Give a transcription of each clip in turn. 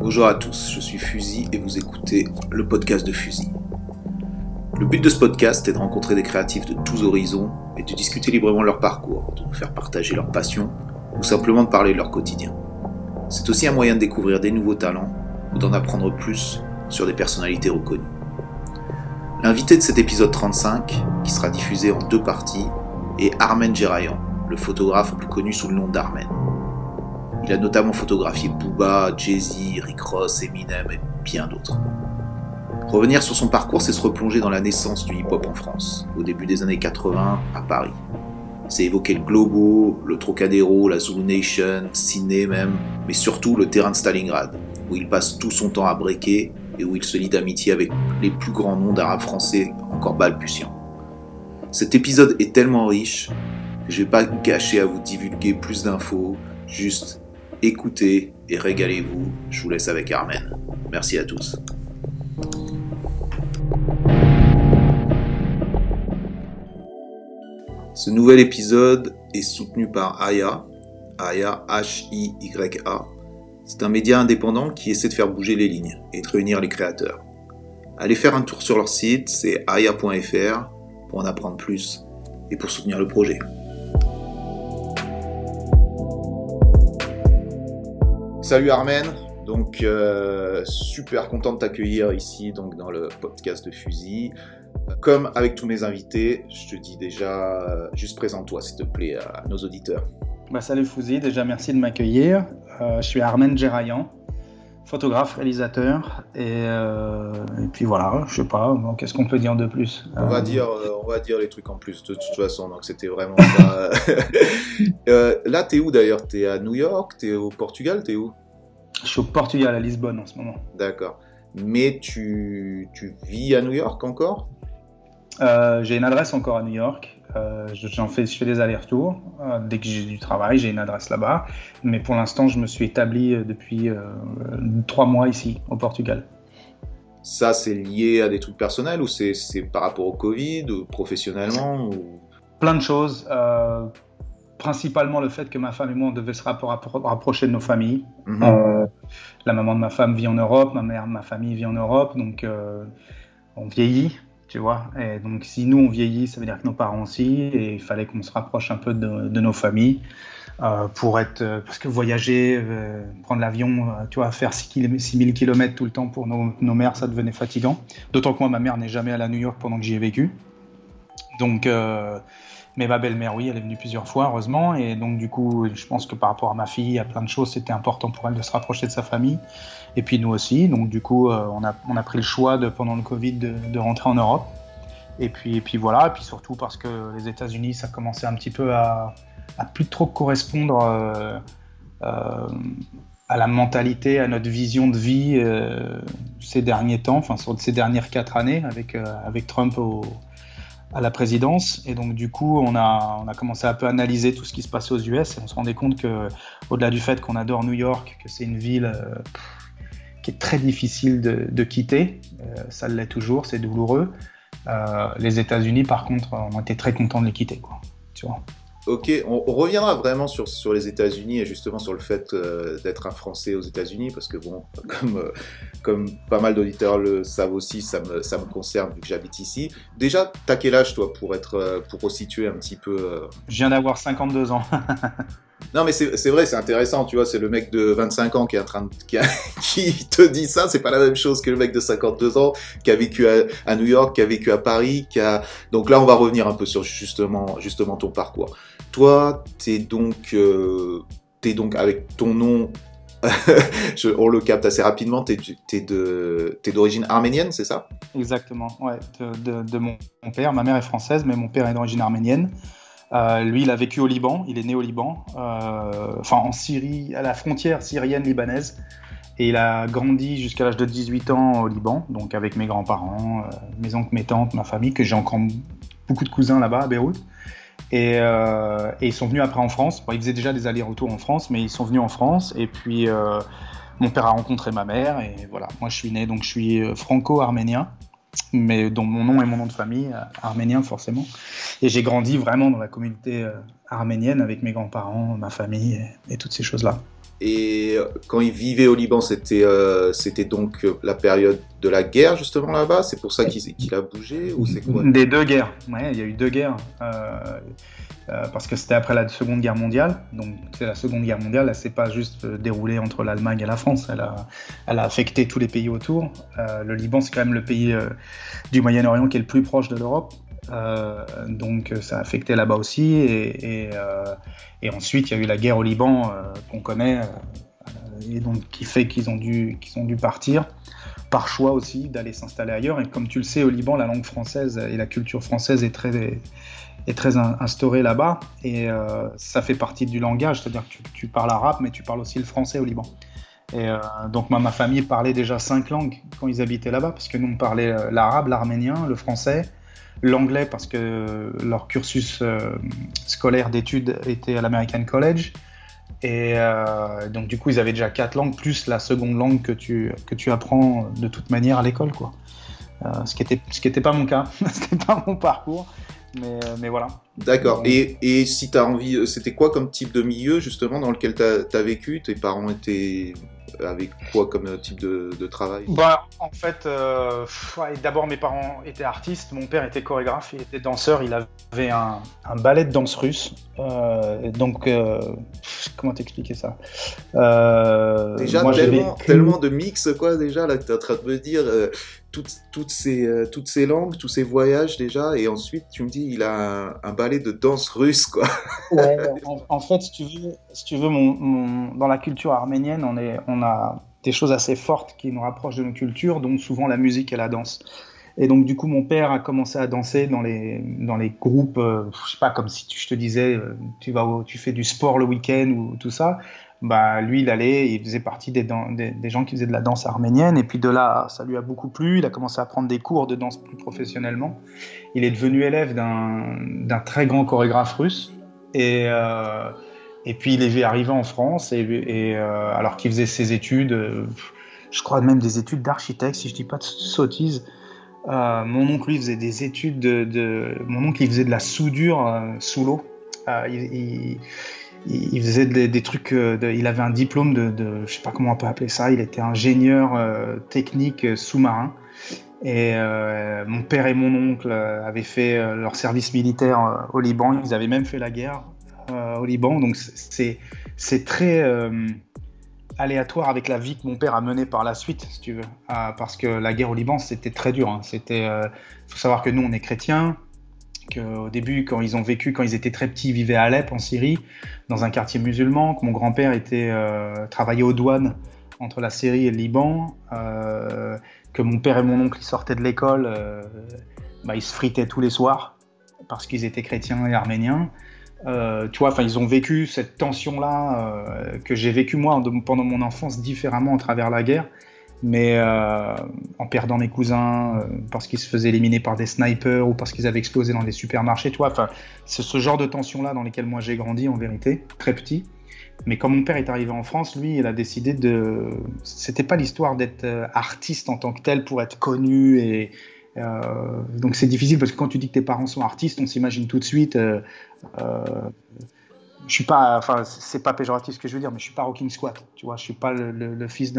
Bonjour à tous, je suis Fusil et vous écoutez le podcast de Fusil. Le but de ce podcast est de rencontrer des créatifs de tous horizons et de discuter librement de leur parcours, de nous faire partager leur passion ou simplement de parler de leur quotidien. C'est aussi un moyen de découvrir des nouveaux talents ou d'en apprendre plus sur des personnalités reconnues. L'invité de cet épisode 35, qui sera diffusé en 2 parties, est Armen Gerayan, le photographe plus connu sous le nom d'Armen. Il a notamment photographié Booba, Jay-Z, Rick Ross, Eminem et bien d'autres. Revenir sur son parcours, c'est se replonger dans la naissance du hip-hop en France, au début des années 80 à Paris. C'est évoquer le Globo, le Trocadéro, la Zulu Nation, Sydney même, mais surtout le terrain de Stalingrad, où il passe tout son temps à breaker et où il se lie d'amitié avec les plus grands noms d'arabes français encore balbutiants. Cet épisode est tellement riche que je ne vais pas me cacher à vous divulguer plus d'infos, juste écoutez et régalez-vous. Je vous laisse avec Armen. Merci à tous. Ce nouvel épisode est soutenu par Aya, H-I-Y-A. C'est un média indépendant qui essaie de faire bouger les lignes et de réunir les créateurs. Allez faire un tour sur leur site, c'est aya.fr pour en apprendre plus et pour soutenir le projet. Salut Armen, donc super content de t'accueillir ici donc, dans le podcast de Fusil. Comme avec tous mes invités, je te dis déjà, juste présente-toi s'il te plaît à nos auditeurs. Salut Fusil, déjà merci de m'accueillir. Je suis Armen Gerayan, photographe, réalisateur et puis voilà, je sais pas, qu'est-ce qu'on peut dire de plus on va dire les trucs en plus de toute façon, donc c'était vraiment ça. Là t'es où d'ailleurs? T'es à New York? T'es au Portugal? T'es où? Je suis au Portugal, à Lisbonne en ce moment. D'accord, mais tu vis à New York encore? J'ai une adresse encore à New York. Je fais des allers-retours. Dès que j'ai du travail, j'ai une adresse là-bas. Mais pour l'instant, je me suis établi depuis 3 mois ici, au Portugal. Ça, c'est lié à des trucs personnels ou c'est par rapport au Covid ou professionnellement ou... Plein de choses. Principalement le fait que ma femme et moi, on devait se rapprocher de nos familles. Mm-hmm. La maman de ma femme vit en Europe, ma famille vit en Europe. Donc, on vieillit. Tu vois, et donc si nous on vieillit, ça veut dire que nos parents aussi, et il fallait qu'on se rapproche un peu de nos familles parce que voyager, prendre l'avion, tu vois, faire 6000 km tout le temps pour nos mères, ça devenait fatigant. D'autant que moi, ma mère n'est jamais allée à New York pendant que j'y ai vécu. Donc, mais ma belle-mère, oui, elle est venue plusieurs fois, heureusement, et donc du coup, je pense que par rapport à ma fille, à plein de choses, c'était important pour elle de se rapprocher de sa famille. Et puis nous aussi, donc du coup on a pris le choix pendant le Covid de rentrer en Europe. Et puis voilà, et puis surtout parce que les États-Unis, ça commençait un petit peu à plus trop correspondre à la mentalité, à notre vision de vie ces derniers temps, enfin sur ces dernières 4 années avec Trump à la présidence. Et donc du coup on a commencé à un peu analyser tout ce qui se passait aux US et on se rendait compte que au-delà du fait qu'on adore New York, que c'est une ville qui est très difficile de quitter, ça l'est toujours, c'est douloureux. Les États-Unis, par contre, ont été très contents de les quitter, quoi. Tu vois. Ok, on reviendra vraiment sur les États-Unis et justement sur le fait d'être un Français aux États-Unis, parce que bon, comme pas mal d'auditeurs le savent aussi, ça me concerne vu que j'habite ici. Déjà, t'as quel âge toi pour resituer un petit peu Je viens d'avoir 52 ans. Non mais c'est vrai, c'est intéressant, tu vois, c'est le mec de 25 ans qui te dit ça, c'est pas la même chose que le mec de 52 ans qui a vécu à New York, qui a vécu à Paris, donc là on va revenir un peu sur justement ton parcours. Toi, t'es donc avec ton nom, on le capte assez rapidement, t'es d'origine arménienne, c'est ça? Exactement, ouais, de mon père, ma mère est française, mais mon père est d'origine arménienne. Lui, il a vécu au Liban, il est né au Liban, en Syrie, à la frontière syrienne-libanaise, et il a grandi jusqu'à l'âge de 18 ans au Liban, donc avec mes grands-parents, mes oncles, mes tantes, ma famille, que j'ai encore beaucoup de cousins là-bas à Beyrouth, et ils sont venus après en France. Bon, ils faisaient déjà des allers-retours en France, mais ils sont venus en France, et puis mon père a rencontré ma mère, et voilà, moi je suis né, donc je suis franco-arménien, mais dont mon nom et mon nom de famille, arménien forcément. Et j'ai grandi vraiment dans la communauté arménienne avec mes grands-parents, ma famille et toutes ces choses-là. Et quand il vivait au Liban, c'était donc la période de la guerre justement là-bas. C'est pour ça qu'il a bougé ou c'est quoi? Des deux guerres. Ouais, il y a eu deux guerres. Parce que c'était après la Seconde Guerre mondiale. Donc, c'est la Seconde Guerre mondiale, elle s'est pas juste déroulée entre l'Allemagne et la France. Elle a affecté tous les pays autour. Le Liban, c'est quand même le pays du Moyen-Orient qui est le plus proche de l'Europe. Donc, ça a affecté là-bas aussi. Et ensuite, il y a eu la guerre au Liban qu'on connaît, et donc qui fait qu'ils ont dû partir. Par choix aussi d'aller s'installer ailleurs. Et comme tu le sais, au Liban, la langue française et la culture française est très instaurée là-bas. Et ça fait partie du langage, c'est-à-dire que tu parles arabe, mais tu parles aussi le français au Liban. Et donc ma famille parlait déjà 5 langues quand ils habitaient là-bas, parce que nous, on parlait l'arabe, l'arménien, le français, l'anglais, parce que leur cursus scolaire d'études était à l'American College. Et donc du coup ils avaient déjà 4 langues plus la seconde langue que tu apprends de toute manière à l'école, quoi. Ce qui était pas mon cas, c'était pas mon parcours, mais voilà. D'accord. Donc, Et si tu as envie, c'était quoi comme type de milieu justement dans lequel tu as vécu? Tes parents étaient avec quoi comme type de travail? bah, en fait, ouais, d'abord mes parents étaient artistes, mon père était chorégraphe, il était danseur, il avait un ballet de danse russe. Donc, comment t'expliquer ça? Déjà Moi, tellement de mix quoi déjà là que tu es en train de me dire toutes ces langues, tous ces voyages déjà et ensuite tu me dis il a un ballet de danse russe quoi. Ouais, en fait, si tu veux, dans la culture arménienne, on a des choses assez fortes qui nous rapprochent de nos cultures, dont souvent la musique et la danse. Et donc, du coup, mon père a commencé à danser dans les groupes, je sais pas, comme si je te disais, tu fais du sport le week-end ou tout ça. Bah, lui, il faisait partie des gens qui faisaient de la danse arménienne. Et puis de là, ça lui a beaucoup plu. Il a commencé à prendre des cours de danse plus professionnellement. Il est devenu élève d'un très grand chorégraphe russe. Et, euh, et puis il est arrivé en France, alors qu'il faisait ses études, je crois même des études d'architecte, si je dis pas de sottises. Mon oncle, lui, faisait des études mon oncle, il faisait de la soudure sous l'eau. Il faisait des trucs. Il avait un diplôme je sais pas comment on peut appeler ça. Il était ingénieur technique sous-marin. Et mon père et mon oncle avaient fait leur service militaire au Liban. Ils avaient même fait la guerre au Liban. Donc c'est très aléatoire avec la vie que mon père a menée par la suite, si tu veux. Parce que la guerre au Liban, c'était très dur. Hein. Faut savoir que nous, on est chrétiens. Qu'au début, quand ils étaient très petits, ils vivaient à Alep, en Syrie, dans un quartier musulman. Que mon grand-père travaillait aux douanes entre la Syrie et le Liban. Que mon père et mon oncle ils sortaient de l'école, ils se fritaient tous les soirs parce qu'ils étaient chrétiens et arméniens. Tu vois, ils ont vécu cette tension-là que j'ai vécu moi pendant mon enfance différemment à travers la guerre, mais en perdant mes cousins parce qu'ils se faisaient éliminer par des snipers ou parce qu'ils avaient explosé dans des supermarchés. Tu vois, c'est ce genre de tension-là dans lesquelles moi j'ai grandi en vérité, très petit. Mais quand mon père est arrivé en France, lui, il a décidé c'était pas l'histoire d'être artiste en tant que tel pour être connu donc c'est difficile parce que quand tu dis que tes parents sont artistes, on s'imagine tout de suite. Je suis pas, c'est pas péjoratif ce que je veux dire, mais je suis pas rocking squat. Tu vois, je suis pas le fils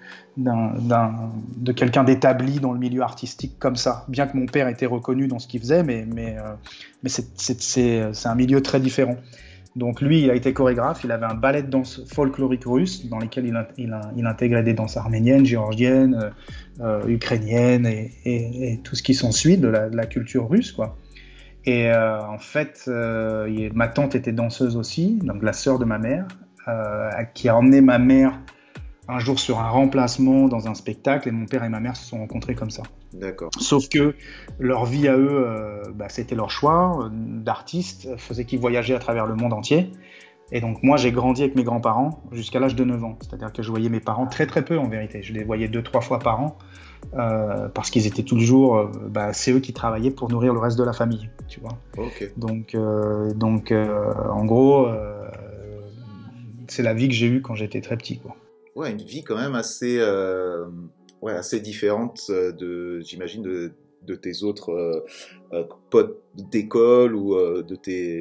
de quelqu'un d'établi dans le milieu artistique comme ça. Bien que mon père était reconnu dans ce qu'il faisait, mais c'est un milieu très différent. Donc lui, il a été chorégraphe, il avait un ballet de danse folklorique russe dans lequel il intégrait des danses arméniennes, géorgiennes, ukrainiennes et tout ce qui s'ensuit de la culture russe, quoi. Et en fait, ma tante était danseuse aussi, donc la sœur de ma mère, qui a emmené ma mère un jour sur un remplacement dans un spectacle et mon père et ma mère se sont rencontrés comme ça. D'accord. Sauf que leur vie à eux, c'était leur choix d'artistes, faisait qu'ils voyageaient à travers le monde entier. Et donc moi, j'ai grandi avec mes grands-parents jusqu'à l'âge de 9 ans. C'est-à-dire que je voyais mes parents très très peu en vérité. Je les voyais 2-3 fois par an parce qu'ils étaient toujours... c'est eux qui travaillaient pour nourrir le reste de la famille, tu vois. Okay. Donc en gros, c'est la vie que j'ai eue quand j'étais très petit, quoi. Ouais, une vie quand même assez différente j'imagine de tes autres potes d'école ou de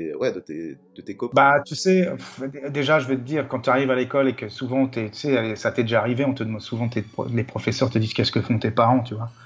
tes copains? Bah, tu sais, déjà, je vais te dire, quand tu arrives à l'école et que souvent, tu sais, ça t'est déjà arrivé, on te demande souvent, les professeurs te disent qu'est-ce que font tes parents, tu vois.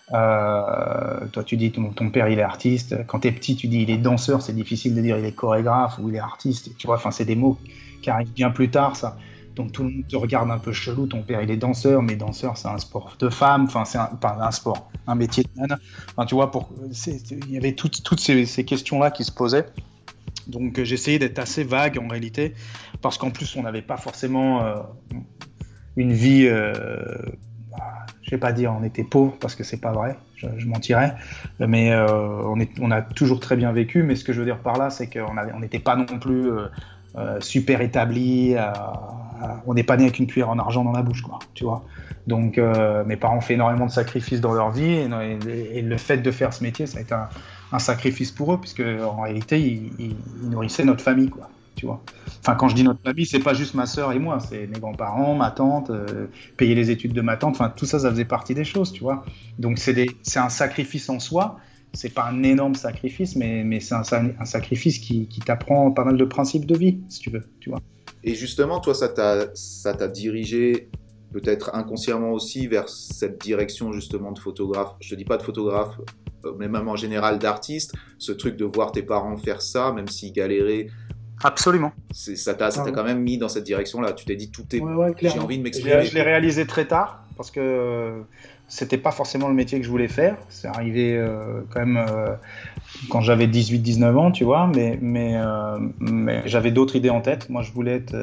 Toi, tu dis ton père, il est artiste. Quand t'es petit, tu dis il est danseur. C'est difficile de dire il est chorégraphe ou il est artiste. Tu vois, enfin, c'est des mots qui arrivent bien plus tard, ça. Donc tout le monde te regarde un peu chelou. Ton père, il est danseur, mais danseur, c'est un sport de femme. Enfin, pas un sport, un métier de nana. Enfin, tu vois, il y avait toutes ces questions-là qui se posaient. Donc j'essayais d'être assez vague en réalité, parce qu'en plus, on n'avait pas forcément une vie. Je vais pas dire on était pauvre parce que c'est pas vrai, je mentirais, mais on a toujours très bien vécu. Mais ce que je veux dire par là, c'est qu'on n'était pas non plus super établi. On n'est pas né avec une cuillère en argent dans la bouche, quoi. Tu vois. Donc mes parents ont fait énormément de sacrifices dans leur vie et le fait de faire ce métier, ça a été un sacrifice pour eux, puisque en réalité, ils nourrissaient notre famille, quoi. Tu vois. Enfin, quand je dis notre famille, c'est pas juste ma sœur et moi, c'est mes grands-parents, ma tante, payer les études de ma tante, enfin tout ça, ça faisait partie des choses, tu vois. Donc c'est un sacrifice en soi, c'est pas un énorme sacrifice, mais c'est un sacrifice qui t'apprend pas mal de principes de vie, si tu veux, tu vois. Et justement, toi, ça t'a dirigé peut-être inconsciemment aussi vers cette direction justement de photographe. Je te dis pas de photographe, mais même en général d'artiste, ce truc de voir tes parents faire ça, même s'ils galéraient. Absolument. Ça t'a quand même mis dans cette direction-là. Tu t'es dit, j'ai envie de m'exprimer. Je l'ai réalisé très tard, parce que c'était pas forcément le métier que je voulais faire. C'est arrivé quand même quand j'avais 18-19 ans, tu vois, mais j'avais d'autres idées en tête. Moi, je voulais être...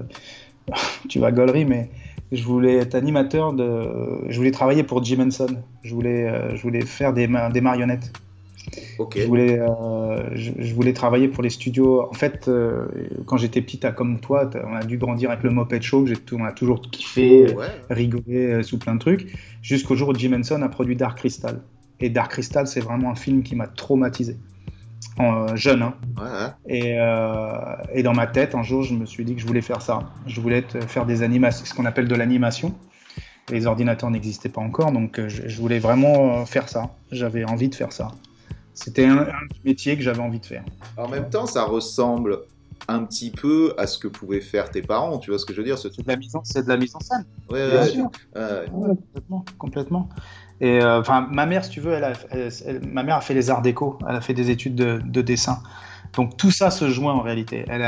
tu vas gaulerie, mais je voulais être animateur je voulais travailler pour Jim Henson. Je voulais faire des marionnettes. Okay. Je voulais travailler pour les studios. En fait, quand j'étais petit, comme toi, on a dû grandir avec le Muppet Show. On a toujours kiffé, rigolé sous plein de trucs, jusqu'au jour où Jim Henson a produit Dark Crystal. Et Dark Crystal, c'est vraiment un film qui m'a traumatisé. Jeune, hein. Et dans ma tête, un jour, je me suis dit que je voulais faire ça. Je voulais faire des animations, ce qu'on appelle de l'animation. Les ordinateurs n'existaient pas encore, donc je voulais vraiment faire ça. J'avais envie de faire ça. C'était un métier que j'avais envie de faire. En même temps, ça ressemble un petit peu à ce que pouvaient faire tes parents, tu vois ce que je veux dire, c'est de la mise en scène. Ouais, bien sûr. Complètement. Et ma mère, si tu veux, ma mère a fait les arts déco, elle a fait des études de dessin. Donc tout ça se joint en réalité. Elle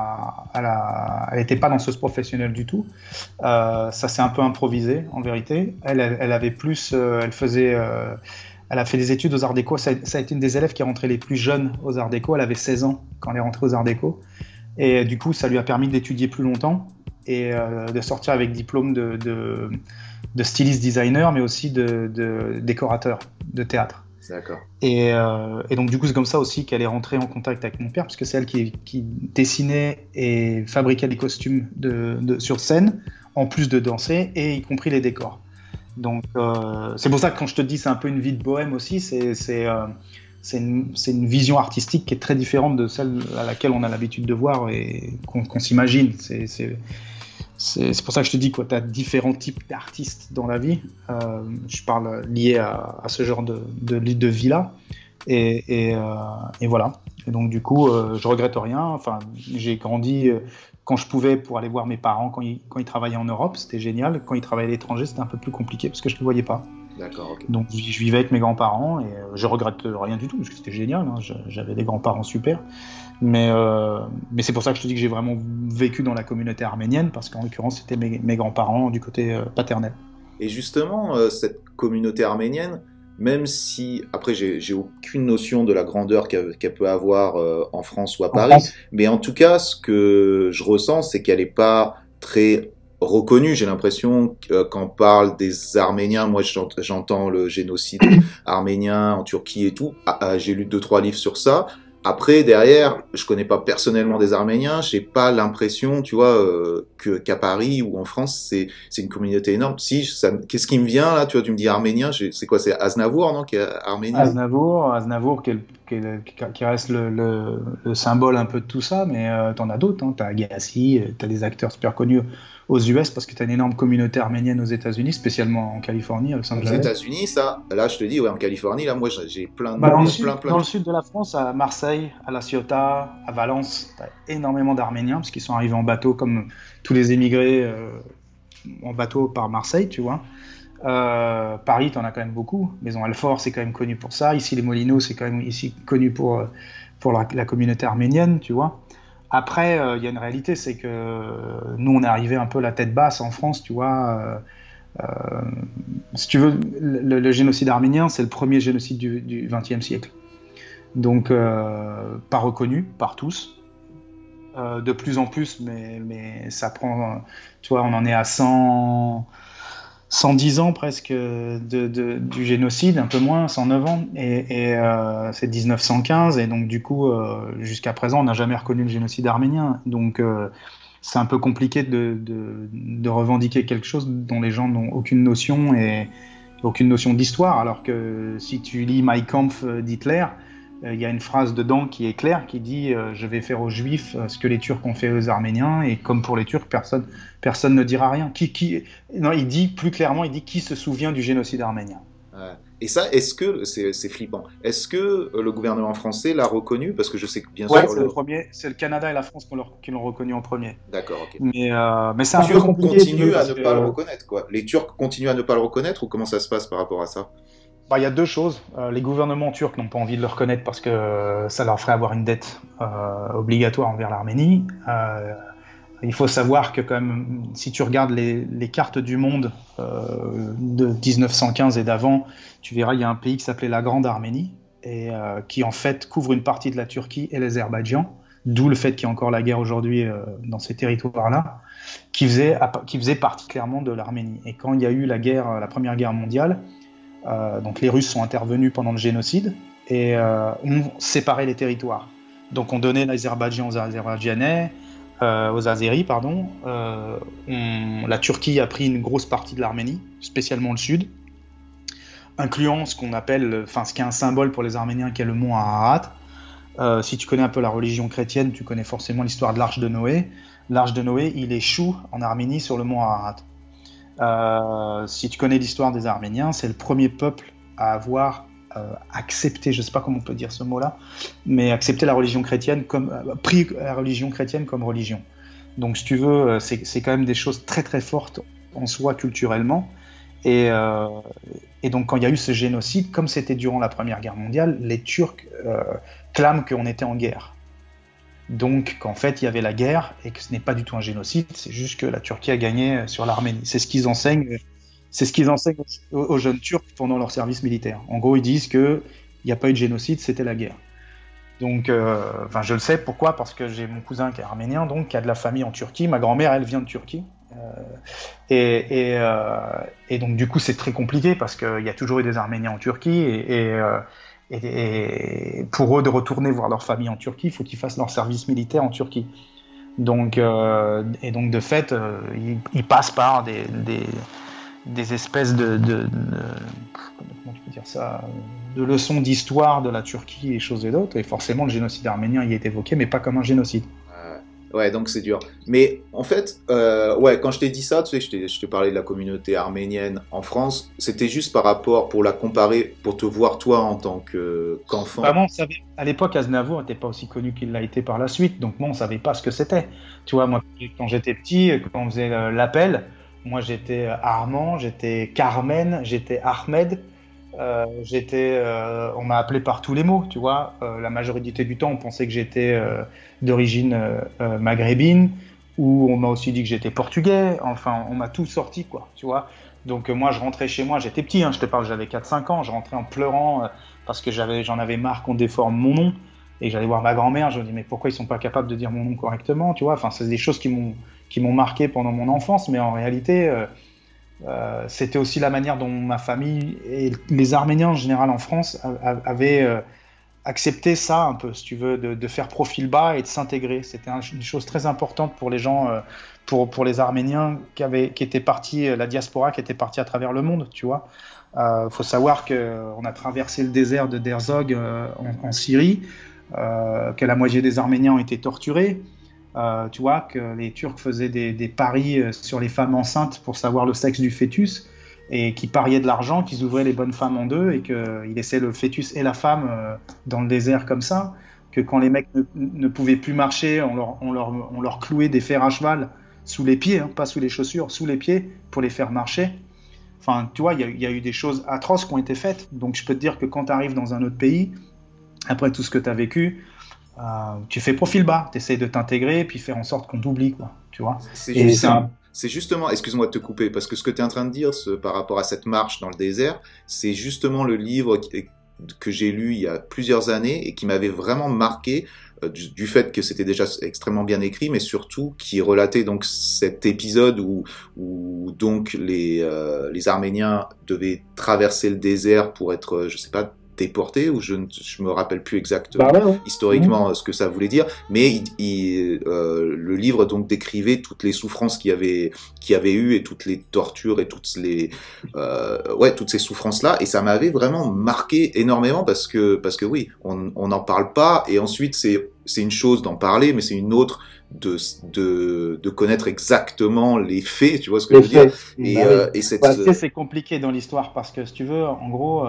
n'était pas dans ce professionnel du tout. Ça s'est un peu improvisé en vérité. Elle avait plus, elle a fait des études aux Arts Déco. Ça a été une des élèves qui est rentrée les plus jeunes aux Arts Déco. Elle avait 16 ans quand elle est rentrée aux Arts Déco. Et du coup, ça lui a permis d'étudier plus longtemps et de sortir avec diplôme de styliste designer, mais aussi de décorateur de théâtre. D'accord. Et donc, du coup, c'est comme ça aussi qu'elle est rentrée en contact avec mon père, parce que c'est elle qui dessinait et fabriquait des costumes sur scène, en plus de danser, et y compris les décors. Donc c'est pour ça que quand je te dis c'est un peu une vie de bohème aussi, c'est une vision artistique qui est très différente de celle à laquelle on a l'habitude de voir et qu'on s'imagine. C'est pour ça que je te dis, tu as différents types d'artistes dans la vie. Je parle lié à ce genre de vie-là. Et voilà. Et donc du coup, je regrette rien. Enfin, j'ai grandi quand je pouvais pour aller voir mes parents quand ils travaillaient en Europe, c'était génial. Quand ils travaillaient à l'étranger, c'était un peu plus compliqué parce que je ne les voyais pas. D'accord. Okay. Donc je vivais avec mes grands-parents et je regrette rien du tout parce que c'était génial. Hein. J'avais des grands-parents super. Mais c'est pour ça que je te dis que j'ai vraiment vécu dans la communauté arménienne parce qu'en l'occurrence, c'était mes grands-parents du côté paternel. Et justement, cette communauté arménienne, même si, après, j'ai aucune notion de la grandeur qu'elle peut avoir en France ou à Paris, mais en tout cas, ce que je ressens, c'est qu'elle n'est pas très reconnue. J'ai l'impression que quand on parle des Arméniens, moi j'entends le génocide arménien en Turquie et tout, j'ai lu 2-3 livres sur ça. Après, derrière, je connais pas personnellement des Arméniens, j'ai pas l'impression, tu vois, qu'à Paris ou en France, c'est une communauté énorme. Qu'est-ce qui me vient là, tu vois, tu me dis arménien, c'est quoi, c'est Aznavour, non, qui est arménien? Aznavour, qui est qui reste le symbole un peu de tout ça, mais t'en as d'autres. Hein. T'as Agassi, t'as des acteurs super connus aux US parce que t'as une énorme communauté arménienne aux États-Unis, spécialement en Californie, à Los Angeles. Aux États-Unis, ça, là, je te dis, ouais, en Californie, là, moi, j'ai plein de dans le sud de la France, à Marseille, à La Ciotat, à Valence, t'as énormément d'Arméniens parce qu'ils sont arrivés en bateau comme tous les émigrés en bateau par Marseille, tu vois. Paris, t'en as quand même beaucoup. Maison Alfort, c'est quand même connu pour ça. Ici, les Molinos, c'est quand même ici connu pour la communauté arménienne, tu vois. Après, il y a une réalité, c'est que nous, on est arrivé un peu la tête basse en France, tu vois. Si tu veux, le génocide arménien, c'est le premier génocide du XXe siècle. Donc, pas reconnu par tous. De plus en plus, mais ça prend... Tu vois, on en est à 110 ans presque du génocide, un peu moins, 109 ans, et c'est 1915, et donc du coup, jusqu'à présent, on n'a jamais reconnu le génocide arménien. Donc, c'est un peu compliqué de revendiquer quelque chose dont les gens n'ont aucune notion et aucune notion d'histoire, alors que si tu lis Mein Kampf d'Hitler, il y a une phrase dedans qui est claire, qui dit je vais faire aux Juifs ce que les Turcs ont fait aux Arméniens, et comme pour les Turcs, personne ne dira rien. Non, il dit plus clairement, il dit qui se souvient du génocide arménien. Et ça, est-ce que c'est flippant? Est-ce que le gouvernement français l'a reconnu? Parce que je sais que bien sûr, c'est le Canada et la France qui l'ont reconnu en premier. D'accord, ok. Mais c'est un peu compliqué. Les Turcs continuent à ne pas le reconnaître, quoi. Les Turcs continuent à ne pas le reconnaître, ou comment ça se passe par rapport à ça? Il y a deux choses. Les gouvernements turcs n'ont pas envie de le reconnaître parce que ça leur ferait avoir une dette obligatoire envers l'Arménie. Il faut savoir que quand même, si tu regardes les cartes du monde de 1915 et d'avant, tu verras il y a un pays qui s'appelait la Grande Arménie et qui en fait couvre une partie de la Turquie et l'Azerbaïdjan, d'où le fait qu'il y a encore la guerre aujourd'hui dans ces territoires-là, qui faisait partie clairement de l'Arménie. Et quand il y a eu la Première Guerre mondiale, donc les Russes sont intervenus pendant le génocide et ont séparé les territoires. Donc on donnait l'Azerbaïdjan aux Azerbaïdjanais, aux Azéris, pardon. La Turquie a pris une grosse partie de l'Arménie, spécialement le sud, incluant ce qui est un symbole pour les Arméniens, qui est le mont Ararat. Si tu connais un peu la religion chrétienne, tu connais forcément l'histoire de l'Arche de Noé. L'Arche de Noé, il échoue en Arménie sur le mont Ararat. Si tu connais l'histoire des Arméniens, c'est le premier peuple à avoir accepté, je ne sais pas comment on peut dire ce mot-là, mais accepté la religion chrétienne pris la religion chrétienne comme religion. Donc, si tu veux, c'est quand même des choses très très fortes en soi culturellement. Et donc, quand il y a eu ce génocide, comme c'était durant la Première Guerre mondiale, les Turcs clament qu'on était en guerre. Donc qu'en fait il y avait la guerre et que ce n'est pas du tout un génocide, c'est juste que la Turquie a gagné sur l'Arménie. C'est ce qu'ils enseignent aux jeunes Turcs pendant leur service militaire. En gros, ils disent qu'il n'y a pas eu de génocide, c'était la guerre. Donc, je le sais, pourquoi? Parce que j'ai mon cousin qui est arménien, donc qui a de la famille en Turquie. Ma grand-mère, elle vient de Turquie. Et donc du coup c'est très compliqué parce qu'il y a toujours eu des Arméniens en Turquie et pour eux de retourner voir leur famille en Turquie, il faut qu'ils fassent leur service militaire en Turquie. Donc, donc de fait, ils passent par des espèces de comment tu peux dire ça, de leçons d'histoire de la Turquie et choses et d'autres. Et forcément, le génocide arménien y est évoqué, mais pas comme un génocide. Ouais, donc c'est dur. Mais en fait, quand je t'ai dit ça, tu sais, je te parlais de la communauté arménienne en France, c'était juste par rapport, pour la comparer, pour te voir toi en tant qu'enfant. Vraiment, on savait, à l'époque, Aznavour n'était pas aussi connu qu'il l'a été par la suite, donc moi, on ne savait pas ce que c'était. Tu vois, moi, quand j'étais petit, quand on faisait l'appel, moi, j'étais Armand, j'étais Carmen, j'étais Ahmed, on m'a appelé par tous les mots, tu vois. La majorité du temps, on pensait que j'étais d'origine maghrébine, ou on m'a aussi dit que j'étais portugais. Enfin, on m'a tout sorti, quoi, tu vois. Donc moi, je rentrais chez moi, j'étais petit, je te parle, j'avais 4-5 ans, je rentrais en pleurant parce que j'en avais marre qu'on déforme mon nom. Et j'allais voir ma grand-mère, je me dis mais pourquoi ils sont pas capables de dire mon nom correctement, tu vois. Enfin, c'est des choses qui m'ont marqué pendant mon enfance, mais en réalité, c'était aussi la manière dont ma famille et les Arméniens en général en France avaient accepté ça un peu, si tu veux, de faire profil bas et de s'intégrer. C'était une chose très importante pour les gens, pour les Arméniens qui étaient partis, la diaspora qui était partie à travers le monde, tu vois. Faut savoir qu'on a traversé le désert de Derzog en Syrie, que la moitié des Arméniens ont été torturés. Tu vois, que les Turcs faisaient des paris sur les femmes enceintes pour savoir le sexe du fœtus, et qui pariaient de l'argent, qu'ils ouvraient les bonnes femmes en deux, et qu'ils laissaient le fœtus et la femme dans le désert comme ça, que quand les mecs ne pouvaient plus marcher, on leur clouait des fers à cheval sous les pieds, hein, pas sous les chaussures, sous les pieds, pour les faire marcher. Enfin, tu vois, il y a eu des choses atroces qui ont été faites. Donc je peux te dire que quand tu arrives dans un autre pays, après tout ce que tu as vécu, tu fais profil bas, tu essaies de t'intégrer, puis faire en sorte qu'on t'oublie, quoi, tu vois. C'est justement, excuse-moi de te couper, parce que ce que tu es en train de dire par rapport à cette marche dans le désert, c'est justement le livre que j'ai lu il y a plusieurs années et qui m'avait vraiment marqué du fait que c'était déjà extrêmement bien écrit, mais surtout qui relatait donc cet épisode où donc les Arméniens devaient traverser le désert pour être, je sais pas, déportés, ou je me rappelle plus exactement historiquement ce que ça voulait dire, mais le livre donc décrivait toutes les souffrances qu'il y avait eu, et toutes les tortures et toutes ces souffrances là, et ça m'avait vraiment marqué énormément, parce que oui, on n'en parle pas, et ensuite c'est une chose d'en parler, mais c'est une autre de connaître exactement les faits, tu vois ce que je veux dire. Et c'est compliqué dans l'histoire, parce que si tu veux, en gros,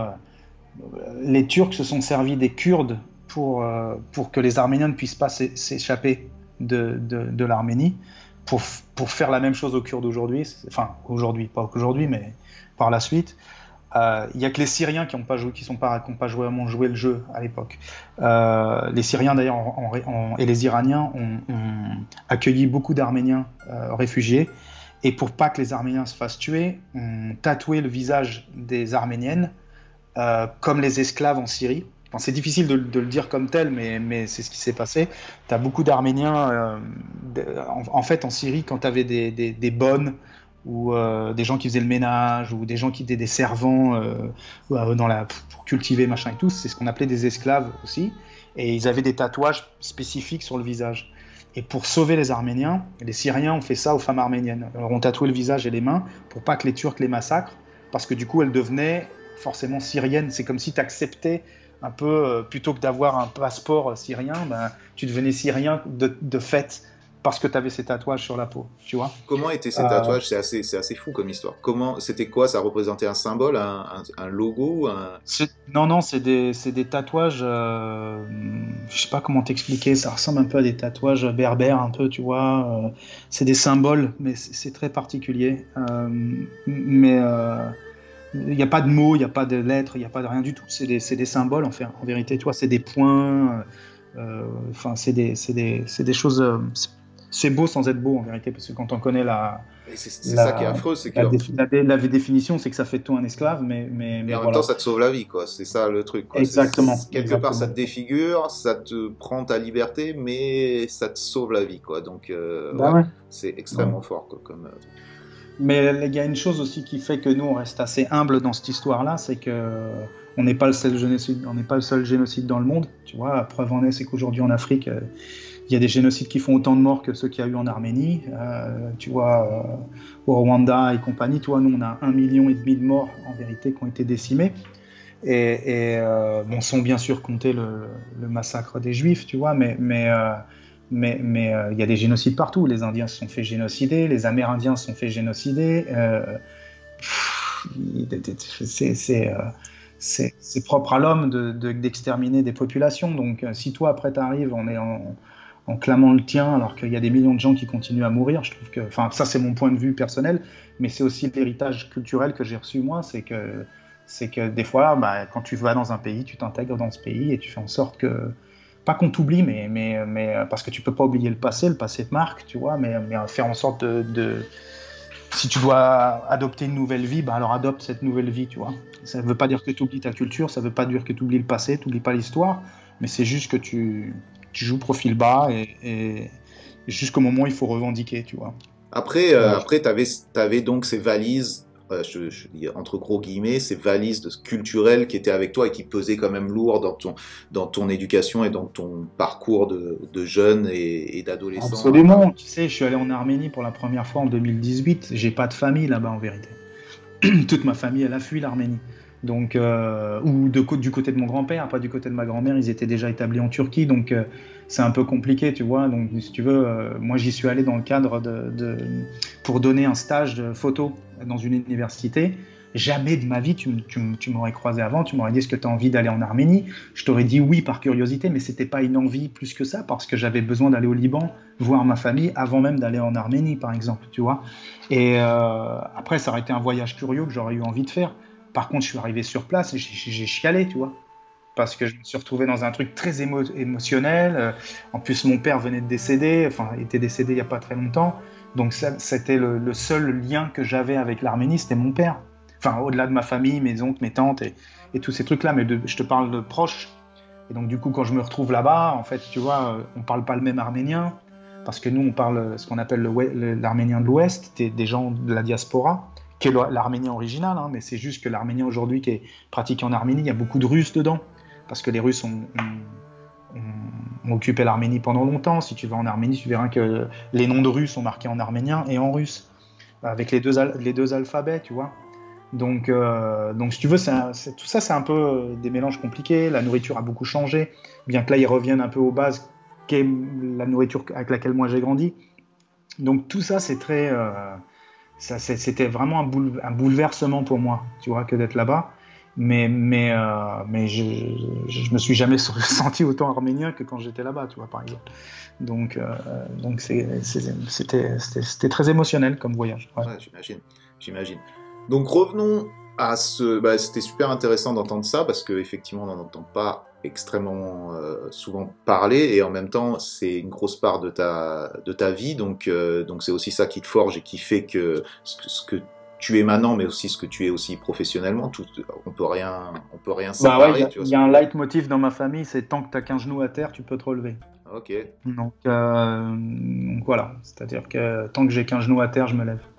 les Turcs se sont servis des Kurdes pour que les Arméniens ne puissent pas s'échapper de l'Arménie, pour faire la même chose aux Kurdes aujourd'hui. Enfin, aujourd'hui, pas aujourd'hui, mais par la suite. Il n'y a que les Syriens qui n'ont pas joué le jeu à l'époque. Les Syriens d'ailleurs et les Iraniens ont accueilli beaucoup d'Arméniens réfugiés, et pour pas que les Arméniens se fassent tuer, ont tatoué le visage des Arméniennes comme les esclaves en Syrie. Enfin, c'est difficile de le dire comme tel, mais c'est ce qui s'est passé. Tu as beaucoup d'Arméniens, en fait, en Syrie, quand tu avais des bonnes, ou des gens qui faisaient le ménage, ou des gens qui étaient des servants pour cultiver, machin et tout, c'est ce qu'on appelait des esclaves aussi, et ils avaient des tatouages spécifiques sur le visage. Et pour sauver les Arméniens, les Syriens ont fait ça aux femmes arméniennes. Alors, on tatouait le visage et les mains pour pas que les Turcs les massacrent, parce que du coup, elles devenaient forcément syrienne. C'est comme si tu acceptais un peu, plutôt que d'avoir un passeport syrien, tu devenais syrien de fait, parce que tu avais ces tatouages sur la peau, tu vois. Comment étaient ces tatouages? C'est assez fou comme histoire. C'était quoi? Ça représentait un symbole, un logo, Non, c'est des tatouages, je sais pas comment t'expliquer, ça ressemble un peu à des tatouages berbères un peu, tu vois. C'est des symboles, mais c'est très particulier. Mais il n'y a pas de mots, il n'y a pas de lettres, il n'y a pas de rien du tout. C'est des symboles, en vérité. Tu vois, c'est des points. Enfin, c'est des choses. C'est beau sans être beau, en vérité, parce que quand on connaît ça qui est affreux, c'est que la définition, c'est que ça fait de toi un esclave, mais en même temps, ça te sauve la vie, quoi. C'est ça le truc, quoi. Exactement. Quelque part, ça te défigure, ça te prend ta liberté, mais ça te sauve la vie, quoi. Donc, c'est extrêmement fort, quoi, comme. Mais il y a une chose aussi qui fait que nous on reste assez humble dans cette histoire-là, c'est que on n'est pas le seul génocide dans le monde. Tu vois, la preuve en est, c'est qu'aujourd'hui en Afrique, il y a des génocides qui font autant de morts que ceux qu'il y a eu en Arménie. Tu vois, au Rwanda et compagnie, tu vois, nous on a 1,5 million de morts en vérité qui ont été décimés. Et sans bien sûr compter le massacre des Juifs, tu vois, mais il y a des génocides partout. Les Indiens se sont fait génocider, les Amérindiens se sont fait génocider. C'est propre à l'homme d'exterminer des populations. Donc, si toi, après, t'arrives en clamant le tien, alors qu'il y a des millions de gens qui continuent à mourir, je trouve que... Enfin, ça, c'est mon point de vue personnel, mais c'est aussi l'héritage culturel que j'ai reçu, moi, c'est que des fois, quand tu vas dans un pays, tu t'intègres dans ce pays et tu fais en sorte que... Pas qu'on t'oublie, mais parce que tu peux pas oublier le passé te marque, tu vois, mais faire en sorte de si tu dois adopter une nouvelle vie, alors adopte cette nouvelle vie, tu vois. Ça veut pas dire que tu oublies ta culture, ça veut pas dire que tu oublies le passé, tu oublies pas l'histoire, mais c'est juste que tu joues profil bas et jusqu'au moment où il faut revendiquer, tu vois. Après, t'avais donc ces valises, je dis entre gros guillemets, ces valises culturelles qui étaient avec toi et qui pesaient quand même lourd dans ton éducation et dans ton parcours de jeune et d'adolescent. Absolument. Tu sais, je suis allé en Arménie pour la première fois en 2018. J'ai pas de famille là-bas en vérité. Toute ma famille, elle a fui l'Arménie. Donc, ou du côté de mon grand-père, pas du côté de ma grand-mère, ils étaient déjà établis en Turquie, donc c'est un peu compliqué, tu vois. Donc, si tu veux, moi j'y suis allé dans le cadre pour donner un stage de photo dans une université. Jamais de ma vie tu m'aurais croisé avant, tu m'aurais dit est-ce que tu as envie d'aller en Arménie? Je t'aurais dit oui par curiosité, mais c'était pas une envie plus que ça, parce que j'avais besoin d'aller au Liban, voir ma famille, avant même d'aller en Arménie, par exemple, tu vois. Et après, ça aurait été un voyage curieux que j'aurais eu envie de faire. Par contre, je suis arrivé sur place et j'ai chialé, tu vois, parce que je me suis retrouvé dans un truc très émotionnel. En plus, mon père venait de décéder, enfin, il était décédé il n'y a pas très longtemps. Donc, c'était le seul lien que j'avais avec l'Arménie, c'était mon père. Enfin, au-delà de ma famille, mes oncles, mes tantes et tous ces trucs-là, mais je te parle de proches. Et donc, du coup, quand je me retrouve là-bas, en fait, tu vois, on ne parle pas le même arménien, parce que nous, on parle ce qu'on appelle l'arménien de l'Ouest, des gens de la diaspora, qui est l'arménien original, hein, mais c'est juste que l'arménien aujourd'hui qui est pratiqué en Arménie, il y a beaucoup de Russes dedans, parce que les Russes ont occupé l'Arménie pendant longtemps. Si tu vas en Arménie, tu verras que les noms de Russes sont marqués en arménien et en russe, avec les deux alphabets, tu vois. Donc, si tu veux, tout ça, c'est un peu des mélanges compliqués. La nourriture a beaucoup changé, bien que là, ils reviennent un peu aux bases, qu'est la nourriture avec laquelle moi j'ai grandi. Donc, tout ça, c'est très... c'était vraiment un bouleversement pour moi, tu vois, que d'être là-bas. Mais je me suis jamais senti autant arménien que quand j'étais là-bas, tu vois, par exemple. Donc c'était très émotionnel comme voyage. Ouais. Ouais, j'imagine. Donc revenons à c'était super intéressant d'entendre ça, parce qu'effectivement on n'en entend pas extrêmement souvent parler, et en même temps c'est une grosse part de ta vie, donc c'est aussi ça qui te forge et qui fait que ce que tu es maintenant, mais aussi ce que tu es aussi professionnellement, on peut rien séparer. Ouais, il y a un leitmotiv dans ma famille, c'est tant que tu n'as qu'un genou à terre, tu peux te relever. Ok. Donc voilà, c'est-à-dire que tant que j'ai qu'un genou à terre, je me lève.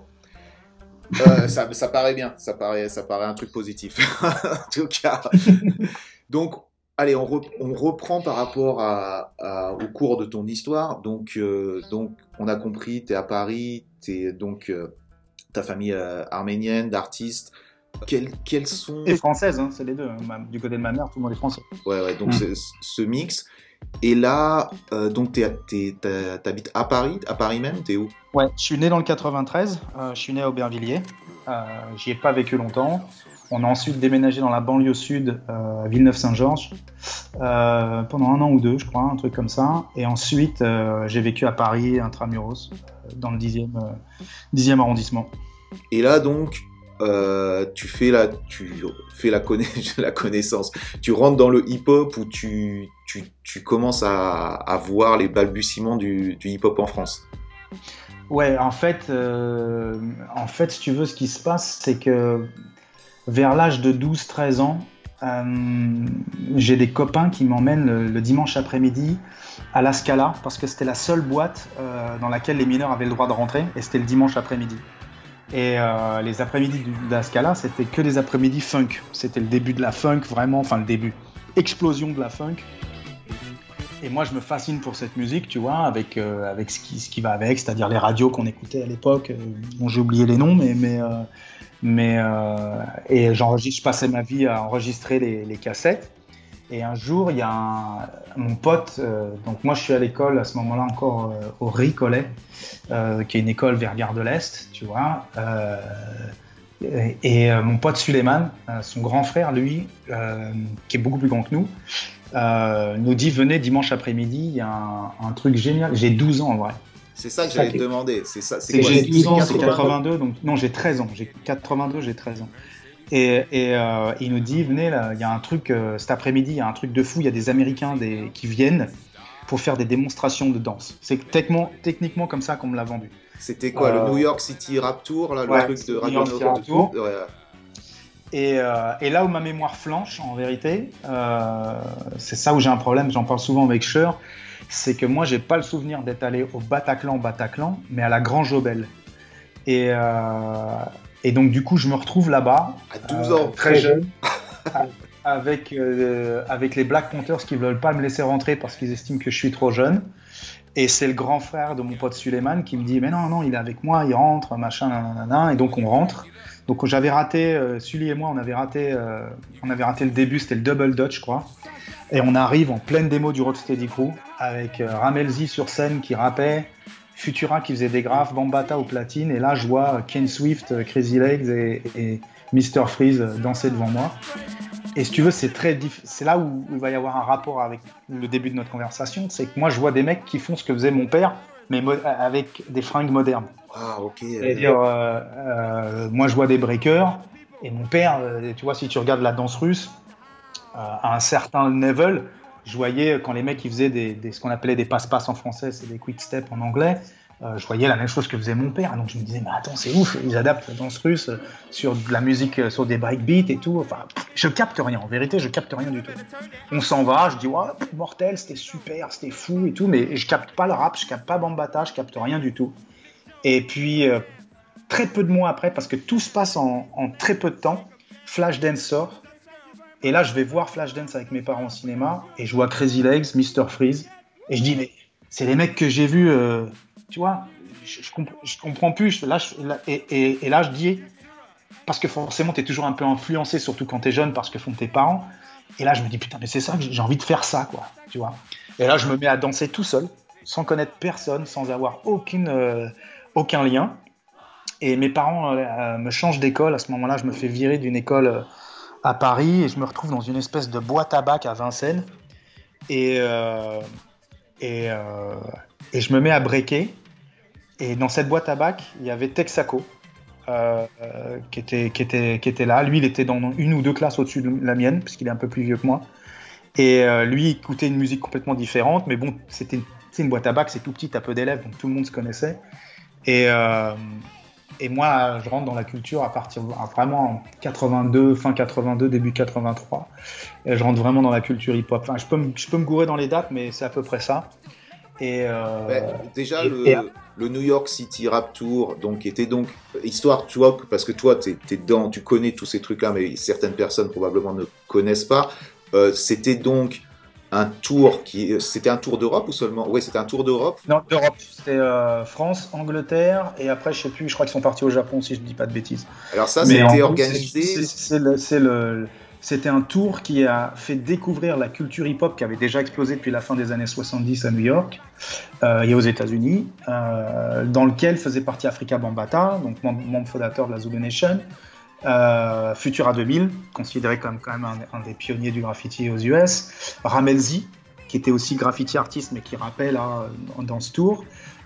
Ça paraît bien, ça paraît un truc positif. En tout cas. Donc, allez, on reprend par rapport au cours de ton histoire. Donc on a compris, tu es à Paris, ta famille arménienne, d'artistes. Quels sont... Et française, hein, c'est les deux. Du côté de ma mère, tout le monde est français. Ouais, donc c'est ce mix. Et là, donc t'habites à Paris même, t'es où? Ouais, je suis né dans le 93, je suis né à Aubervilliers, j'y ai pas vécu longtemps. On a ensuite déménagé dans la banlieue sud, à Villeneuve-Saint-Georges, pendant 1 an ou 2, je crois, un truc comme ça. Et ensuite, j'ai vécu à Paris, intramuros, dans le 10e arrondissement. Et là, donc, tu fais la connaissance. Tu rentres dans le hip-hop, où tu commences à voir les balbutiements du hip-hop en France. Ouais, en fait, si tu veux, ce qui se passe, c'est que vers l'âge de 12-13 ans, j'ai des copains qui m'emmènent le dimanche après-midi à la Scala, parce que c'était la seule boîte dans laquelle les mineurs avaient le droit de rentrer, et c'était le dimanche après-midi. Et les après-midi de la Scala, c'était que des après-midi funk. C'était le début de la funk, vraiment, enfin le début, explosion de la funk. Et moi, je me fascine pour cette musique, tu vois, avec ce qui va avec, c'est-à-dire les radios qu'on écoutait à l'époque. Bon, j'ai oublié les noms, et je passais ma vie à enregistrer les cassettes. Et un jour, il y a mon pote, donc moi je suis à l'école à ce moment-là encore au Ricollet, qui est une école vers Gare de l'Est, tu vois. Mon pote Suleiman, son grand frère, lui, qui est beaucoup plus grand que nous, nous dit venez dimanche après-midi, il y a un truc génial. J'ai 12 ans en vrai. C'est ça que j'allais te demander. C'est ça. C'est j'ai 12 ans, c'est 82, donc non, j'ai 13 ans. J'ai 82, j'ai 13 ans. Et il nous dit venez là, il y a un truc cet après-midi, il y a un truc de fou, il y a des Américains qui viennent pour faire des démonstrations de danse. C'est techniquement comme ça qu'on me l'a vendu. C'était quoi, le New York City Rap Tour, là, le truc de Radio Rap Tour. Ouais. Et là où ma mémoire flanche, en vérité, c'est ça où j'ai un problème, j'en parle souvent avec Cher, c'est que moi, j'ai pas le souvenir d'être allé au Bataclan, mais à la Grange Obel. Et donc, du coup, je me retrouve là-bas, à 12 ans, très jeune, avec les Black Panthers qui veulent pas me laisser rentrer parce qu'ils estiment que je suis trop jeune. Et c'est le grand frère de mon pote Suleiman qui me dit « Mais non, il est avec moi, il rentre, machin, nanana. » Et donc on rentre. Donc j'avais raté, Sully et moi, on avait raté le début, c'était le Double Dutch, je crois. Et on arrive en pleine démo du Rocksteady Crew avec Ramelzi sur scène qui rappait, Futura qui faisait des graphes, Bambaataa au platine. Et là, je vois Ken Swift, Crazy Legs et Mr. Freeze danser devant moi. Et si tu veux, c'est là où il va y avoir un rapport avec le début de notre conversation. C'est que moi, je vois des mecs qui font ce que faisait mon père, mais avec des fringues modernes. Ah, ok. C'est-à-dire, moi, je vois des breakers, et mon père, tu vois, si tu regardes la danse russe, à un certain level, je voyais quand les mecs ils faisaient ce qu'on appelait des passe-passe en français, c'est des quick step en anglais. Je voyais la même chose que faisait mon père, donc je me disais mais attends c'est ouf, ils adaptent la danse russe sur de la musique, sur des breakbeats et tout. Enfin, je capte rien, en vérité je capte rien du tout. On s'en va, je dis ouais mortel, c'était super, c'était fou et tout, mais je capte pas le rap, je capte pas Bambaataa, je capte rien du tout. Et puis très peu de mois après, parce que tout se passe en très peu de temps, Flashdance sort. Et là je vais voir Flashdance avec mes parents au cinéma et je vois Crazy Legs, Mr. Freeze et je dis mais c'est les mecs que j'ai vus. Tu vois, je comprends plus. Et là, je dis, parce que forcément, tu es toujours un peu influencé, surtout quand tu es jeune, parce que font tes parents. Et là, je me dis, putain, mais c'est ça que j'ai envie de faire ça, quoi. Tu vois. Et là, je me mets à danser tout seul, sans connaître personne, sans avoir aucun lien. Et mes parents me changent d'école. À ce moment-là, je me fais virer d'une école à Paris et je me retrouve dans une espèce de boîte à bac à Vincennes. Et je me mets à breaker. Et dans cette boîte à bac, il y avait Texaco qui était là. Lui, il était dans une ou deux classes au-dessus de la mienne, puisqu'il est un peu plus vieux que moi. Et lui, il écoutait une musique complètement différente. Mais bon, c'était une boîte à bac, c'est tout petit, t'as peu d'élèves, donc tout le monde se connaissait. Et moi, je rentre dans la culture à partir vraiment 82, fin 82, début 83. Et je rentre vraiment dans la culture hip-hop. Enfin, je peux me gourer dans les dates, mais c'est à peu près ça. Déjà, le New York City Rap Tour, donc, était donc histoire, tu vois, parce que toi, t'es dedans, tu connais tous ces trucs-là, mais certaines personnes probablement ne connaissent pas. C'était donc c'était un tour d'Europe ou seulement? Oui, c'était un tour d'Europe. Non, d'Europe. C'était France, Angleterre, et après, je sais plus, je crois qu'ils sont partis au Japon, si je dis pas de bêtises. Alors ça, c'était organisé. C'était un tour qui a fait découvrir la culture hip-hop qui avait déjà explosé depuis la fin des années 70 à New York et aux États-Unis, dans lequel faisait partie Afrika Bambaataa, donc membre fondateur de la Zulu Nation, Futura 2000, considéré comme quand même un des pionniers du graffiti aux US, Ramelzi, qui était aussi graffiti artiste mais qui rappait là dans ce tour,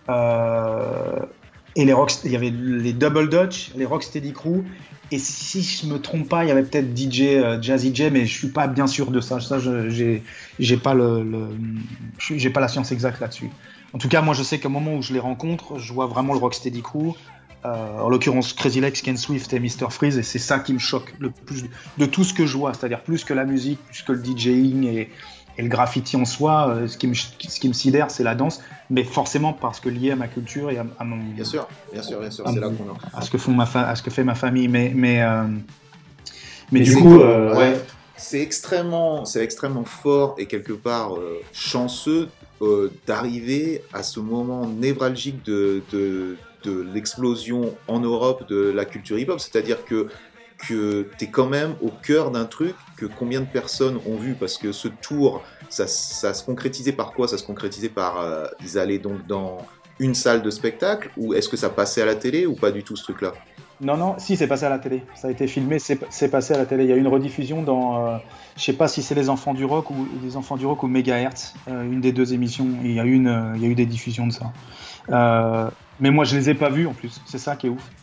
et il y avait les Double Dutch, les Rocksteady Crew. Et si je me trompe pas, il y avait peut-être DJ Jazzy J, mais je suis pas bien sûr de ça. Ça, j'ai pas j'ai pas la science exacte là-dessus. En tout cas, moi, je sais qu'au moment où je les rencontre, je vois vraiment le Rocksteady Crew. En l'occurrence, Crazy Legs, Ken Swift et Mr. Freeze, et c'est ça qui me choque le plus de tout ce que je vois, c'est-à-dire plus que la musique, plus que le DJing et le graffiti en soi. Ce qui me sidère, c'est la danse, mais forcément parce que lié à ma culture et à mon. Bien sûr, c'est là qu'on a. À ce que fait ma famille, mais du coup, ouais. C'est extrêmement fort et quelque part chanceux d'arriver à ce moment névralgique de l'explosion en Europe de la culture hip-hop, c'est-à-dire que t'es quand même au cœur d'un truc que combien de personnes ont vu, parce que ce tour, ça se concrétisait par quoi? Ça se concrétisait par ils allaient donc dans une salle de spectacle, ou est-ce que ça passait à la télé ou pas du tout ce truc-là? Non, si, c'est passé à la télé. Ça a été filmé, c'est passé à la télé. Il y a eu une rediffusion dans, je sais pas si c'est Les Enfants du Rock ou Megahertz, une des deux émissions. Il y a eu des diffusions de ça. Mais moi, je les ai pas vus en plus. C'est ça qui est ouf.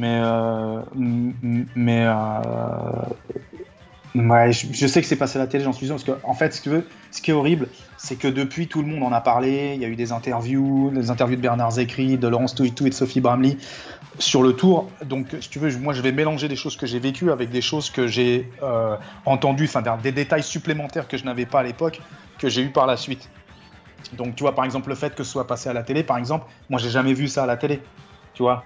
Ouais, je sais que c'est passé à la télé, j'en suis sûr, parce que en fait, ce qui est horrible, c'est que depuis, tout le monde en a parlé. Il y a eu des interviews de Bernard Zecri, de Laurence Touitou et de Sophie Bramley sur le tour. Donc, si tu veux, moi, je vais mélanger des choses que j'ai vécues avec des choses que j'ai entendues, enfin des détails supplémentaires que je n'avais pas à l'époque, que j'ai eu par la suite. Donc, tu vois, par exemple, le fait que ce soit passé à la télé, par exemple, moi, j'ai jamais vu ça à la télé. Tu vois,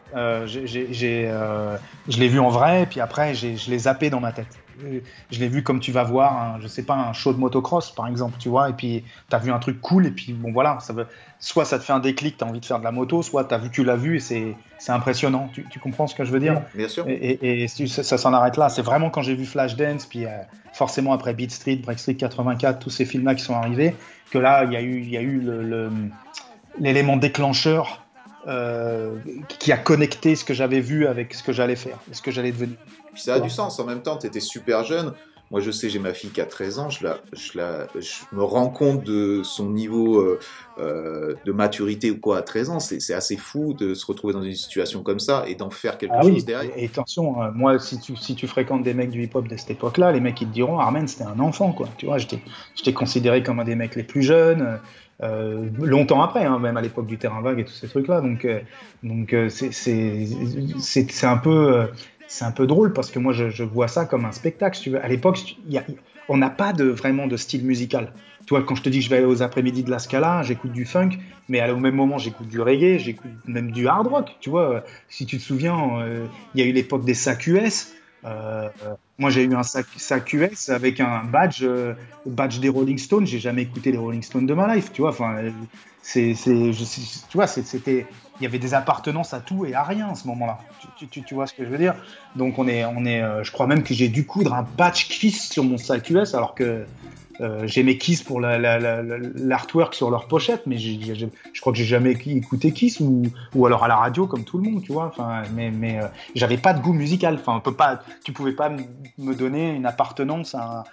je l'ai vu en vrai, et puis après, je l'ai zappé dans ma tête. Je l'ai vu comme tu vas voir, je sais pas, un show de motocross, par exemple, tu vois, et puis tu as vu un truc cool, et puis bon, voilà, soit ça te fait un déclic, tu as envie de faire de la moto, soit tu l'as vu, et c'est impressionnant. Tu comprends ce que je veux dire? Bien sûr. Et ça s'en arrête là. C'est vraiment quand j'ai vu Flashdance, puis forcément après Beat Street, Break Street 84, tous ces films-là qui sont arrivés, que là, il y a eu l'élément déclencheur qui a connecté ce que j'avais vu avec ce que j'allais faire, ce que j'allais devenir. Puis ça a du sens. En même temps, tu étais super jeune. Moi, je sais, j'ai ma fille qui a 13 ans. Je me rends compte de son niveau de maturité ou quoi à 13 ans. C'est assez fou de se retrouver dans une situation comme ça et d'en faire quelque chose derrière. Et attention, moi, si tu fréquentes des mecs du hip-hop de cette époque-là, les mecs, ils te diront, Armen, c'était un enfant, quoi. Tu vois, j'étais considéré comme un des mecs les plus jeunes. Longtemps après, hein, même à l'époque du terrain vague et tous ces trucs-là. Donc c'est un peu... c'est un peu drôle parce que moi je vois ça comme un spectacle. Si tu veux. À l'époque, on n'a pas vraiment de style musical. Tu vois, quand je te dis que je vais aller aux après-midi de la Scala, j'écoute du funk, mais au même moment j'écoute du reggae, j'écoute même du hard rock. Tu vois, si tu te souviens, il y a eu l'époque des SAC US. Moi j'ai eu un SAC US avec un badge des Rolling Stones. J'ai jamais écouté les Rolling Stones de ma life. Tu vois, enfin, tu vois, c'était. Il y avait des appartenances à tout et à rien à ce moment-là. Tu vois ce que je veux dire? Donc je crois même que j'ai dû coudre un patch Kiss sur mon SAC US alors que j'aimais Kiss pour l'artwork sur leur pochette, mais je crois que j'ai jamais écouté Kiss ou alors à la radio comme tout le monde, tu vois. Enfin, mais j'avais pas de goût musical. Enfin, tu pouvais pas me donner une appartenance à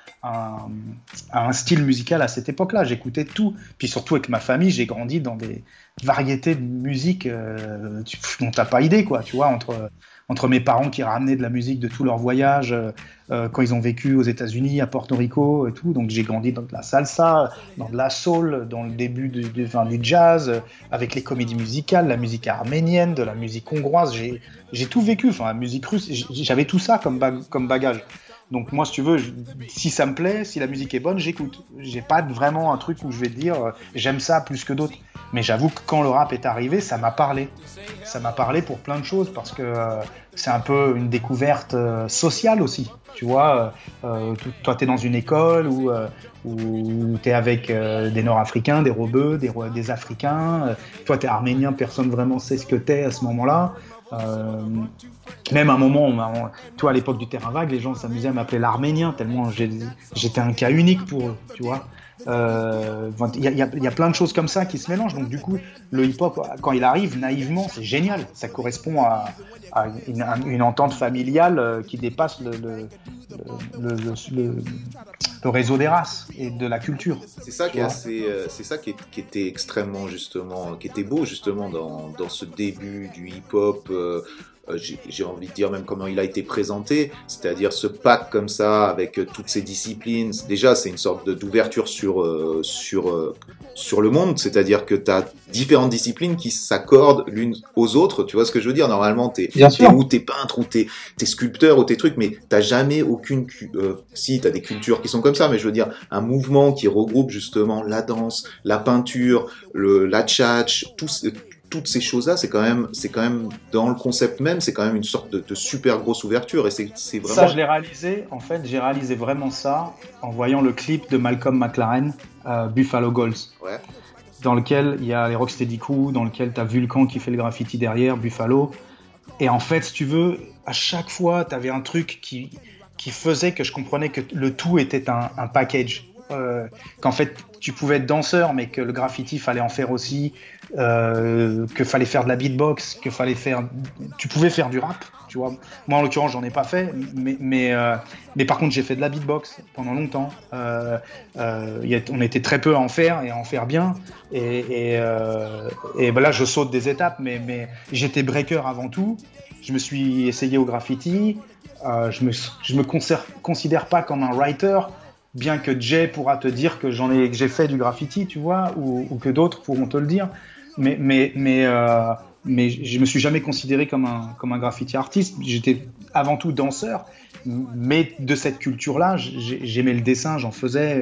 un style musical à cette époque-là. J'écoutais tout. Puis surtout avec ma famille, j'ai grandi dans des variétés de musique dont t'as pas idée, quoi. Tu vois, entre mes parents qui ramenaient de la musique de tous leurs voyages quand ils ont vécu aux États-Unis, à Porto Rico et tout. Donc j'ai grandi dans de la salsa, dans de la soul, dans le début du jazz, avec les comédies musicales, la musique arménienne, de la musique hongroise. J'ai tout vécu. Enfin, la musique russe, j'avais tout ça comme bagage. Donc moi, si tu veux, si ça me plaît, si la musique est bonne, j'écoute. J'ai pas vraiment un truc où je vais te dire j'aime ça plus que d'autres. Mais j'avoue que quand le rap est arrivé, ça m'a parlé. Ça m'a parlé pour plein de choses parce que c'est un peu une découverte sociale aussi. Tu vois, toi t'es dans une école où t'es avec des Nord-Africains, des Rebeux, des Africains. Toi t'es arménien, personne vraiment sait ce que t'es à ce moment-là. Même à un moment, toi à l'époque du terrain vague, les gens s'amusaient à m'appeler l'Arménien tellement j'étais un cas unique pour eux, tu vois. Il y a plein de choses comme ça qui se mélangent. Donc du coup, le hip-hop, quand il arrive, naïvement, c'est génial. Ça correspond à une entente familiale qui dépasse le réseau des races et de la culture. C'est ça qui était extrêmement justement, qui était beau justement dans ce début du hip-hop. J'ai envie de dire même comment il a été présenté, c'est-à-dire ce pack comme ça avec toutes ces disciplines. Déjà, c'est une sorte d'ouverture sur le monde, c'est-à-dire que tu as différentes disciplines qui s'accordent l'une aux autres. Tu vois ce que je veux dire? Normalement, t'es peintre ou t'es sculpteur ou t'es trucs, mais t'as jamais aucune. Si, t'as des cultures qui sont comme ça, mais je veux dire un mouvement qui regroupe justement la danse, la peinture, la tchatch, toutes ces choses-là, c'est quand même dans le concept même, c'est quand même une sorte de super grosse ouverture et c'est vraiment. Ça, je l'ai réalisé. En fait, j'ai réalisé vraiment ça en voyant le clip de Malcolm McLaren, Buffalo Goals, ouais. Dans lequel il y a les Rocksteady Crew, dans lequel t'as Vulcan qui fait le graffiti derrière, Buffalo. Et en fait, si tu veux, à chaque fois, t'avais un truc qui faisait que je comprenais que le tout était un package. Qu'en fait tu pouvais être danseur mais que le graffiti fallait en faire aussi, que fallait faire de la beatbox, tu pouvais faire du rap, tu vois. Moi en l'occurrence j'en ai pas fait, mais par contre j'ai fait de la beatbox pendant longtemps. On était très peu à en faire et à en faire bien et ben là je saute des étapes, mais j'étais breaker avant tout. Je me suis essayé au graffiti. Je me considère pas comme un writer, bien que Jay pourra te dire que j'ai fait du graffiti, tu vois, ou que d'autres pourront te le dire, mais je me suis jamais considéré comme un graffiti artiste. J'étais avant tout danseur, mais de cette culture-là, j'aimais le dessin, j'en faisais,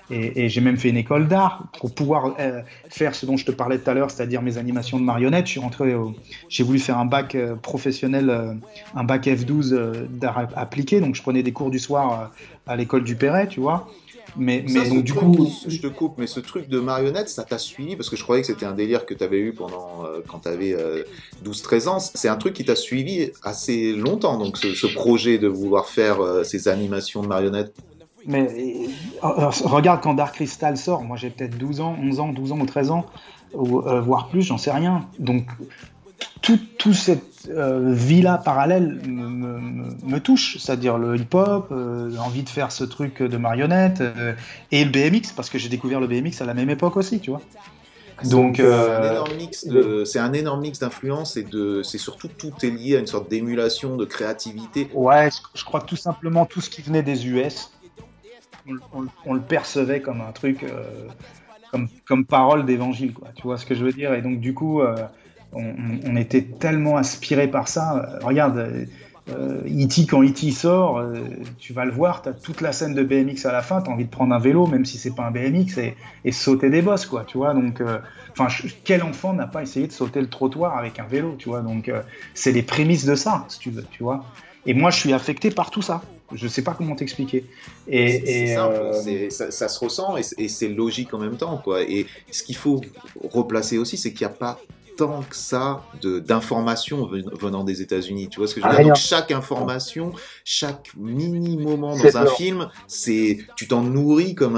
et j'ai même fait une école d'art pour pouvoir faire ce dont je te parlais tout à l'heure, c'est-à-dire mes animations de marionnettes. J'ai voulu faire un bac professionnel, un bac F12 d'art appliqué, donc je prenais des cours du soir à l'école du Perret, tu vois. Mais donc du coup, je te coupe, mais ce truc de marionnette, ça t'a suivi parce que je croyais que c'était un délire que t'avais eu pendant quand t'avais 12-13 ans. C'est un truc qui t'a suivi assez longtemps, donc ce projet de vouloir faire ces animations de marionnettes. mais regarde quand Dark Crystal sort, moi j'ai peut-être 12 ans, 11 ans, 12 ans ou 13 ans, voire plus, j'en sais rien. Donc toute cette vie-là parallèle me touche, c'est-à-dire le hip-hop, l'envie de faire ce truc de marionnette, et le BMX, parce que j'ai découvert le BMX à la même époque aussi, tu vois. Donc, C'est un énorme mix d'influences c'est surtout tout est lié à une sorte d'émulation, de créativité. ouais, je crois que tout simplement tout ce qui venait des US, on le percevait comme un truc, comme parole d'évangile, quoi. Tu vois ce que je veux dire? Et donc du coup, on était tellement aspiré par ça. Regarde, E.T. quand E.T. sort, tu vas le voir, t'as toute la scène de BMX à la fin, t'as envie de prendre un vélo, même si c'est pas un BMX, et sauter des bosses, quoi. Tu vois? Donc, quel enfant n'a pas essayé de sauter le trottoir avec un vélo, tu vois? Donc, c'est les prémices de ça, si tu veux, tu vois? Et moi, je suis affecté par tout ça. Je sais pas comment t'expliquer. C'est simple, ça se ressent et c'est logique en même temps, quoi. Et ce qu'il faut replacer aussi, c'est qu'il n'y a pas tant que ça d'informations venant des États-Unis. Tu vois ce que je veux dire? Donc chaque information, chaque mini moment dans un film, tu t'en nourris comme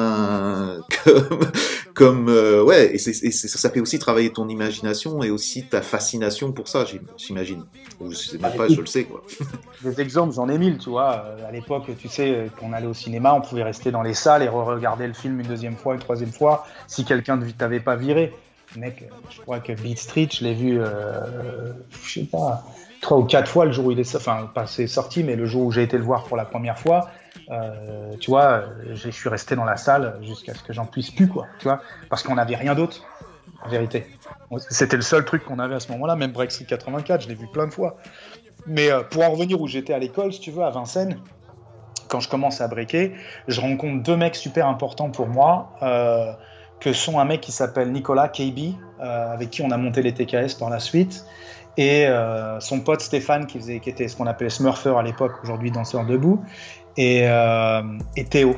ouais. Et ça fait aussi travailler ton imagination et aussi ta fascination pour ça, j'imagine. Ou je sais même pas, je le sais, quoi. Des exemples, j'en ai mille, tu vois. À l'époque, tu sais, quand on allait au cinéma, on pouvait rester dans les salles et re-regarder le film une deuxième fois, une troisième fois, si quelqu'un ne t'avait pas viré. Mec, je crois que Beat Street, je l'ai vu, je sais pas, 3 ou 4 fois le jour où il est, enfin, pas c'est sorti, mais le jour où j'ai été le voir pour la première fois, tu vois, je suis resté dans la salle jusqu'à ce que j'en puisse plus, quoi, tu vois, parce qu'on n'avait rien d'autre, en vérité. C'était le seul truc qu'on avait à ce moment-là, même Break Street 84, je l'ai vu plein de fois. Mais pour en revenir où j'étais à l'école, si tu veux, à Vincennes, quand je commence à breaker, je rencontre 2 mecs super importants pour moi, que sont un mec qui s'appelle Nicolas KB, avec qui on a monté les TKS par la suite, et son pote Stéphane, qui était ce qu'on appelait Smurfer à l'époque, aujourd'hui danseur debout, et Théo.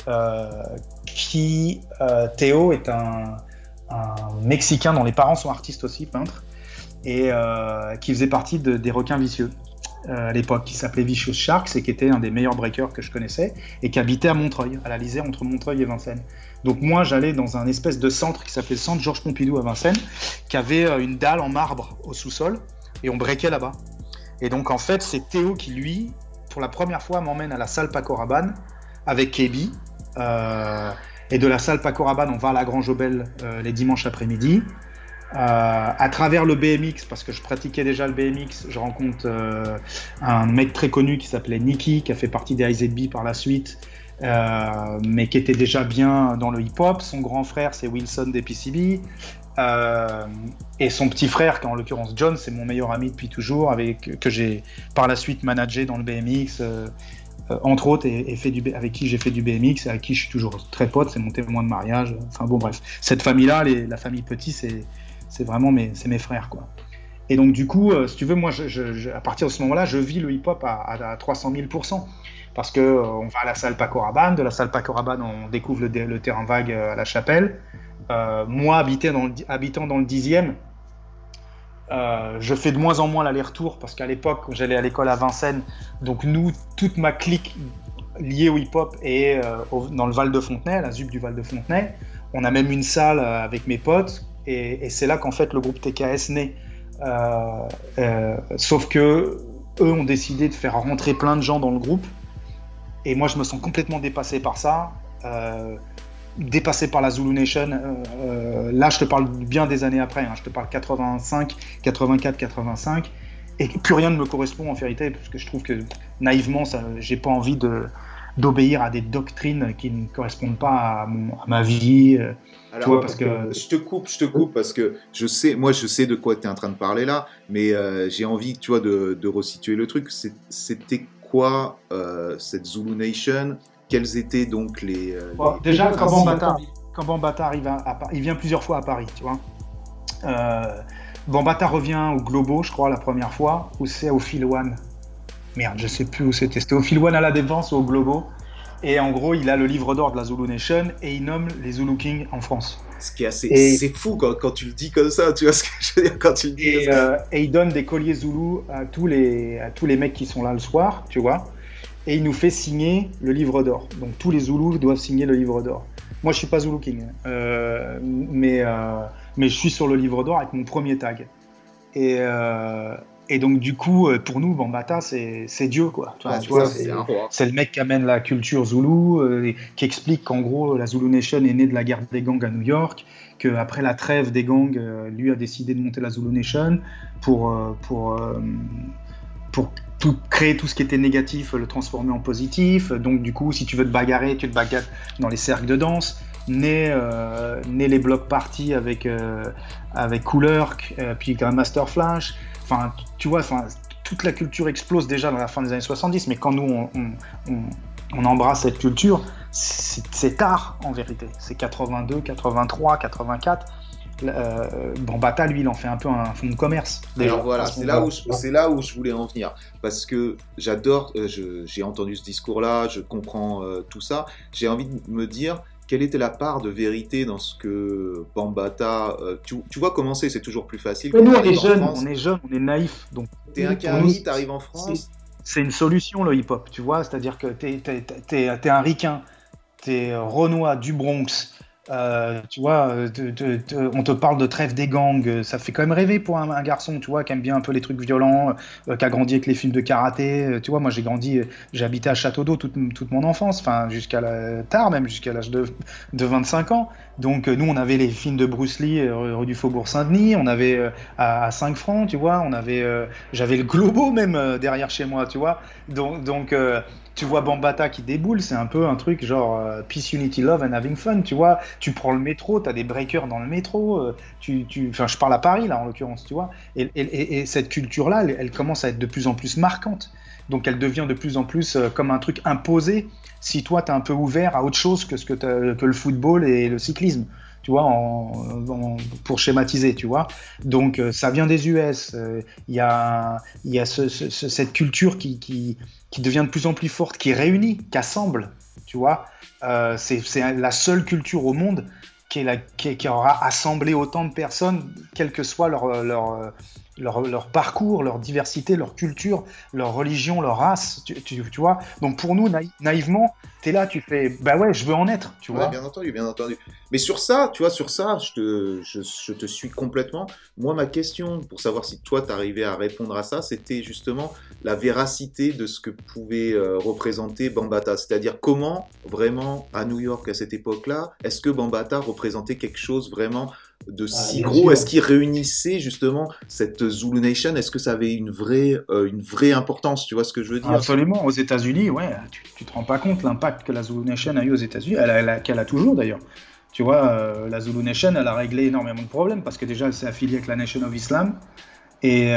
Théo est un Mexicain dont les parents sont artistes aussi, peintres, et qui faisait partie des requins vicieux à l'époque, qui s'appelait Vicious Sharks et qui était un des meilleurs breakers que je connaissais et qui habitait à Montreuil, à la lisière entre Montreuil et Vincennes. Donc moi j'allais dans un espèce de centre qui s'appelait le centre Georges Pompidou à Vincennes, qui avait une dalle en marbre au sous-sol et on breakait là-bas. Et donc en fait c'est Théo qui lui, pour la première fois, m'emmène à la salle Paco Rabanne avec KB. Et de la salle Paco Rabanne on va à la Grange Obel les dimanches après-midi. À travers le BMX, parce que je pratiquais déjà le BMX, je rencontre un mec très connu qui s'appelait Nicky, qui a fait partie des IZB par la suite, mais qui était déjà bien dans le hip-hop. Son grand frère, c'est Wilson des PCB, et son petit frère, qui en l'occurrence John, c'est mon meilleur ami depuis toujours, que j'ai par la suite managé dans le BMX, entre autres, avec qui j'ai fait du BMX, et avec qui je suis toujours très pote, c'est mon témoin de mariage. Enfin bon, bref, cette famille-là, la famille Petit, c'est vraiment mes frères, quoi. Et donc du coup, si tu veux, moi, à partir de ce moment-là, je vis le hip-hop à 300 000%. Parce que on va à la salle Paco Rabanne, de la salle Paco Rabanne, on découvre le terrain vague à la Chapelle. Moi, habitant dans le 10e, je fais de moins en moins l'aller-retour, parce qu'à l'époque, j'allais à l'école à Vincennes, donc toute ma clique liée au hip-hop est dans le Val de Fontenay, à la ZUP du Val de Fontenay. On a même une salle avec mes potes, et c'est là qu'en fait le groupe TKS naît. Sauf que eux ont décidé de faire rentrer plein de gens dans le groupe, et moi je me sens complètement dépassé par ça, dépassé par la Zulu Nation. Là je te parle bien des années après, hein. Je te parle 85, 84, 85, et plus rien ne me correspond en vérité, parce que je trouve que naïvement j'ai pas envie d'obéir à des doctrines qui ne correspondent pas à ma vie. Alors, tu vois, parce que je te coupe parce que je sais de quoi tu es en train de parler là, mais j'ai envie, tu vois, de resituer le truc. C'était quoi cette Zulu Nation quels étaient donc les... Déjà, quand Bambaataa arrive il vient plusieurs fois à Paris, tu vois. Bambaataa revient au Globo, je crois, la première fois, ou c'est au Phil One. Merde, je sais plus où c'était. C'était au Phil One à la Défense ou au Globo. Et en gros, il a le livre d'or de la Zulu Nation et il nomme les Zulu Kings en France. Ce qui est c'est fou quand tu le dis comme ça, tu vois ce que je veux dire quand tu le dis. Et il donne des colliers Zulu à tous les mecs qui sont là le soir, tu vois. Et il nous fait signer le livre d'or. Donc tous les Zoulous doivent signer le livre d'or. Moi, je suis pas Zulu King, mais je suis sur le livre d'or avec mon premier tag. Et donc du coup, pour nous, Bambaataa, c'est Dieu, quoi. Tu vois, c'est le mec qui amène la culture Zoulou, qui explique qu'en gros, la Zulu Nation est née de la guerre des gangs à New York, qu'après la trêve des gangs, lui a décidé de monter la Zulu Nation pour créer tout ce qui était négatif, le transformer en positif. Donc du coup, si tu veux te bagarrer, tu te bagarres dans les cercles de danse. Né les block parties avec Kool Herc, puis Grandmaster Flash. Enfin, tu vois, toute la culture explose déjà dans la fin des années 70, mais quand nous on embrasse cette culture, c'est tard en vérité. C'est 82, 83, 84. Bambaataa, lui, il en fait un peu un fonds de commerce. Déjà. Alors voilà, c'est là où je voulais en venir, parce que j'adore, j'ai entendu ce discours-là, je comprends tout ça. J'ai envie de me dire quelle était la part de vérité dans ce que Bambaataa... tu vois comment c'est toujours plus facile. Nous, on est jeunes, on est naïfs. Donc, t'es un Cari, t'arrives en France. C'est une solution, le hip-hop, tu vois. C'est-à-dire que t'es un ricain, t'es Renois du Bronx. Tu vois, on te parle de trêve des gangs, ça fait quand même rêver pour un garçon, tu vois, qui aime bien un peu les trucs violents, qui a grandi avec les films de karaté. Tu vois, moi j'ai habité à Château d'Eau toute mon enfance, enfin jusqu'à jusqu'à l'âge de 25 ans. Donc nous, on avait les films de Bruce Lee rue du Faubourg Saint-Denis, on avait à 5 francs, tu vois, j'avais le Globo même derrière chez moi, tu vois. Donc tu vois Bambaataa qui déboule, c'est un peu un truc genre Peace, Unity, Love and Having Fun, tu vois. Tu prends le métro, t'as des breakers dans le métro, enfin je parle à Paris là en l'occurrence, tu vois. Et cette culture-là, elle commence à être de plus en plus marquante. Donc elle devient de plus en plus comme un truc imposé si toi t'es un peu ouvert à autre chose que le football et le cyclisme. Tu vois, pour schématiser, tu vois. Donc ça vient des US. Il y a cette culture qui devient de plus en plus forte, qui réunit, qui assemble, tu vois. C'est la seule culture au monde qui aura assemblé autant de personnes, quel que soit leur parcours, leur diversité, leur culture, leur religion, leur race, tu vois. Donc pour nous, naïvement, t'es là, tu fais, bah ouais, je veux en être, tu vois. Bien entendu. Mais sur ça, tu vois, je te suis complètement. Moi, ma question, pour savoir si toi, t'arrivais à répondre à ça, c'était justement la véracité de ce que pouvait représenter Bambaataa. C'est-à-dire comment, vraiment, à New York, à cette époque-là, est-ce que Bambaataa représentait quelque chose vraiment de si gros? Sûr. Est-ce qu'il réunissait justement cette Zulu Nation? Est-ce que ça avait une vraie importance? Tu vois ce que je veux dire? Absolument. Aux États-Unis, ouais, tu te rends pas compte l'impact que la Zulu Nation a eu aux États-Unis, qu'elle a toujours d'ailleurs. Tu vois, la Zulu Nation, elle a réglé énormément de problèmes parce que déjà, elle s'est affiliée avec la Nation of Islam et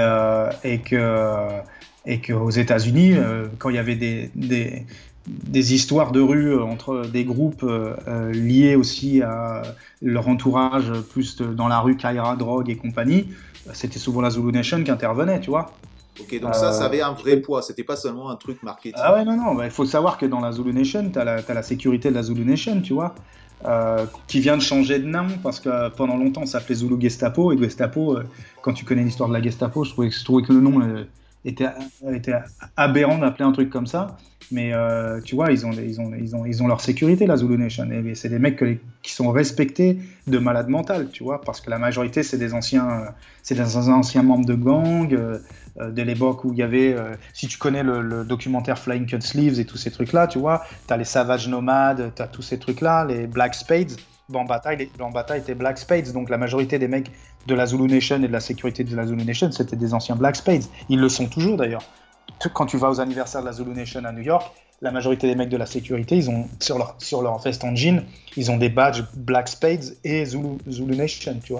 qu'aux États-Unis, quand il y avait des histoires de rue entre des groupes liés aussi à leur entourage plus dans la rue, Kaira, drogue et compagnie, c'était souvent la Zulu Nation qui intervenait, tu vois. Ok, donc ça avait un vrai poids, c'était pas seulement un truc marketing. Ah ouais, non, il faut savoir que dans la Zulu Nation, t'as la sécurité de la Zulu Nation, tu vois, qui vient de changer de nom parce que pendant longtemps ça s'appelait Zulu Gestapo, et Gestapo, quand tu connais l'histoire de la Gestapo, je trouvais que le nom était aberrant d'appeler un truc comme ça. Mais tu vois, ils ont leur sécurité, la Zulu Nation. Et c'est des mecs qui sont respectés de malades mentales, tu vois, parce que la majorité, c'est des anciens membres de gangs, de l'époque où il y avait, si tu connais le documentaire Flying Cut Sleeves et tous ces trucs-là, tu vois, t'as les Savage Nomades, t'as tous ces trucs-là, les Black Spades. Bambaataa était Black Spades, donc la majorité des mecs de la Zulu Nation et de la sécurité de la Zulu Nation, c'était des anciens Black Spades. Ils le sont toujours d'ailleurs. Quand tu vas aux anniversaires de la Zulu Nation à New York, la majorité des mecs de la sécurité, ils ont sur leur veste en jean, ils ont des badges Black Spades et Zulu Nation, tu vois.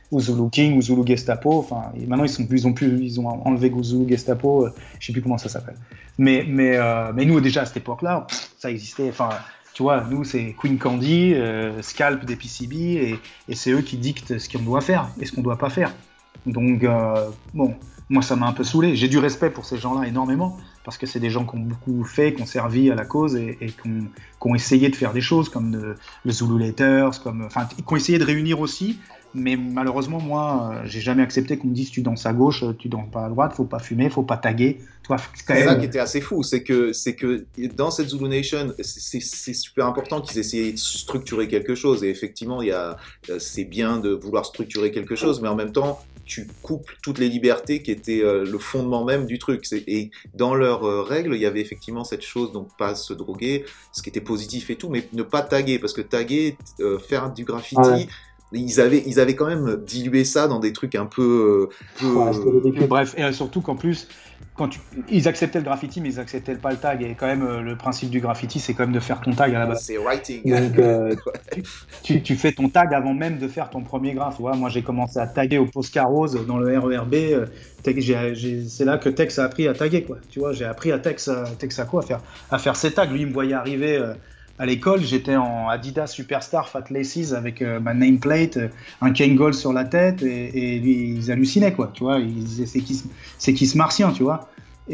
ou Zulu King, ou Zulu Gestapo. Enfin, maintenant ils ont enlevé Zulu Gestapo. Je sais plus comment ça s'appelle. Mais nous déjà à cette époque-là, ça existait. Enfin, tu vois, nous c'est Queen Candy, Scalp des PCB, et c'est eux qui dictent ce qu'on doit faire et ce qu'on doit pas faire. Donc bon, moi ça m'a un peu saoulé. J'ai du respect pour ces gens-là énormément, parce que c'est des gens qui ont beaucoup fait, qui ont servi à la cause et qui ont essayé de faire des choses comme le Zulu Letters, qui ont essayé de réunir aussi. Mais malheureusement, moi, j'ai jamais accepté qu'on me dise tu danses à gauche, tu danses pas à droite, faut pas fumer, faut pas taguer. C'est ça qui était assez fou, c'est que dans cette Zulu Nation, c'est super important qu'ils essayaient de structurer quelque chose. Et effectivement, c'est bien de vouloir structurer quelque chose, mais en même temps, tu coupes toutes les libertés qui étaient le fondement même du truc. Et dans leurs règles, il y avait effectivement cette chose, donc pas se droguer, ce qui était positif et tout, mais ne pas taguer, parce que taguer, faire du graffiti... Ouais. Ils avaient quand même dilué ça dans des trucs un peu... Bref, et surtout qu'en plus, ils acceptaient le graffiti, mais ils acceptaient pas le tag. Et quand même, le principe du graffiti, c'est quand même de faire ton tag à la base. C'est writing. Donc, tu fais ton tag avant même de faire ton premier graphe. Tu vois, moi, j'ai commencé à taguer au Posca Rose dans le RERB. C'est là que Tex a appris à taguer, quoi. Tu vois, j'ai appris à Tex à quoi, à faire ses tags. Lui, il me voyait arriver... à l'école, j'étais en Adidas Superstar Fat Laces avec ma nameplate, un Kangol sur la tête, et lui, ils hallucinaient, quoi, tu vois, ils disaient c'est qui ce martien, tu vois,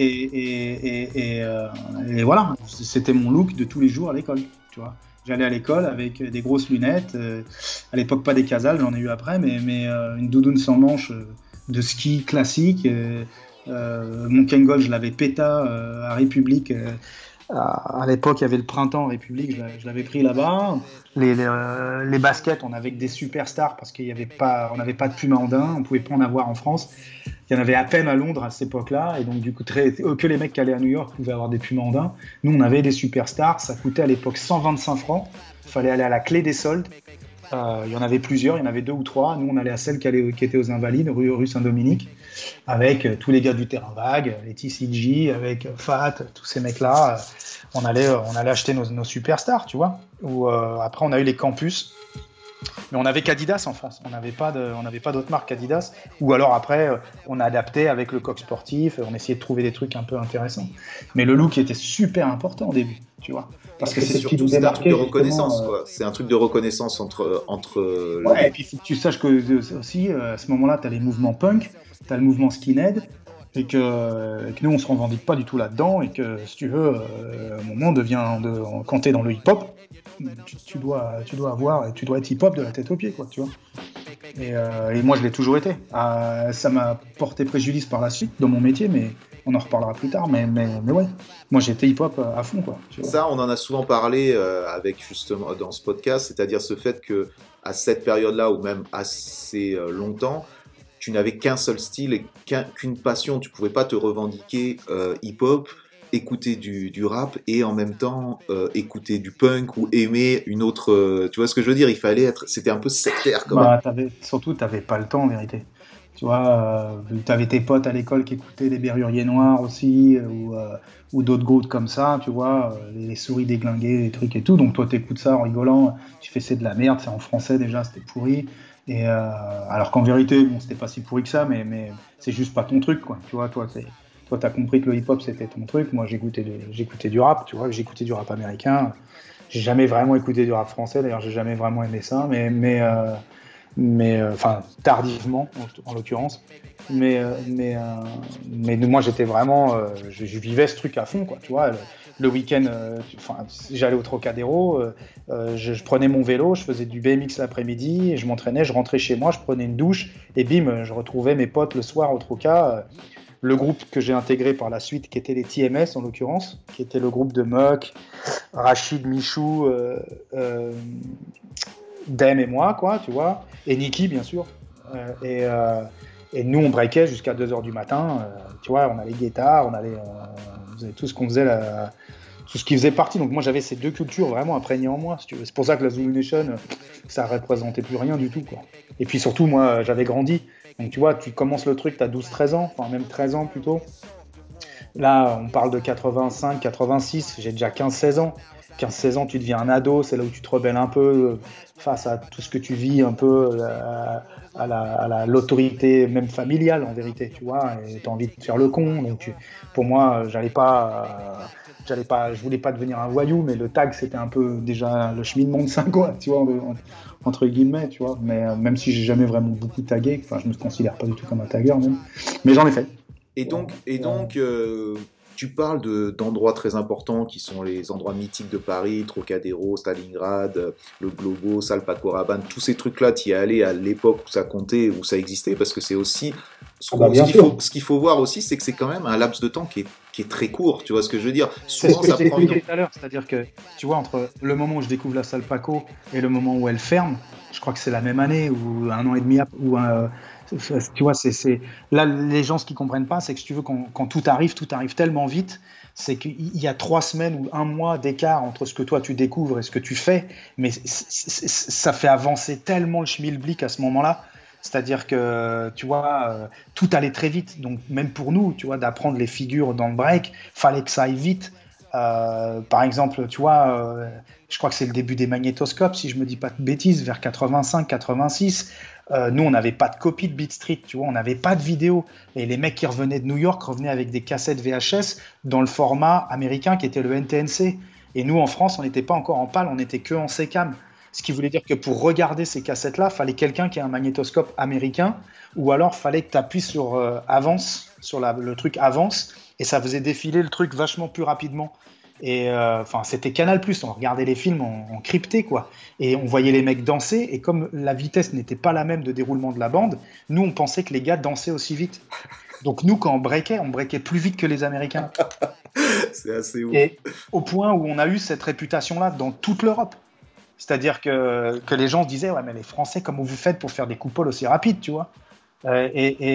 et voilà, c'était mon look de tous les jours à l'école, tu vois. J'allais à l'école avec des grosses lunettes, à l'époque pas des Casals, j'en ai eu après, mais une doudoune sans manches de ski classique, mon Kangol, je l'avais péta à République. À l'époque, il y avait le printemps en République, je l'avais pris là-bas. Les baskets, on avait que des superstars parce qu'on n'avait pas de Puma Andin, on pouvait pas en avoir en France. Il y en avait à peine à Londres à cette époque-là, et donc du coup, que les mecs qui allaient à New York pouvaient avoir des Puma Andin. Nous, on avait des superstars, ça coûtait à l'époque 125 francs. Il fallait aller à la clé des soldes. Il y en avait plusieurs, il y en avait 2 ou 3. Nous, on allait à celle qui était aux Invalides, rue Saint-Dominique, avec tous les gars du terrain vague, les TCG, avec Fat, tous ces mecs-là. On allait acheter nos superstars, tu vois. Après, on a eu les campus, mais on avait qu'Adidas en France. On n'avait pas d'autres marques qu'Adidas. Ou alors après, on a adapté avec le coq sportif, on essayait de trouver des trucs un peu intéressants. Mais le look était super important au début, tu vois. Parce que c'est surtout un truc de reconnaissance, quoi. C'est un truc de reconnaissance entre ouais, et puis il faut que tu saches que aussi, à ce moment-là, tu as les mouvements punk, tu as le mouvement skinhead, et que nous, on se revendique pas du tout là-dedans, et que si tu veux, à un moment, quand tu es dans le hip-hop, tu dois être hip-hop de la tête aux pieds, quoi, tu vois. Et moi, je l'ai toujours été. Ça m'a porté préjudice par la suite dans mon métier, mais on en reparlera plus tard. Mais ouais, moi, j'étais hip-hop à fond, quoi. Tu vois. Ça, on en a souvent parlé avec justement dans ce podcast, c'est-à-dire ce fait que à cette période-là, ou même assez longtemps, tu n'avais qu'un seul style et qu'une passion. Tu pouvais pas te revendiquer hip-hop, écouter du rap et en même temps écouter du punk ou aimer une autre. Tu vois ce que je veux dire ? C'était un peu sectaire quand même. Surtout, t'avais pas le temps en vérité. Tu vois, t'avais tes potes à l'école qui écoutaient les Berruriers Noirs aussi, ou d'autres groupes comme ça, tu vois, les Souris déglinguées, les trucs et tout. Donc toi, t'écoutes ça en rigolant, tu fais c'est de la merde, c'est en français déjà, c'était pourri. Et alors qu'en vérité, bon, c'était pas si pourri que ça, mais c'est juste pas ton truc, quoi. Tu vois, toi, t'as compris que le hip-hop c'était ton truc. Moi, j'écoutais du rap, tu vois, j'écoutais du rap américain. J'ai jamais vraiment écouté du rap français. D'ailleurs, j'ai jamais vraiment aimé ça, mais enfin tardivement en l'occurrence. Mais moi, j'étais vraiment, je vivais ce truc à fond, quoi. Tu vois, le week-end, j'allais au Trocadéro, je prenais mon vélo, je faisais du BMX l'après-midi, et je m'entraînais, je rentrais chez moi, je prenais une douche, et bim, je retrouvais mes potes le soir au Troca. Le groupe que j'ai intégré par la suite, qui était les TMS en l'occurrence, qui était le groupe de Muck, Rachid, Michou, Dem et moi, quoi, tu vois, et Niki, bien sûr. Et nous, on breakait jusqu'à 2h du matin. Tu vois, on allait guitare, on faisait tout ce qu'on faisait, tout ce qui faisait partie. Donc moi, j'avais ces deux cultures vraiment imprégnées en moi, si tu veux. C'est pour ça que la Zulu Nation, ça représentait plus rien du tout, quoi. Et puis surtout, moi, j'avais grandi. Donc tu vois, tu commences le truc, t'as 12-13 ans, enfin même 13 ans plutôt. Là, on parle de 85, 86, j'ai déjà 15-16 ans. 15-16 ans, tu deviens un ado, c'est là où tu te rebelles un peu face à tout ce que tu vis, un peu à l'autorité même familiale en vérité, tu vois, et tu as envie de faire le con. Donc pour moi, je voulais pas devenir un voyou, mais le tag c'était un peu déjà le cheminement de 5 quoi, tu vois, entre guillemets, tu vois. Mais même si j'ai jamais vraiment beaucoup tagué, enfin je me considère pas du tout comme un tagueur même, mais j'en ai fait. Et donc, tu parles d'endroits très importants qui sont les endroits mythiques de Paris, Trocadéro, Stalingrad, le Globo, salle Paco Rabanne, tous ces trucs-là, tu y es allé à l'époque où ça comptait, où ça existait, parce que c'est aussi... Ce qu'il faut voir aussi, c'est que c'est quand même un laps de temps qui est très court, tu vois ce que je veux dire. Souvent, c'est ce que j'ai expliqué tout à l'heure, c'est-à-dire que, tu vois, entre le moment où je découvre la salle Paco et le moment où elle ferme, je crois que c'est la même année, ou un an et demi, tu vois, là, les gens, ce qu'ils comprennent pas, c'est que si tu veux, quand tout arrive tellement vite, c'est qu'il y a 3 semaines ou 1 mois d'écart entre ce que toi tu découvres et ce que tu fais, mais ça fait avancer tellement le schmilblick à ce moment-là. C'est-à-dire que, tu vois, tout allait très vite. Donc, même pour nous, tu vois, d'apprendre les figures dans le break, fallait que ça aille vite. Par exemple, tu vois, je crois que c'est le début des magnétoscopes, si je me dis pas de bêtises, vers 85-86. Nous, on n'avait pas de copie de Beat Street, tu vois, on n'avait pas de vidéo. Et les mecs qui revenaient de New York revenaient avec des cassettes VHS dans le format américain qui était le NTNC. Et nous, en France, on n'était pas encore en PAL, on n'était que en SECAM. Ce qui voulait dire que pour regarder ces cassettes-là, il fallait quelqu'un qui ait un magnétoscope américain, ou alors il fallait que tu appuies sur avance, sur le truc avance, et ça faisait défiler le truc vachement plus rapidement. Et c'était Canal+, on regardait les films en crypté, quoi. Et on voyait les mecs danser, et comme la vitesse n'était pas la même de déroulement de la bande, nous on pensait que les gars dansaient aussi vite. Donc nous, quand on breakait plus vite que les Américains. C'est assez ouf. Et au point où on a eu cette réputation-là dans toute l'Europe. C'est-à-dire que les gens se disaient, ouais, mais les Français, comment vous faites pour faire des coupoles aussi rapides, tu vois? Non,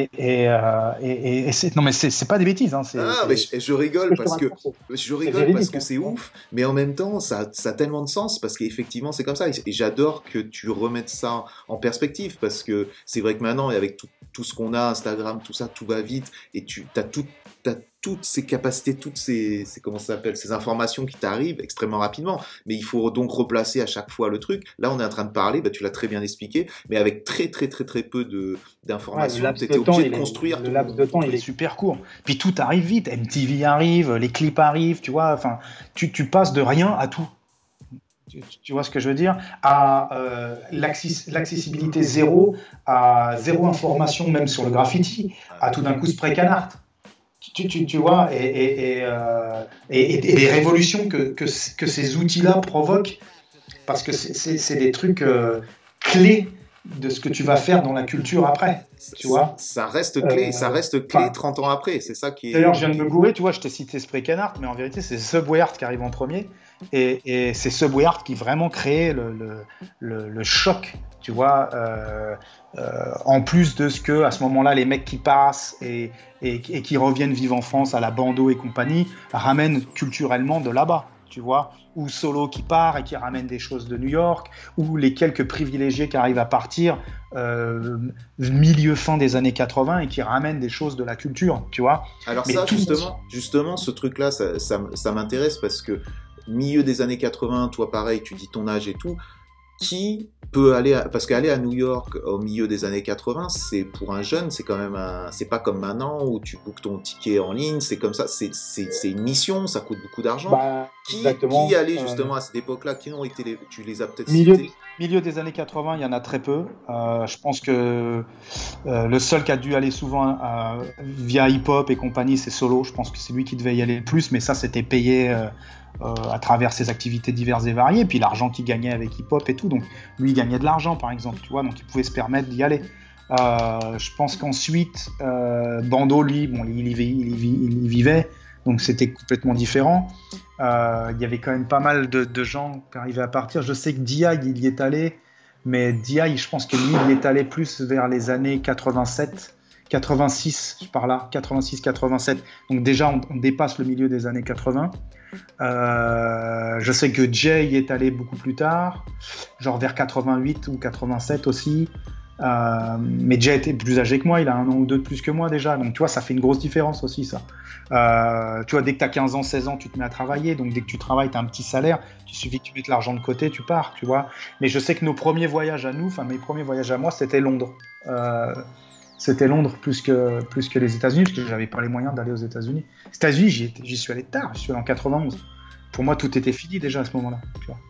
mais c'est pas des bêtises. Hein, mais je rigole parce que c'est ouf, mais en même temps, ça a tellement de sens parce qu'effectivement, c'est comme ça. Et j'adore que tu remettes ça en perspective parce que c'est vrai que maintenant, avec tout ce qu'on a, Instagram, tout ça, tout va vite et tu as toutes ces capacités, toutes ces comment ça s'appelle, ces informations qui t'arrivent extrêmement rapidement. Mais il faut donc replacer à chaque fois le truc. Là, on est en train de parler, tu l'as très bien expliqué, mais avec très très très très peu d'informations, tu étais obligé de construire. Le laps de temps, il est super court. Puis tout arrive vite. MTV arrive, les clips arrivent, tu vois. Enfin, tu passes de rien à tout. Tu vois ce que je veux dire? À l'accessibilité zéro, à zéro information même sur le graffiti, à tout d'un coup spray canard. Tu vois, et les révolutions que ces outils-là provoquent, parce que c'est des trucs clés de ce que tu vas faire dans la culture après, tu vois. Ça reste clé, 30 ans après, c'est ça qui est... D'ailleurs, je viens de me gourer, tu vois, je t'ai cité Spray Canard, mais en vérité, c'est Subway Art qui arrive en premier, et c'est Subway Art qui vraiment crée le choc, tu vois, en plus de ce que, à ce moment-là, les mecs qui passent et qui reviennent vivre en France à la Bando et compagnie, ramènent culturellement de là-bas, tu vois, ou Solo qui part et qui ramène des choses de New York, ou les quelques privilégiés qui arrivent à partir fin des années 80 et qui ramènent des choses de la culture, tu vois. Alors mais ça, justement, ce truc-là, ça m'intéresse parce que milieu des années 80, toi pareil, tu dis ton âge et tout, qui peut aller parce qu'aller à New York au milieu des années 80, c'est pour un jeune, c'est quand même c'est pas comme maintenant où tu bookes ton ticket en ligne, c'est comme ça, c'est une mission, ça coûte beaucoup d'argent. Qui allait justement à cette époque-là, qui ont été tu les as peut-être cités? Milieu des années 80, il y en a très peu. Je pense que le seul qui a dû aller souvent via hip-hop et compagnie, c'est Solo. Je pense que c'est lui qui devait y aller le plus, mais ça, c'était payé à travers ses activités diverses et variées, puis l'argent qu'il gagnait avec hip-hop et tout. Donc, lui, il gagnait de l'argent, par exemple, tu vois, donc il pouvait se permettre d'y aller. Je pense qu'ensuite, Bando, lui, bon, il y vivait, donc c'était complètement différent. Il y avait quand même pas mal de gens qui arrivaient à partir. Je sais que D.I. il y est allé, mais D.I. je pense que lui, il est allé plus vers les années 87, 86, par là, 86-87. Donc déjà, on dépasse le milieu des années 80. Je sais que Jay y est allé beaucoup plus tard, genre vers 88 ou 87 aussi. Mais Jay était plus âgé que moi, il a 1 an ou 2 de plus que moi déjà. Donc tu vois, ça fait une grosse différence aussi, ça. Tu vois, dès que tu as 15 ans, 16 ans, tu te mets à travailler. Donc dès que tu travailles, tu as un petit salaire. Il suffit que tu mettes l'argent de côté, tu pars, tu vois. Mais je sais que nos premiers voyages à nous, enfin mes premiers voyages à moi, c'était Londres. C'était Londres plus que les États-Unis, parce que j'avais pas les moyens d'aller aux États-Unis. Les États-Unis, j'y suis allé tard, j'y suis allé en 91. Pour moi, tout était fini déjà à ce moment-là. Tu vois.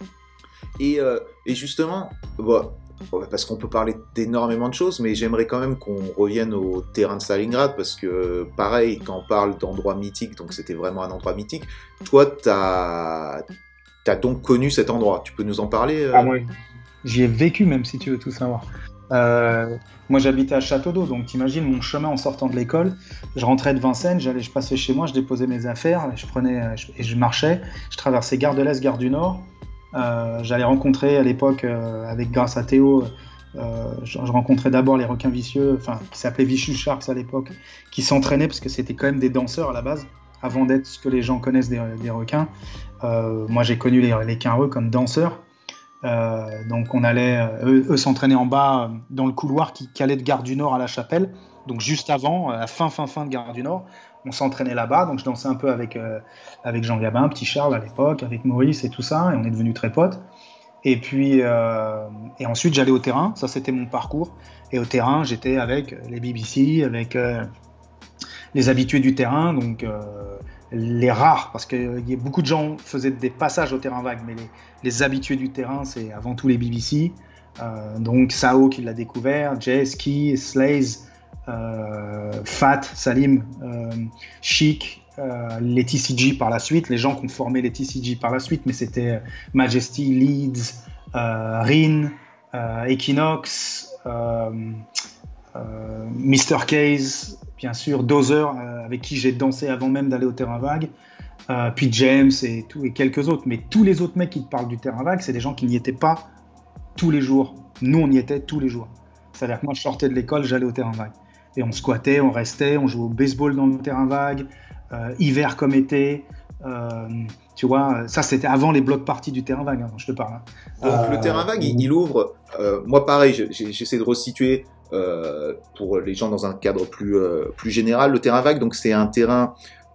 Et justement, bon, parce qu'on peut parler d'énormément de choses, mais j'aimerais quand même qu'on revienne au terrain de Stalingrad, parce que pareil, quand on parle d'endroits mythiques, donc c'était vraiment un endroit mythique, toi, t'as donc connu cet endroit. Tu peux nous en parler Ah ouais. J'y ai vécu même, si tu veux tout savoir. Moi, j'habitais à Château d'Eau, donc t'imagines mon chemin en sortant de l'école. Je rentrais de Vincennes, je passais chez moi, je déposais mes affaires, je marchais, je traversais Gare de l'Est, Gare du Nord. J'allais rencontrer à l'époque, grâce à Théo, je rencontrais d'abord les requins vicieux, qui s'appelaient Vicious Sharks à l'époque, qui s'entraînaient parce que c'était quand même des danseurs à la base, avant d'être ce que les gens connaissent des requins. Moi, j'ai connu les quinreux comme danseurs. Donc on allait, eux s'entraînaient en bas dans le couloir qui allait de Gare du Nord à La Chapelle. Donc juste avant, à fin de Gare du Nord, on s'entraînait là-bas. Donc je dansais un peu avec Jean Gabin, Petit Charles à l'époque, avec Maurice et tout ça, et on est devenus très potes. Et puis et ensuite j'allais au terrain, ça c'était mon parcours. Et au terrain j'étais avec les BBC, avec les habitués du terrain, donc les rares, parce que beaucoup de gens faisaient des passages au terrain vague, mais les habitués du terrain, c'est avant tout les BBC. Donc Sao qui l'a découvert, Jay, Ski, Slaze, Fat, Salim, Chic, les TCG par la suite, les gens qui ont formé les TCG par la suite, mais c'était Majesty, Leeds, Rin, Equinox, Mr. Case, bien sûr, Dozer, avec qui j'ai dansé avant même d'aller au terrain vague, puis James et quelques autres. Mais tous les autres mecs qui te parlent du terrain vague, c'est des gens qui n'y étaient pas tous les jours. Nous, on y était tous les jours. C'est-à-dire que moi, je sortais de l'école, j'allais au terrain vague. Et on squattait, on restait, on jouait au baseball dans le terrain vague, hiver comme été. Tu vois, ça c'était avant les blocs parties du terrain vague, dont je te parle. Donc le terrain vague, il ouvre. Moi, pareil, j'essaie de resituer pour les gens dans un cadre plus général. Le terrain vague, donc c'est un terrain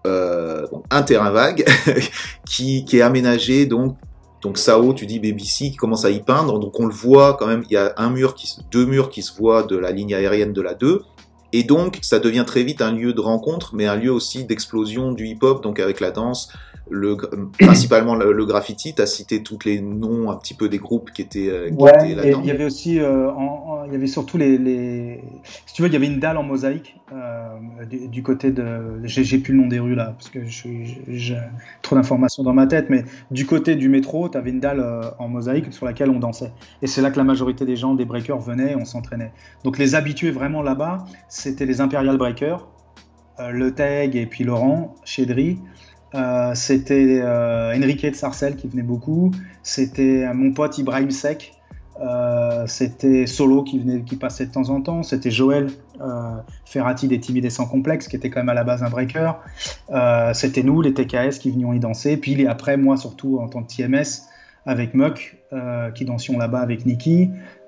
vague qui est aménagé donc Sao, tu dis BBC, qui commence à y peindre, donc on le voit quand même, il y a deux murs qui se voient de la ligne aérienne de la 2, et donc ça devient très vite un lieu de rencontre, mais un lieu aussi d'explosion du hip-hop, donc avec la danse, principalement le graffiti. Tu as cité tous les noms un petit peu des groupes qui étaient là-dedans. Il y avait aussi, il y avait surtout si tu veux, il y avait une dalle en mosaïque du côté de, j'ai plus le nom des rues là, parce que j'ai trop d'informations dans ma tête, mais du côté du métro, tu avais une dalle en mosaïque sur laquelle on dansait. Et c'est là que la majorité des gens, des breakers, venaient et on s'entraînait. Donc les habitués vraiment là-bas, c'était les Imperial Breakers, Le Teg et puis Laurent, Chédri. C'était Enrique de Sarcelles qui venait beaucoup, c'était mon pote Ibrahim Sek, c'était Solo qui passait de temps en temps, c'était Joël Ferrati des Timides et Sans Complexe qui était quand même à la base un breaker, c'était nous les TKS qui venions y danser, puis après moi surtout en tant que TMS avec Muck qui dansions là-bas avec Nicky,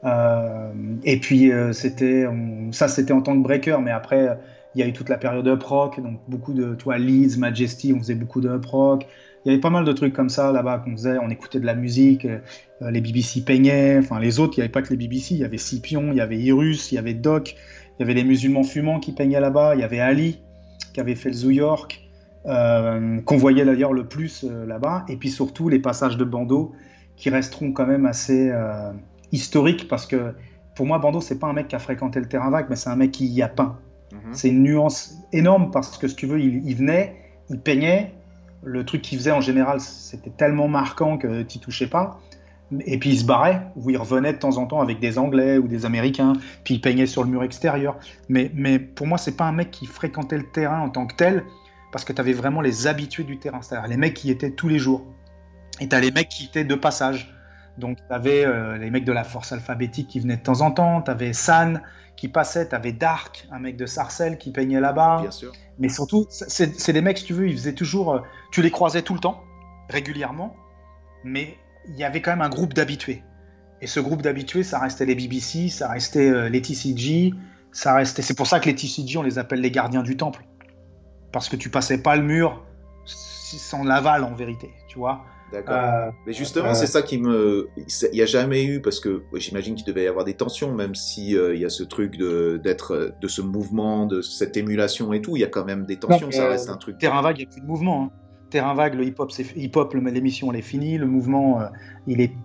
et puis c'était en tant que breaker, mais après il y a eu toute la période up rock, donc beaucoup de, tu vois, Leeds, Majesty, on faisait beaucoup de up rock. Il y avait pas mal de trucs comme ça là-bas qu'on faisait, on écoutait de la musique, les BBC peignaient, enfin les autres, il n'y avait pas que les BBC, il y avait Scipion, il y avait Irus, il y avait Doc, il y avait les musulmans fumants qui peignaient là-bas, il y avait Ali qui avait fait le Zoo York, qu'on voyait d'ailleurs le plus là-bas, et puis surtout les passages de Bando qui resteront quand même assez historiques, parce que pour moi Bando c'est pas un mec qui a fréquenté le terrain vague, mais c'est un mec qui y a peint. C'est une nuance énorme parce que si tu veux, il venait, il peignait, le truc qu'il faisait en général c'était tellement marquant que tu n'y touchais pas, et puis il se barrait, ou il revenait de temps en temps avec des Anglais ou des Américains, puis il peignait sur le mur extérieur, mais pour moi c'est pas un mec qui fréquentait le terrain en tant que tel, parce que tu avais vraiment les habitués du terrain, c'est-à-dire les mecs qui y étaient tous les jours, et tu as les mecs qui étaient de passage. Donc tu avais les mecs de la force alphabétique qui venaient de temps en temps, tu avais San qui passait, tu avais Dark, un mec de Sarcelles qui peignait là-bas. Bien sûr. Mais surtout, c'est des mecs, si tu veux, ils faisaient toujours, tu les croisais tout le temps, régulièrement, mais il y avait quand même un groupe d'habitués. Et ce groupe d'habitués, ça restait les BBC, ça restait les TCG, ça restait. C'est pour ça que les TCG, on les appelle les gardiens du temple, parce que tu passais pas le mur sans l'aval en vérité, tu vois. D'accord. Mais justement, c'est ça qui me. Il n'y a jamais eu, parce que j'imagine qu'il devait y avoir des tensions, même si il y a ce truc de ce mouvement, de cette émulation et tout, il y a quand même des tensions, ça reste un truc. Terrain vague, il n'y a plus de mouvement. Hein. Terrain vague, le hip-hop, l'émission, elle est finie. Le mouvement, il est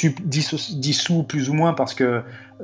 dissous plus ou moins parce que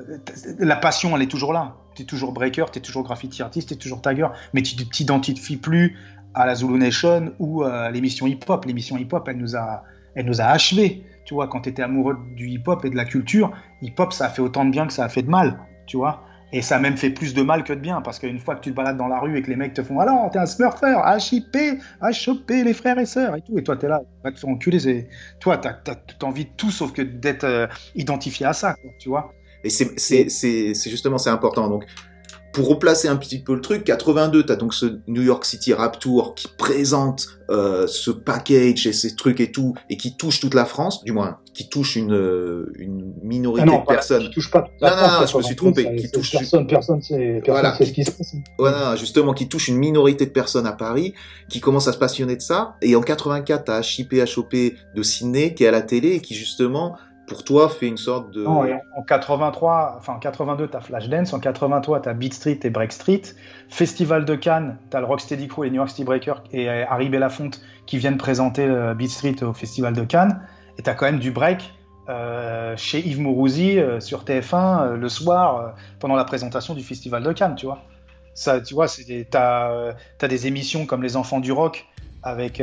la passion, elle est toujours là. Tu es toujours breaker, tu es toujours graffiti artiste, tu es toujours tagger, mais tu ne t'identifies plus à la Zulu Nation ou à l'émission hip-hop. L'émission hip-hop, elle nous a achevés. Tu vois, quand tu étais amoureux du hip-hop et de la culture, hip-hop, ça a fait autant de bien que ça a fait de mal, tu vois. Et ça a même fait plus de mal que de bien, parce qu'une fois que tu te balades dans la rue et que les mecs te font « Alors, t'es un smurfer, HIP, à choper les frères et sœurs » et tout, et toi, t'es là, va te faire enculer. Toi, t'as envie de tout sauf que d'être identifié à ça, quoi, tu vois. Et c'est justement, c'est important. Donc, pour replacer un petit peu le truc, 82, t'as donc ce New York City Rap Tour qui présente ce package et ces trucs et tout, et qui touche toute la France, du moins, qui touche une minorité de personnes. Qui touche pas toute la France. Non, je me suis trompé. Qui touche personne sait ce qui se passe. Voilà, justement, qui touche une minorité de personnes à Paris, qui commence à se passionner de ça. Et en 84, t'as HIP de Sydney qui est à la télé et qui justement, pour toi, fait une sorte de... Non, en 83, enfin en 82, t'as Flashdance, en 83, t'as Beat Street et Break Street, Festival de Cannes, t'as le Rocksteady Crew et New York City Breaker et Harry Belafonte qui viennent présenter Beat Street au Festival de Cannes, et t'as quand même du break chez Yves Mourouzi sur TF1 le soir pendant la présentation du Festival de Cannes, tu vois. Ça, tu vois, t'as des émissions comme Les Enfants du Rock avec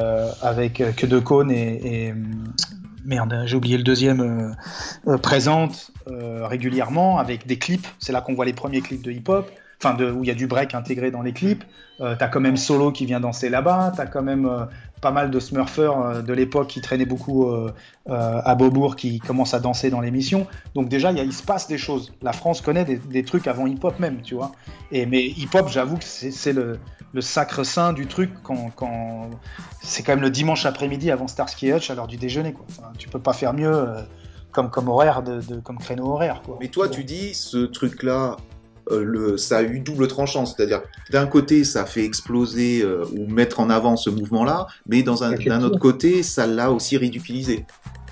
Que de Cône et merde, j'ai oublié le deuxième, présente régulièrement avec des clips. C'est là qu'on voit les premiers clips de hip-hop, où il y a du break intégré dans les clips. T'as quand même Solo qui vient danser là-bas. T'as quand même pas mal de smurfers de l'époque qui traînaient beaucoup à Beaubourg qui commencent à danser dans l'émission. Donc déjà, il se passe des choses. La France connaît des trucs avant hip-hop même, tu vois. Mais hip-hop, j'avoue que c'est le sacre-saint du truc quand c'est quand même le dimanche après-midi avant Starsky et Hutch à l'heure du déjeuner, quoi. Enfin, tu peux pas faire mieux comme horaire comme créneau horaire, quoi. Mais toi, tu dis ce truc-là, ça a eu double tranchant, c'est-à-dire d'un côté ça a fait exploser ou mettre en avant ce mouvement-là, mais d'un autre côté ça l'a aussi ridiculisé.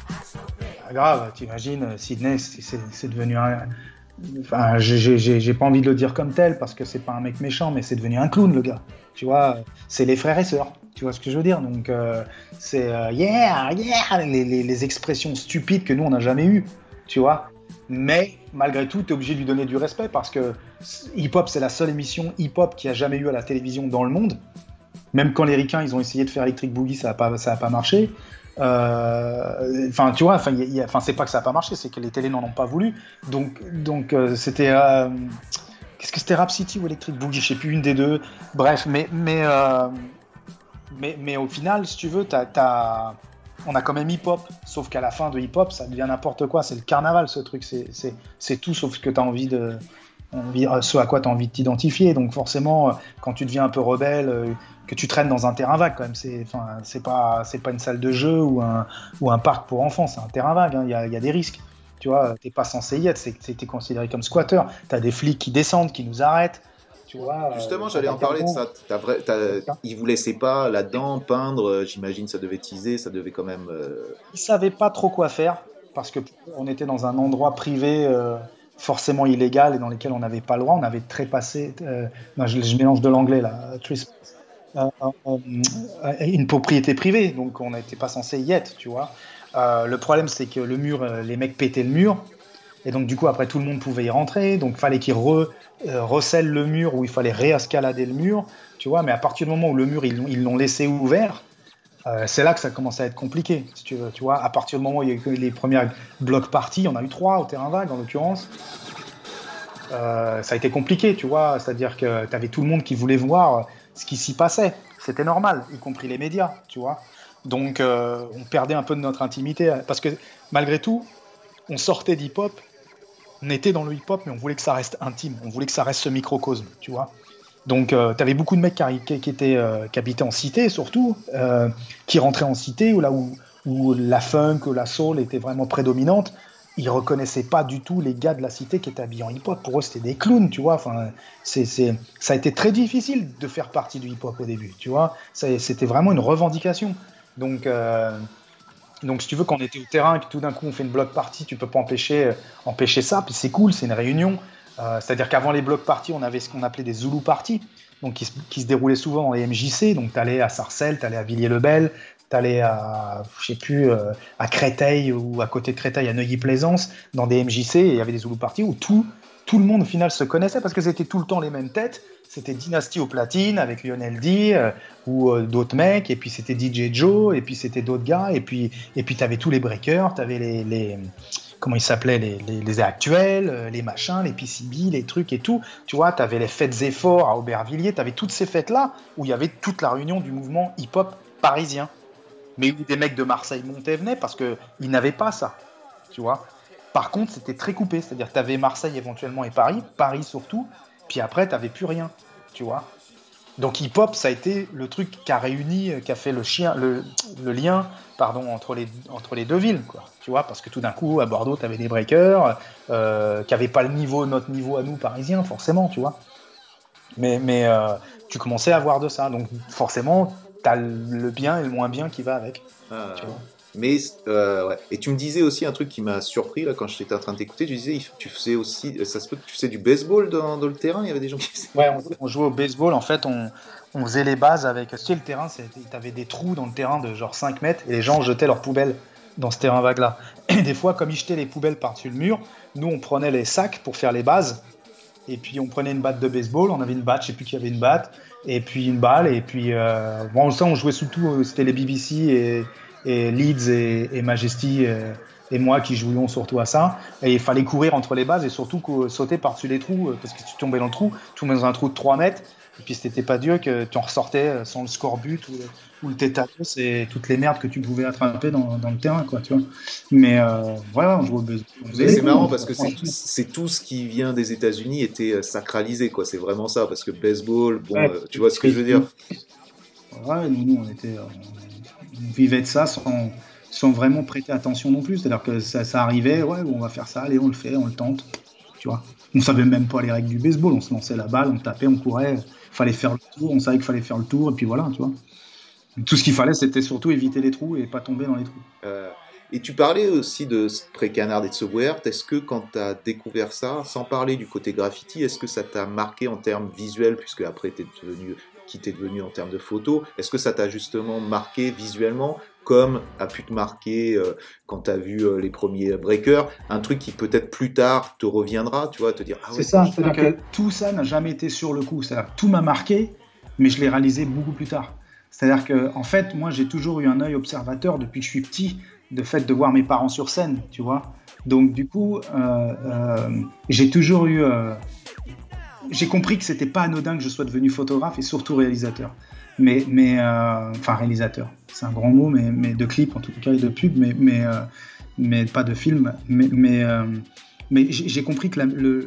Pas grave, t'imagines, Sydney c'est devenu un... Enfin, j'ai pas envie de le dire comme tel parce que c'est pas un mec méchant, mais c'est devenu un clown, le gars. Tu vois, c'est les frères et sœurs. Tu vois ce que je veux dire? Donc c'est yeah, les expressions stupides que nous on n'a jamais eues. Tu vois. Mais malgré tout, tu es obligé de lui donner du respect parce que Hip Hop, c'est la seule émission hip hop qu'il y a jamais eu à la télévision dans le monde. Même quand les ricains ils ont essayé de faire Electric Boogie, ça a pas marché. Enfin, tu vois, c'est pas que ça a pas marché, c'est que les télés n'en ont pas voulu. Donc c'était qu'est-ce que c'était, Rap City ou Electric Boogie, je sais plus, une des deux. Bref, mais au final, si tu veux, on a quand même hip-hop, sauf qu'à la fin de hip-hop, ça devient n'importe quoi. C'est le carnaval, ce truc. C'est tout sauf ce que t'as ce à quoi tu as envie de t'identifier. Donc forcément, quand tu deviens un peu rebelle, que tu traînes dans un terrain vague, quand même, c'est pas une salle de jeu ou un parc pour enfants, c'est un terrain vague. Il y a des risques. Tu vois, t'es pas censé y être. T'es considéré comme squatter. T'as des flics qui descendent, qui nous arrêtent. Tu vois, justement, j'allais en parler de ça. Ils vous laissaient pas là-dedans peindre. J'imagine ça devait teaser, ça devait quand même. Ils savaient pas trop quoi faire parce que on était dans un endroit privé. Forcément illégal et dans lesquels on n'avait pas le droit. On avait trépassé, je mélange de l'anglais là, une propriété privée, donc on n'était pas censé y être, tu vois. Le problème c'est que le mur, les mecs pétaient le mur, et donc du coup après tout le monde pouvait y rentrer, donc il fallait qu'ils recèlent le mur ou il fallait réescalader le mur, tu vois. Mais à partir du moment où le mur ils l'ont laissé ouvert, c'est là que ça commence à être compliqué, si tu veux, tu vois. À partir du moment où il y a eu les premières block parties, on a eu 3 au terrain vague en l'occurrence, ça a été compliqué, tu vois. C'est-à-dire que tu avais tout le monde qui voulait voir ce qui s'y passait, c'était normal, y compris les médias, tu vois. Donc on perdait un peu de notre intimité, parce que malgré tout, on sortait d'hip-hop, on était dans le hip-hop, mais on voulait que ça reste intime, on voulait que ça reste ce microcosme, tu vois. Donc, t'avais beaucoup de mecs qui habitaient en cité, surtout, qui rentraient en cité, là où la funk ou la soul était vraiment prédominante. ils reconnaissaient pas du tout les gars de la cité qui étaient habillés en hip-hop. Pour eux, c'était des clowns, tu vois. Enfin, ça a été très difficile de faire partie du hip-hop au début, tu vois. C'était vraiment une revendication. Donc, si tu veux, quand on était au terrain et que tout d'un coup on fait une block party, tu peux pas empêcher ça. Puis c'est cool, c'est une réunion. C'est-à-dire qu'avant les block parties, on avait ce qu'on appelait des Zulu parties, donc qui se déroulaient souvent dans les MJC. Donc t'allais à Sarcelles, t'allais à Villiers-le-Bel, t'allais à, je sais plus, à Créteil ou à côté de Créteil, à Neuilly-Plaisance, dans des MJC, et il y avait des Zulu parties où tout le monde au final se connaissait parce que c'était tout le temps les mêmes têtes. C'était Dynasty au platine avec Lionel D ou d'autres mecs, et puis c'était DJ Joe, et puis c'était d'autres gars, et puis t'avais tous les breakers, t'avais les comment ils s'appelaient, les actuels, les machins, les PCB, les trucs et tout. Tu vois, t'avais les fêtes Zephyr à Aubervilliers, t'avais toutes ces fêtes-là où il y avait toute la réunion du mouvement hip-hop parisien. Mais où des mecs de Marseille montaient, venaient parce qu'ils n'avaient pas ça, tu vois. Par contre, c'était très coupé, c'est-à-dire que t'avais Marseille éventuellement et Paris surtout, puis après, t'avais plus rien, tu vois. Donc hip-hop, ça a été le truc qui a réuni, qui a fait le lien entre les deux villes, quoi. Tu vois, parce que tout d'un coup, à Bordeaux, tu avais des breakers qui n'avaient pas notre niveau à nous, parisiens, forcément, tu vois. Mais tu commençais à avoir de ça. Donc forcément, tu as le bien et le moins bien qui va avec. Tu vois. Mais ouais. Et tu me disais aussi un truc qui m'a surpris là quand j'étais en train de t'écouter. Tu disais tu faisais aussi, ça se peut que tu faisais du baseball dans le terrain. Il y avait des gens qui faisaient. Ouais, on jouait au baseball. En fait, on faisait les bases avec. Tu sais, le terrain, t'avais des trous dans le terrain de genre 5 mètres et les gens jetaient leurs poubelles dans ce terrain vague là. Et des fois, comme ils jetaient les poubelles par-dessus le mur, nous on prenait les sacs pour faire les bases. Et puis on prenait une batte de baseball. On avait une batte, je sais plus qui avait une batte, et puis une balle. Et puis bon, ça, on jouait surtout. C'était les BBC et Leeds et Majesty et moi qui jouions surtout à ça. Et il fallait courir entre les bases et surtout sauter par-dessus les trous parce que si tu tombais dans le trou, tu tombais dans un trou de 3 mètres. Et puis c'était pas Dieu que tu en ressortais sans le scorbut ou le tétanos et toutes les merdes que tu pouvais attraper dans le terrain, quoi, tu vois. Mais voilà, on jouait au baseball. C'est marrant parce que c'est tout ce qui vient des États-Unis était sacralisé, quoi. C'est vraiment ça parce que baseball, bon, ouais, tu vois ce que je veux dire. Ouais, nous on vivait de ça sans vraiment prêter attention non plus. C'est-à-dire que ça arrivait, ouais, on va faire ça, allez, on le fait, on le tente, tu vois. On savait même pas les règles du baseball, on se lançait la balle, on tapait, on courait, fallait faire le tour, on savait qu'il fallait faire le tour, et puis voilà, tu vois. Tout ce qu'il fallait, c'était surtout éviter les trous et pas tomber dans les trous. Et tu parlais aussi de Spray Canard et de Subway. Est-ce que quand tu as découvert ça, sans parler du côté graffiti, est-ce que ça t'a marqué en termes visuels, puisque après t'es devenu en termes de photos, est-ce que ça t'a justement marqué visuellement, comme a pu te marquer quand tu as vu les premiers breakers, un truc qui peut-être plus tard te reviendra, tu vois, te dire... Ah ouais, c'est ça, c'est-à-dire que tout ça n'a jamais été sur le coup, c'est-à-dire que tout m'a marqué, mais je l'ai réalisé beaucoup plus tard. C'est-à-dire que, en fait, moi, j'ai toujours eu un œil observateur depuis que je suis petit, de fait de voir mes parents sur scène, tu vois. Donc, du coup, j'ai toujours eu... j'ai compris que c'était pas anodin que je sois devenu photographe et surtout réalisateur. Enfin, réalisateur, c'est un grand mot, mais de clips en tout cas et de pubs, mais pas de films. Mais j'ai compris que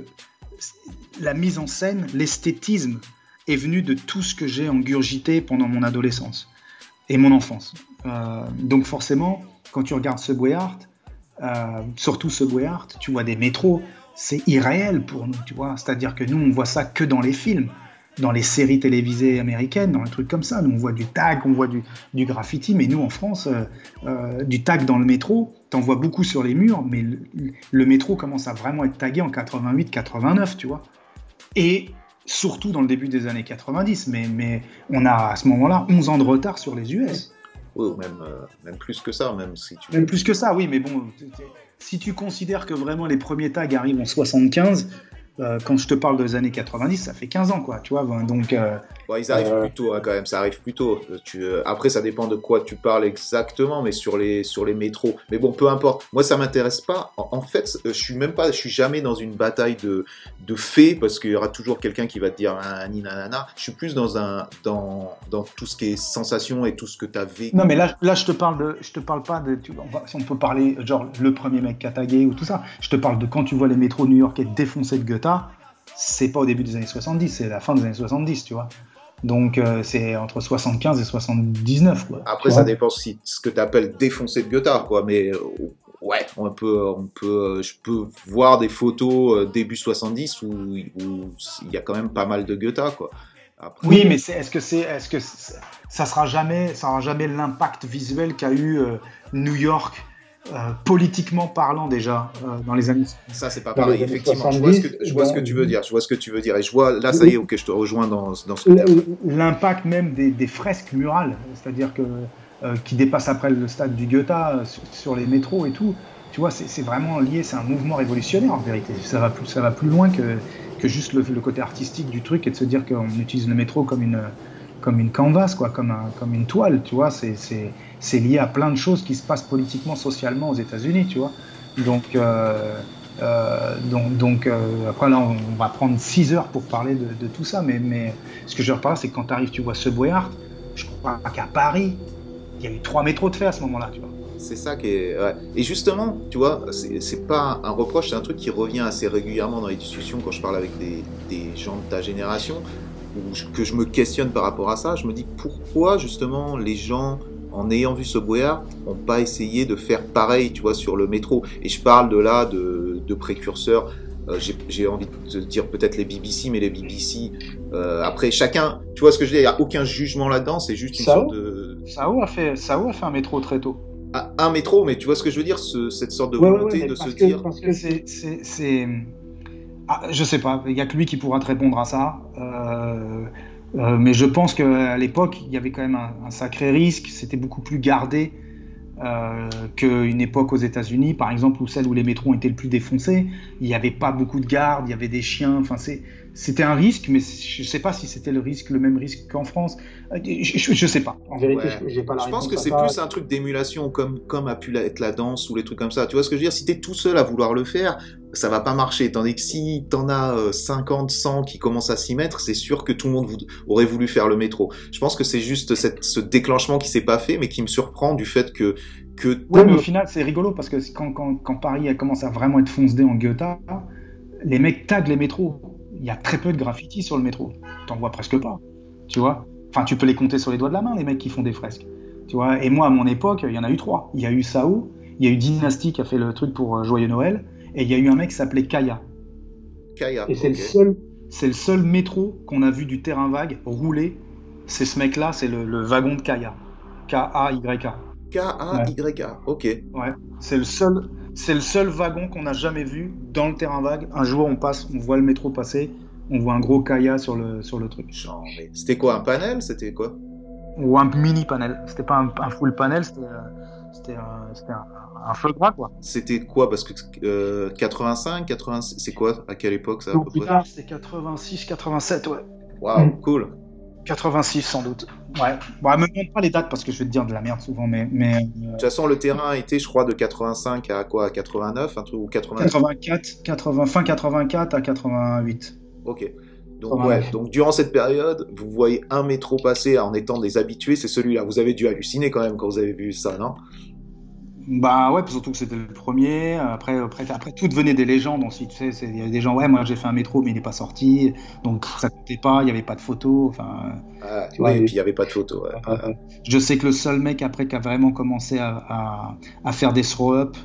la mise en scène, l'esthétisme est venu de tout ce que j'ai engurgité pendant mon adolescence et mon enfance. Donc forcément, quand tu regardes Subway Art, surtout Subway Art, tu vois des métros, c'est irréel pour nous, tu vois. C'est-à-dire que nous, on voit ça que dans les films, dans les séries télévisées américaines, dans les trucs comme ça. Nous, on voit du tag, on voit du graffiti, mais nous, en France, du tag dans le métro, t'en vois beaucoup sur les murs, mais le métro commence à vraiment être tagué en 88, 89, tu vois. Et surtout dans le début des années 90, mais on a à ce moment-là 11 ans de retard sur les US. Oui, même plus que ça, même si tu... Même plus que ça, oui, mais bon, si tu considères que vraiment les premiers tags arrivent en 75, quand je te parle des années 90, ça fait 15 ans, quoi, tu vois, donc... Ouais, ils arrivent plus tôt, hein, quand même, ça arrive plus tôt. Après, ça dépend de quoi tu parles exactement, mais sur les métros. Mais bon, peu importe. Moi, ça m'intéresse pas. En fait, je suis jamais dans une bataille de faits, parce qu'il y aura toujours quelqu'un qui va te dire nanana. Je suis plus dans tout ce qui est sensation et tout ce que tu as vécu. Non, mais là, je te parle pas de... Si on peut parler, genre, le premier mec qui a tagué ou tout ça. Je te parle de quand tu vois les métros new-yorkais défoncés de Goethe, c'est pas au début des années 70, c'est la fin des années 70, tu vois. Donc c'est entre 75 et 79, quoi. Après, ça dépend ce que tu appelles défoncer de Goethe, quoi, mais Ouais, je peux voir des photos début 70 où il y a quand même pas mal de Goethe, quoi. Après, Oui, mais ça aura jamais l'impact visuel qu'a eu New York, politiquement parlant déjà, ça, c'est pas dans les pareil. années Effectivement, 70. je vois ce que tu veux dire. Je vois ce que tu veux dire. Et je vois, là, ça y est, ok, je te rejoins dans ce que tu as fait. L'impact même des fresques murales, c'est-à-dire que qui dépassent après le stade du Goethe sur les métros et tout. Tu vois, c'est vraiment lié, c'est un mouvement révolutionnaire en vérité. Ça va plus loin que juste le côté artistique du truc et de se dire qu'on utilise le métro comme une canvas, quoi, comme une toile, tu vois. C'est lié à plein de choses qui se passent politiquement, socialement aux États-Unis, tu vois. Donc après là, on va prendre 6 heures pour parler de tout ça, mais ce que je veux dire, c'est que quand tu arrives, tu vois Subway Art, je crois qu'à Paris, il y a eu 3 métros de fait à ce moment-là, tu vois. C'est ça qui est. Ouais. Et justement, tu vois, c'est pas un reproche, c'est un truc qui revient assez régulièrement dans les discussions quand je parle avec des gens de ta génération, que je me questionne par rapport à ça. Je me dis pourquoi justement les gens, en ayant vu Subway Art, n'ont pas essayé de faire pareil, tu vois, sur le métro. Et je parle de précurseurs. J'ai envie de te dire peut-être les BBC, mais les BBC. Après, chacun, tu vois ce que je dis, il n'y a aucun jugement là-dedans, c'est juste une sorte de. Sao a fait un métro très tôt. Un métro, mais tu vois ce que je veux dire, cette sorte de volonté de se dire. Parce que je sais pas, il n'y a que lui qui pourra te répondre à ça. Mais je pense qu'à l'époque, il y avait quand même un sacré risque. C'était beaucoup plus gardé qu'une époque aux États-Unis, par exemple, où celle où les métros étaient le plus défoncés. Il n'y avait pas beaucoup de gardes, il y avait des chiens. Enfin, c'était un risque, mais je ne sais pas si c'était le même risque qu'en France. Je ne sais pas. En vérité, j'ai pas la réponse. Je pense que c'est plus un truc d'émulation, comme a pu être la danse ou les trucs comme ça. Tu vois ce que je veux dire? Si t'es tout seul à vouloir le faire, ça va pas marcher. Tandis que si t'en as 50, 100 qui commencent à s'y mettre, c'est sûr que tout le monde aurait voulu faire le métro. Je pense que c'est juste ce déclenchement qui s'est pas fait, mais qui me surprend du fait que ouais, mais au final, c'est rigolo parce que quand Paris a commencé à vraiment être foncedé en Goethe, les mecs taguent les métros. Il y a très peu de graffiti sur le métro. T'en vois presque pas, tu vois. Enfin, tu peux les compter sur les doigts de la main, les mecs qui font des fresques. Tu vois. Et moi, à mon époque, il y en a eu 3. Il y a eu Sao, il y a eu Dynasty qui a fait le truc pour Joyeux Noël, et il y a eu un mec qui s'appelait Kaya. Kaya, et c'est le seul métro qu'on a vu du terrain vague rouler. C'est ce mec-là, c'est le wagon de Kaya. K-A-Y-A. K-A-Y-A, ok. Ouais, c'est le seul wagon qu'on n'a jamais vu dans le terrain vague. Un jour, on voit le métro passer, on voit un gros Kaya sur le truc. Genre, mais c'était quoi, un panel? C'était quoi? Ou un mini panel. C'était pas un full panel, c'était un feu gras, quoi. C'était quoi? Parce que 85, 86, c'est quoi? À quelle époque ça? Plus tard, c'était 86, 87, ouais. Waouh, cool. 86 sans doute. Ouais. Bon, me demande pas les dates parce que je vais te dire de la merde souvent, mais de toute façon, le terrain a été, je crois, de 85 à quoi? À 89, un truc, ou 84, fin 84 à 88. Ok. Donc ouais, donc durant cette période, vous voyez un métro passer en étant des habitués, c'est celui-là. Vous avez dû halluciner quand même quand vous avez vu ça, non? Bah ouais, surtout que c'était le premier. Après, tout devenait des légendes aussi. Tu sais, il y avait des gens, ouais, moi j'ai fait un métro, mais il n'est pas sorti, donc ça comptait pas. Il n'y avait pas de photos. Enfin, oui, et puis il n'y avait pas de photos. Ouais. Je sais que le seul mec après qui a vraiment commencé à faire des throw-up,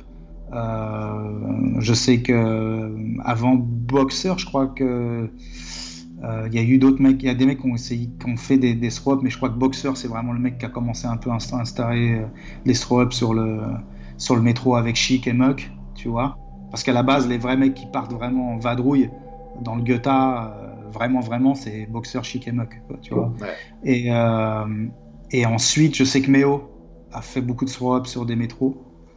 je sais que avant Boxer, je crois que il y a eu d'autres mecs, il y a des mecs qui ont fait des throw-up, mais je crois que Boxer, c'est vraiment le mec qui a commencé un peu à installer les throw-up sur le métro avec Chic et Muck, tu vois. Parce qu'à la base, les vrais mecs qui partent vraiment en vadrouille dans le Goethe, vraiment, c'est Boxer, Chic et Muck, quoi, tu vois. Ouais. Et ensuite, je sais que Méo a fait beaucoup de throw-up sur des métros.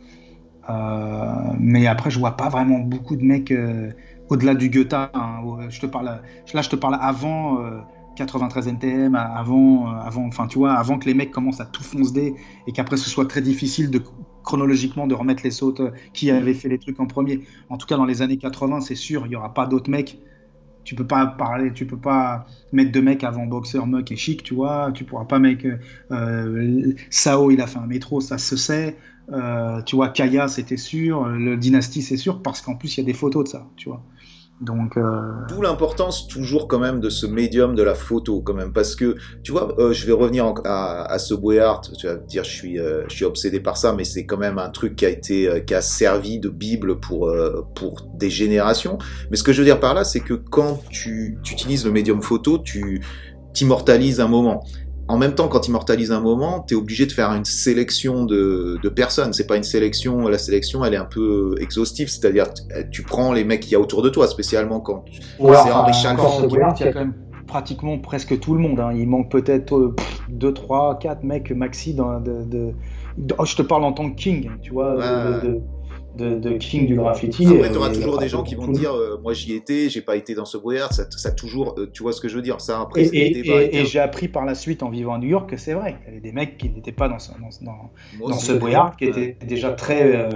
Mais après, je vois pas vraiment beaucoup de mecs au-delà du Goethe. Hein, je te parle avant 93 NTM, enfin tu vois, avant que les mecs commencent à tout foncer et qu'après ce soit très difficile chronologiquement de remettre les sautes qui avaient fait les trucs en premier. En tout cas, dans les années 80, c'est sûr, il y aura pas d'autres mecs. Tu peux pas mettre de mecs avant Boxer, Muck et Chic, tu vois. Tu pourras pas mettre Sao, il a fait un métro, ça se sait. Tu vois, Kaya, c'était sûr. Le Dynasty, c'est sûr, parce qu'en plus, il y a des photos de ça, tu vois. Donc, d'où l'importance toujours quand même de ce médium de la photo quand même, parce que tu vois, je vais revenir à Subway Art. Tu vas me dire, je suis obsédé par ça, mais c'est quand même un truc qui a servi de bible pour des générations. Mais ce que je veux dire par là, c'est que quand tu utilises le médium photo, tu t'immortalises un moment. En même temps, quand tu immortalises un moment, t'es obligé de faire une sélection de personnes. C'est pas une sélection, la sélection, elle est un peu exhaustive, c'est-à-dire tu prends les mecs qu'il y a autour de toi, spécialement quand c'est Henri Chalfant. Il y a quand même pratiquement presque tout le monde. Hein. Il manque peut-être 2, 3, 4 mecs maxi. Je te parle en tant que king, tu vois, de king du graffiti. Après, tu auras toujours des gens qui vont te dire moi j'y étais, j'ai pas été dans ce Boyard, ça toujours, tu vois ce que je veux dire. Ça, après, et j'ai appris par la suite en vivant à New York que c'est vrai. Il y avait des mecs qui n'étaient pas dans ce Boyard, qui étaient déjà très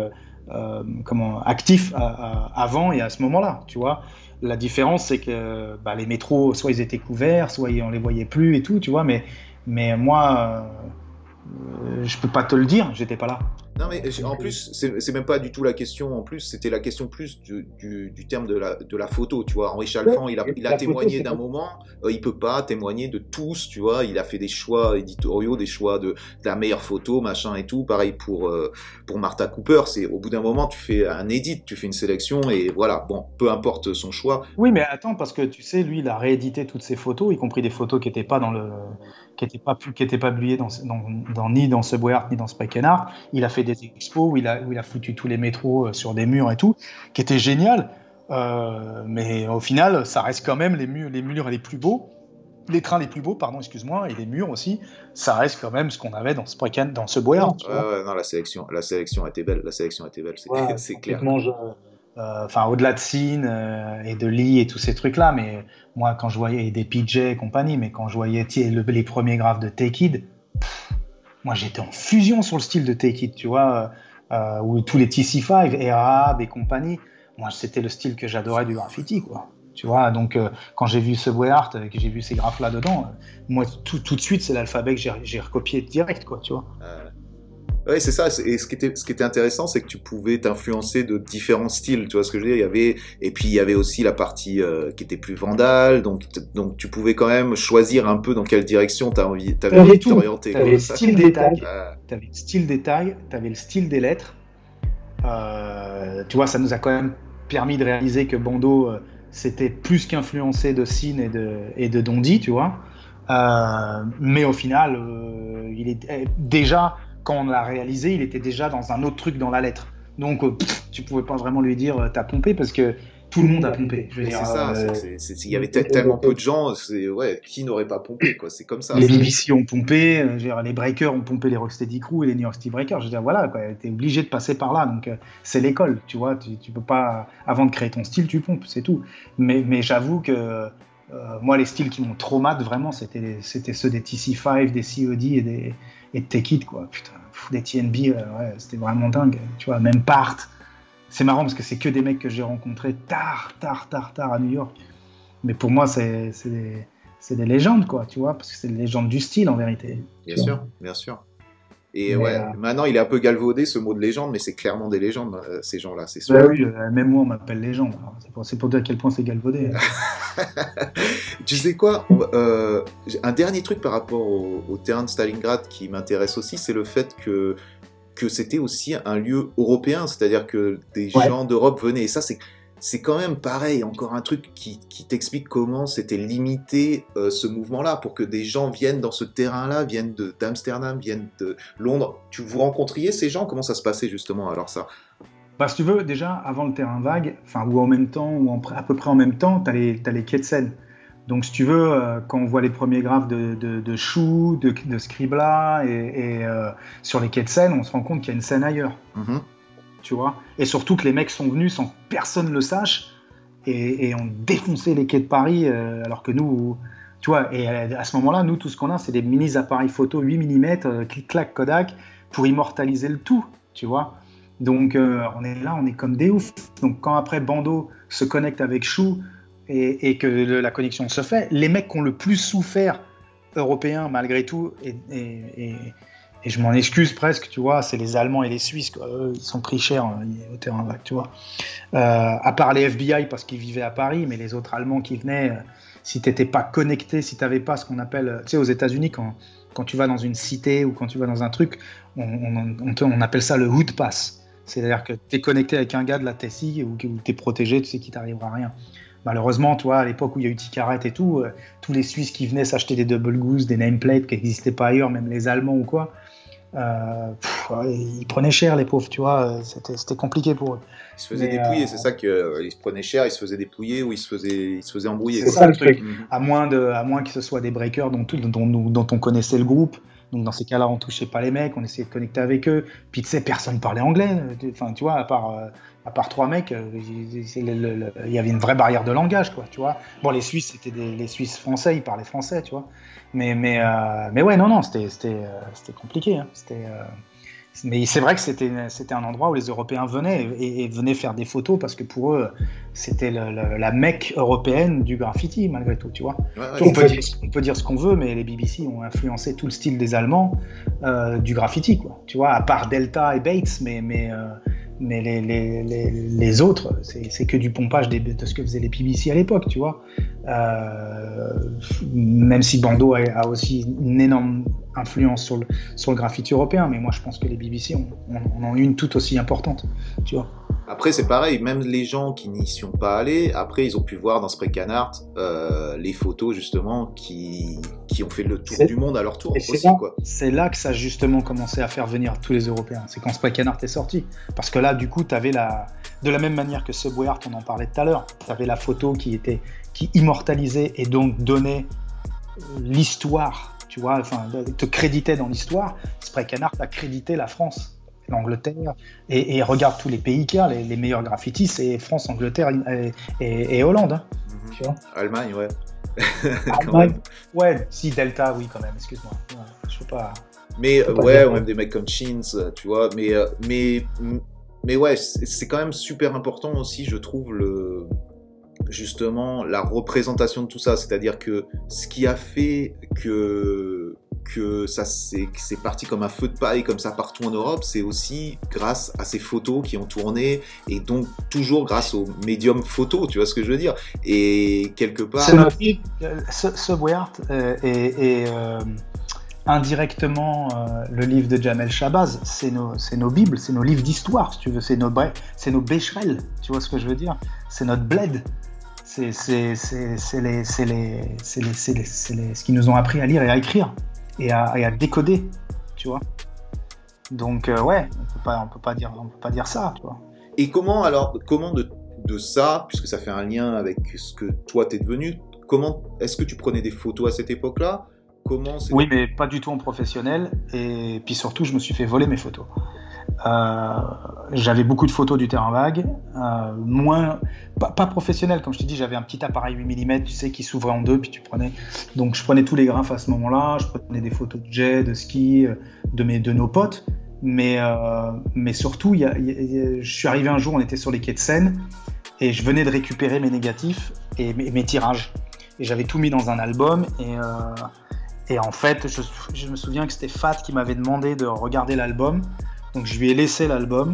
actifs avant et à ce moment-là, tu vois. La différence, c'est que les métros, soit ils étaient couverts, soit on les voyait plus et tout, tu vois. Mais moi, je peux pas te le dire, j'étais pas là. Non, mais en plus, c'est même pas du tout la question. En plus, c'était la question plus du terme de la photo, tu vois. Henri Chalfant, il a témoigné d'un moment, il peut pas témoigner de tous, tu vois. Il a fait des choix éditoriaux, des choix de la meilleure photo, machin et tout. Pareil pour Martha Cooper. C'est au bout d'un moment, tu fais un edit, tu fais une sélection et voilà. Bon, peu importe son choix. Oui, mais attends, parce que tu sais, lui, il a réédité toutes ses photos, y compris des photos qui n'étaient pas qui n'étaient pas publiées ni dans Subway Art ni dans Spraken Art. Il a fait des expos où il a foutu tous les métros sur des murs et tout, qui était génial. Mais au final, ça reste quand même les murs les plus beaux, les trains les plus beaux, pardon, excuse-moi, et les murs aussi. Ça reste quand même ce qu'on avait dans Subway Art. Non, la sélection était belle. C'est clair. Au-delà de Sin et de Lee et tous ces trucs-là, mais moi, quand je voyais des PJ et compagnie, mais quand je voyais les premiers graphes de Take It, moi, j'étais en fusion sur le style de Take It, tu vois, ou tous les TC5, Arab et compagnie. Moi, c'était le style que j'adorais du graffiti, quoi. Tu vois, donc quand j'ai vu Subway Art, que j'ai vu ces graphes-là dedans, moi, tout de suite, c'est l'alphabet que j'ai recopié direct, quoi, tu vois. Ouais, c'est ça. Et ce qui était intéressant, c'est que tu pouvais t'influencer de différents styles. Tu vois ce que je veux dire? Et puis il y avait aussi la partie qui était plus vandale. Donc tu pouvais quand même choisir un peu dans quelle direction t'avais envie de t'orienter. T'avais le style des tags, t'avais le style des tags, t'avais le style des lettres. Tu vois, ça nous a quand même permis de réaliser que Bando c'était plus qu'influencé de Sin et de Dondi, tu vois. Mais au final, il est déjà, quand on l'a réalisé, il était déjà dans un autre truc dans la lettre. Donc, tu pouvais pas vraiment lui dire t'as pompé parce que tout le monde a pompé. Je veux dire, c'est ça. Il y avait tellement peu de gens, qui n'aurait pas pompé, quoi. C'est comme ça. Les BBC ont pompé, les Breakers ont pompé les Rocksteady Crew et les New York City Breakers. Je veux dire, voilà, quoi. T'es obligé de passer par là. Donc, c'est l'école, tu vois. Tu peux pas, avant de créer ton style, tu pompes, c'est tout. Mais j'avoue que moi, les styles qui m'ont traumatisé vraiment, c'était ceux des TC5, des COD et de Take It, quoi. Putain, des TNB, c'était vraiment dingue. Tu vois, même Part. C'est marrant parce que c'est que des mecs que j'ai rencontrés tard à New York. Mais pour moi, c'est des légendes, quoi, tu vois, parce que c'est des légendes du style en vérité. Bien sûr. Et maintenant il est un peu galvaudé ce mot de légende, mais c'est clairement des légendes, ces gens-là, c'est sûr. Oui, même moi on m'appelle légende. C'est pour dire à quel point c'est galvaudé. Tu sais quoi, un dernier truc par rapport au terrain de Stalingrad qui m'intéresse aussi, c'est le fait que c'était aussi un lieu européen, c'est-à-dire que des gens d'Europe venaient, et ça c'est quand même pareil, encore un truc qui t'explique comment c'était limité ce mouvement-là, pour que des gens viennent dans ce terrain-là, viennent d'Amsterdam, viennent de Londres. Vous rencontriez ces gens? Comment ça se passait justement alors ça? Si tu veux, déjà avant le terrain vague, ou en même temps, ou à peu près en même temps, t'as les quais de Seine. Donc, si tu veux, quand on voit les premiers graphes de Chou, de Scribla, et sur les quais de Seine, on se rend compte qu'il y a une scène ailleurs. Mm-hmm. Tu vois, et surtout que les mecs sont venus sans que personne le sache et ont défoncé les quais de Paris, alors que nous, tu vois, et à ce moment-là, nous, tout ce qu'on a, c'est des mini appareils photo 8 mm, clic-clac Kodak, pour immortaliser le tout, tu vois. Donc, on est là, on est comme des oufs. Donc, quand après Bando se connecte avec Chou et que la connexion se fait, les mecs qui ont le plus souffert européens, malgré tout, Et je m'en excuse presque, tu vois, c'est les Allemands et les Suisses, quoi. Eux, ils sont pris cher au terrain vague, tu vois. À part les FBI parce qu'ils vivaient à Paris, mais les autres Allemands qui venaient, si t'étais pas connecté, si t'avais pas ce qu'on appelle, tu sais, aux États-Unis, quand tu vas dans une cité ou quand tu vas dans un truc, on appelle ça le hood pass. C'est-à-dire que tu es connecté avec un gars de la TSI ou tu es protégé, tu sais qu'il t'arrivera rien. Malheureusement, toi, à l'époque où il y a eu Ticaret et tout, tous les Suisses qui venaient s'acheter des double goose, des nameplates qui n'existaient pas ailleurs, même les Allemands ou quoi, ils prenaient cher, les pauvres, tu vois, c'était compliqué pour eux. Ils se faisaient dépouiller, c'est ça qu'ils se prenaient cher, ils se faisaient dépouiller ou ils se faisaient embrouiller. C'est ça le truc. À moins que ce soit des breakers dont on connaissait le groupe. Donc dans ces cas-là, on touchait pas les mecs, on essayait de connecter avec eux. Puis tu sais, personne parlait anglais. Enfin, tu vois, à part 3 mecs, il y avait une vraie barrière de langage, quoi. Tu vois. Bon, les Suisses, c'était les Suisses français, ils parlaient français, tu vois. Mais ouais, non, c'était compliqué. Hein. Mais c'est vrai que c'était un endroit où les Européens venaient et venaient faire des photos parce que pour eux, c'était la Mecque européenne du graffiti, malgré tout, tu vois. On peut dire ce qu'on veut, mais les BBC ont influencé tout le style des Allemands du graffiti, quoi. Tu vois, à part Delta et Bates, mais les autres, c'est que du pompage de ce que faisaient les BBC à l'époque, tu vois. Même si Bando a aussi une énorme influence sur le graffiti européen, mais moi je pense que les BBC ont une tout aussi importante, tu vois. Après c'est pareil, même les gens qui n'y sont pas allés, après ils ont pu voir dans Spray Can Art les photos justement qui ont fait le tour du monde à leur tour aussi, quoi. C'est là que ça a justement commencé à faire venir tous les Européens, c'est quand Spray Can Art est sorti, parce que là du coup t'avais de la même manière que Subway Art, on en parlait tout à l'heure, t'avais la photo qui immortalisait et donc donnait l'histoire, tu vois, enfin te créditait dans l'histoire. Spray Can Art a crédité la France, l'Angleterre, et regarde tous les pays qu'il y a, les meilleurs graffitis, c'est France, Angleterre et Hollande, hein, tu vois. Allemagne, ouais. Allemagne, ouais, si Delta, oui quand même, excuse-moi, ouais, je sais pas. Mais ouais, même des mecs comme Chins, tu vois, mais ouais, c'est quand même super important aussi, je trouve, justement la représentation de tout ça, c'est-à-dire que ce qui a fait que ça c'est parti comme un feu de paille comme ça partout en Europe, c'est aussi grâce à ces photos qui ont tourné et donc toujours grâce au médium photo, tu vois ce que je veux dire, et quelque part Subway Art et indirectement le livre de Jamel Shabazz, c'est nos bibles, c'est nos livres d'histoire, si tu veux, c'est nos Becherel, tu vois ce que je veux dire, c'est notre bled. C'est ce qu'ils nous ont appris à lire et à écrire et à décoder, tu vois. Donc ouais, on peut pas dire ça, tu vois. Et comment de ça, puisque ça fait un lien avec ce que toi t'es devenu, comment est-ce que tu prenais des photos à cette époque-là? Oui, mais pas du tout en professionnel, et puis surtout je me suis fait voler mes photos. J'avais beaucoup de photos du terrain vague, pas professionnel, comme je te dis, j'avais un petit appareil 8 mm, tu sais, qui s'ouvrait en deux, puis donc je prenais tous les graphes à ce moment-là, je prenais des photos de jet, de ski, de nos potes, mais surtout, je suis arrivé un jour, on était sur les quais de Seine, et je venais de récupérer mes négatifs et mes tirages, et j'avais tout mis dans un album, et en fait, je me souviens que c'était Fat qui m'avait demandé de regarder l'album. Donc je lui ai laissé l'album.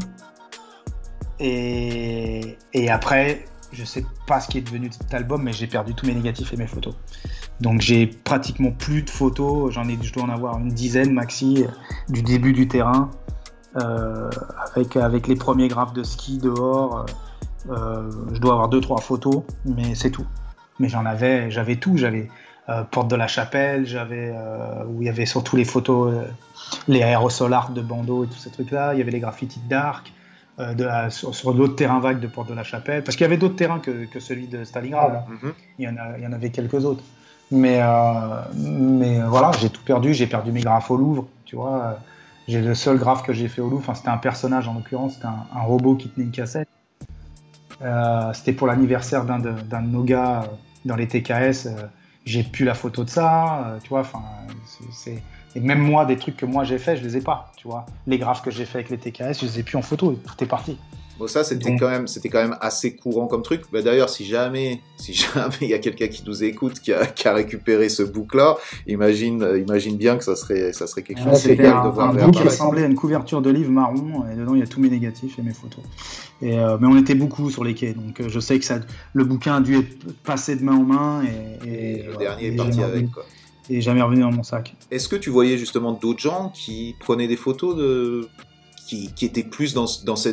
Et après, je sais pas ce qui est devenu de cet album, mais j'ai perdu tous mes négatifs et mes photos. Donc j'ai pratiquement plus de photos. Je dois en avoir une dizaine maxi du début du terrain. Avec les premiers graphes de ski dehors. Je dois avoir 2-3 photos, mais c'est tout. Mais j'avais tout. J'avais Porte de la Chapelle, où il y avait surtout les photos, les aérosol art de Bando et tous ces trucs-là. Il y avait les graffitis de Dark, sur l'autre terrain vague de Porte de la Chapelle, parce qu'il y avait d'autres terrains que celui de Stalingrad. Mm-hmm. Il y en avait quelques autres. Mais voilà, j'ai tout perdu. J'ai perdu mes graphes au Louvre, tu vois. J'ai le seul graphe que j'ai fait au Louvre. Enfin, c'était un personnage en l'occurrence, c'était un robot qui tenait une cassette. C'était pour l'anniversaire d'un de nos gars dans les TKS. J'ai plus la photo de ça, tu vois, enfin, et même moi, des trucs que moi j'ai fait, je les ai pas, tu vois. Les graphes que j'ai fait avec les TKS, je les ai plus en photo, tout est parti. Bon, ça, c'était quand même assez courant comme truc. Bah, d'ailleurs, si jamais il y a quelqu'un qui nous écoute, qui a récupéré ce book-là, imagine bien que ça serait quelque chose de génial de voir. Un book qui ressemblait à une couverture de livre marron, et dedans, il y a tous mes négatifs et mes photos. Mais on était beaucoup sur les quais, donc je sais que le bouquin a dû être passé de main en main. Et le dernier est parti avec, quoi. Et jamais revenu dans mon sac. Est-ce que tu voyais justement d'autres gens qui prenaient des photos qui étaient plus dans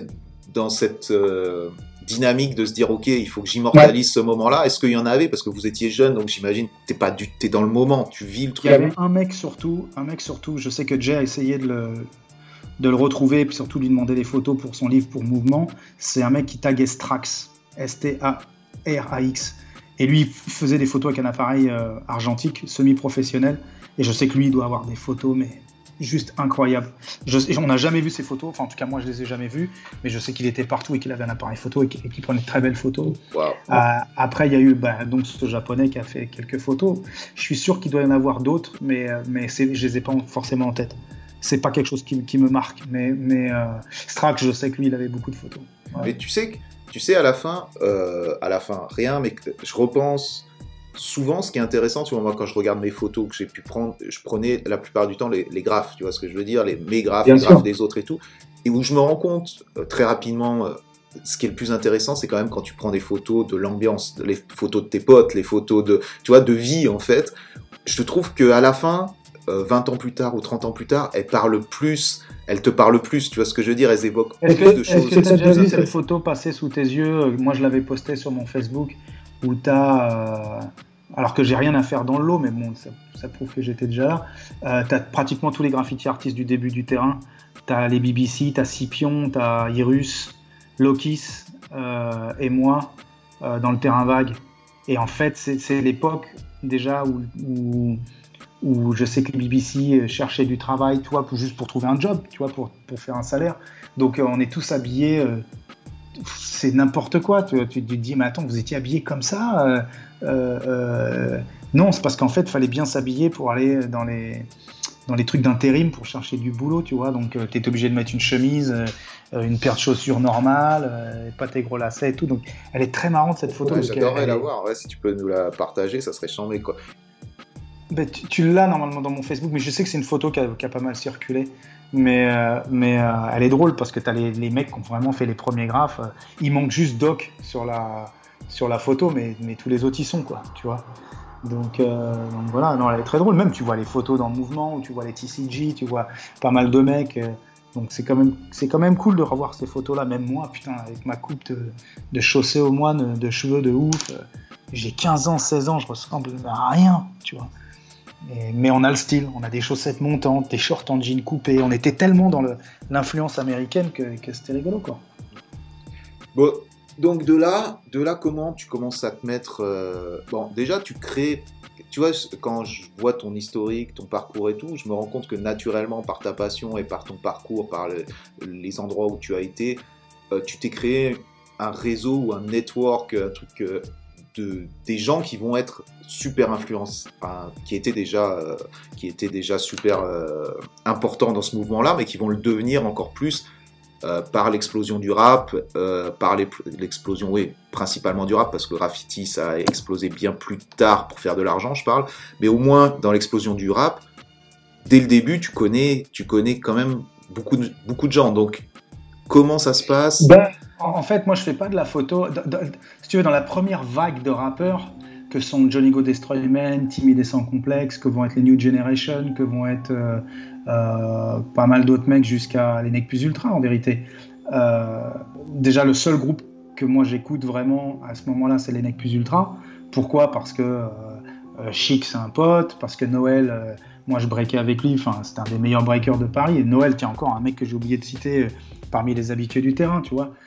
cette dynamique de se dire ok, il faut que j'immortalise ce moment-là? Est-ce qu'il y en avait? Parce que vous étiez jeune, donc j'imagine t'es dans le moment, tu vis le truc. Il y avait un mec surtout, je sais que Jay a essayé de le retrouver et puis surtout de lui demander des photos pour son livre pour Mouvement. C'est un mec qui taguait Strax, S-T-A-R-A-X. Et lui, il faisait des photos avec un appareil argentique, semi-professionnel. Et je sais que lui, il doit avoir des photos, mais juste incroyables. On n'a jamais vu ces photos. Enfin, en tout cas, moi, je les ai jamais vues. Mais je sais qu'il était partout et qu'il avait un appareil photo et qu'il prenait de très belles photos. Wow. Après, il y a eu donc ce Japonais qui a fait quelques photos. Je suis sûr qu'il doit y en avoir d'autres, mais je les ai pas forcément en tête. C'est pas quelque chose qui me marque. Mais Strax, je sais que lui, il avait beaucoup de photos. Ouais. Mais tu sais, à la fin, rien, mais je repense souvent, ce qui est intéressant, tu vois, moi, quand je regarde mes photos que j'ai pu prendre, je prenais la plupart du temps les graphes, tu vois ce que je veux dire, mes graphes, les graphes des autres et tout, et où je me rends compte très rapidement, ce qui est le plus intéressant, c'est quand même quand tu prends des photos de l'ambiance, les photos de tes potes, les photos de vie, en fait. Je trouve qu'à la fin, 20 ans plus tard ou 30 ans plus tard, elles te parlent plus, tu vois ce que je veux dire, elles évoquent plus de choses. Est-ce que tu as déjà vu cette photo passer sous tes yeux? Moi, je l'avais postée sur mon Facebook, où tu as, alors que j'ai rien à faire dans le lot, mais bon, ça prouve que j'étais déjà là, tu as pratiquement tous les graffiti artistes du début du terrain. Tu as les BBC, tu as Scipion, tu as Irus, Lokis et moi dans le terrain vague. Et en fait, c'est l'époque déjà où je sais que les BBC cherchaient du travail, tu vois, juste pour trouver un job, tu vois, pour faire un salaire. Donc on est tous habillés, c'est n'importe quoi. Tu te dis, mais attends, vous étiez habillés comme ça Non, c'est parce qu'en fait, il fallait bien s'habiller pour aller dans les trucs d'intérim pour chercher du boulot, tu vois. Donc tu étais obligé de mettre une chemise, une paire de chaussures normales, pas tes gros lacets et tout. Donc elle est très marrante cette photo. Ouais, j'adorerais la voir, ouais, si tu peux nous la partager, ça serait chambé, quoi. Ben, tu l'as normalement dans mon Facebook, mais je sais que c'est une photo qui a pas mal circulé. Mais elle est drôle parce que tu as les mecs qui ont vraiment fait les premiers graphes. Il manque juste Doc sur la photo, mais tous les autres y sont, quoi, tu vois. Donc voilà, non, elle est très drôle. Même tu vois les photos dans le Mouvement, où tu vois les TCG, tu vois pas mal de mecs. Donc c'est quand même cool de revoir ces photos-là. Même moi, putain, avec ma coupe de chaussée aux moines, de cheveux de ouf. J'ai 15 ans, 16 ans, je ressemble à rien, tu vois. Mais on a le style, on a des chaussettes montantes, des shorts en jean coupés, on était tellement dans l'influence américaine que c'était rigolo, quoi. Bon, donc de là, comment tu commences à te mettre... Bon, déjà, tu crées... Tu vois, quand je vois ton historique, ton parcours et tout, je me rends compte que naturellement, par ta passion et par ton parcours, par les endroits où tu as été, tu t'es créé un réseau ou un network, un truc... des gens qui vont être super influencés, enfin, qui étaient déjà super importants dans ce mouvement-là, mais qui vont le devenir encore plus par l'explosion du rap, par l'explosion, oui, principalement du rap, parce que le graffiti, ça a explosé bien plus tard pour faire de l'argent, je parle, mais au moins dans l'explosion du rap, dès le début, tu connais quand même beaucoup de gens, donc comment ça se passe? En fait, moi, je fais pas de la photo. Si tu veux, dans la première vague de rappeurs, que sont Johnny Go Destroyman, Timide et Sans Complexe, que vont être les New Generation, que vont être pas mal d'autres mecs jusqu'à les Nec Plus Ultra, en vérité. Déjà, le seul groupe que moi j'écoute vraiment à ce moment-là, c'est les Nec Plus Ultra. Pourquoi ? Parce que Chic, c'est un pote, parce que Noël, moi je breakais avec lui, c'était un des meilleurs breakers de Paris. Et Noël, qui est encore un mec que j'ai oublié de citer parmi les habitués du terrain, tu vois.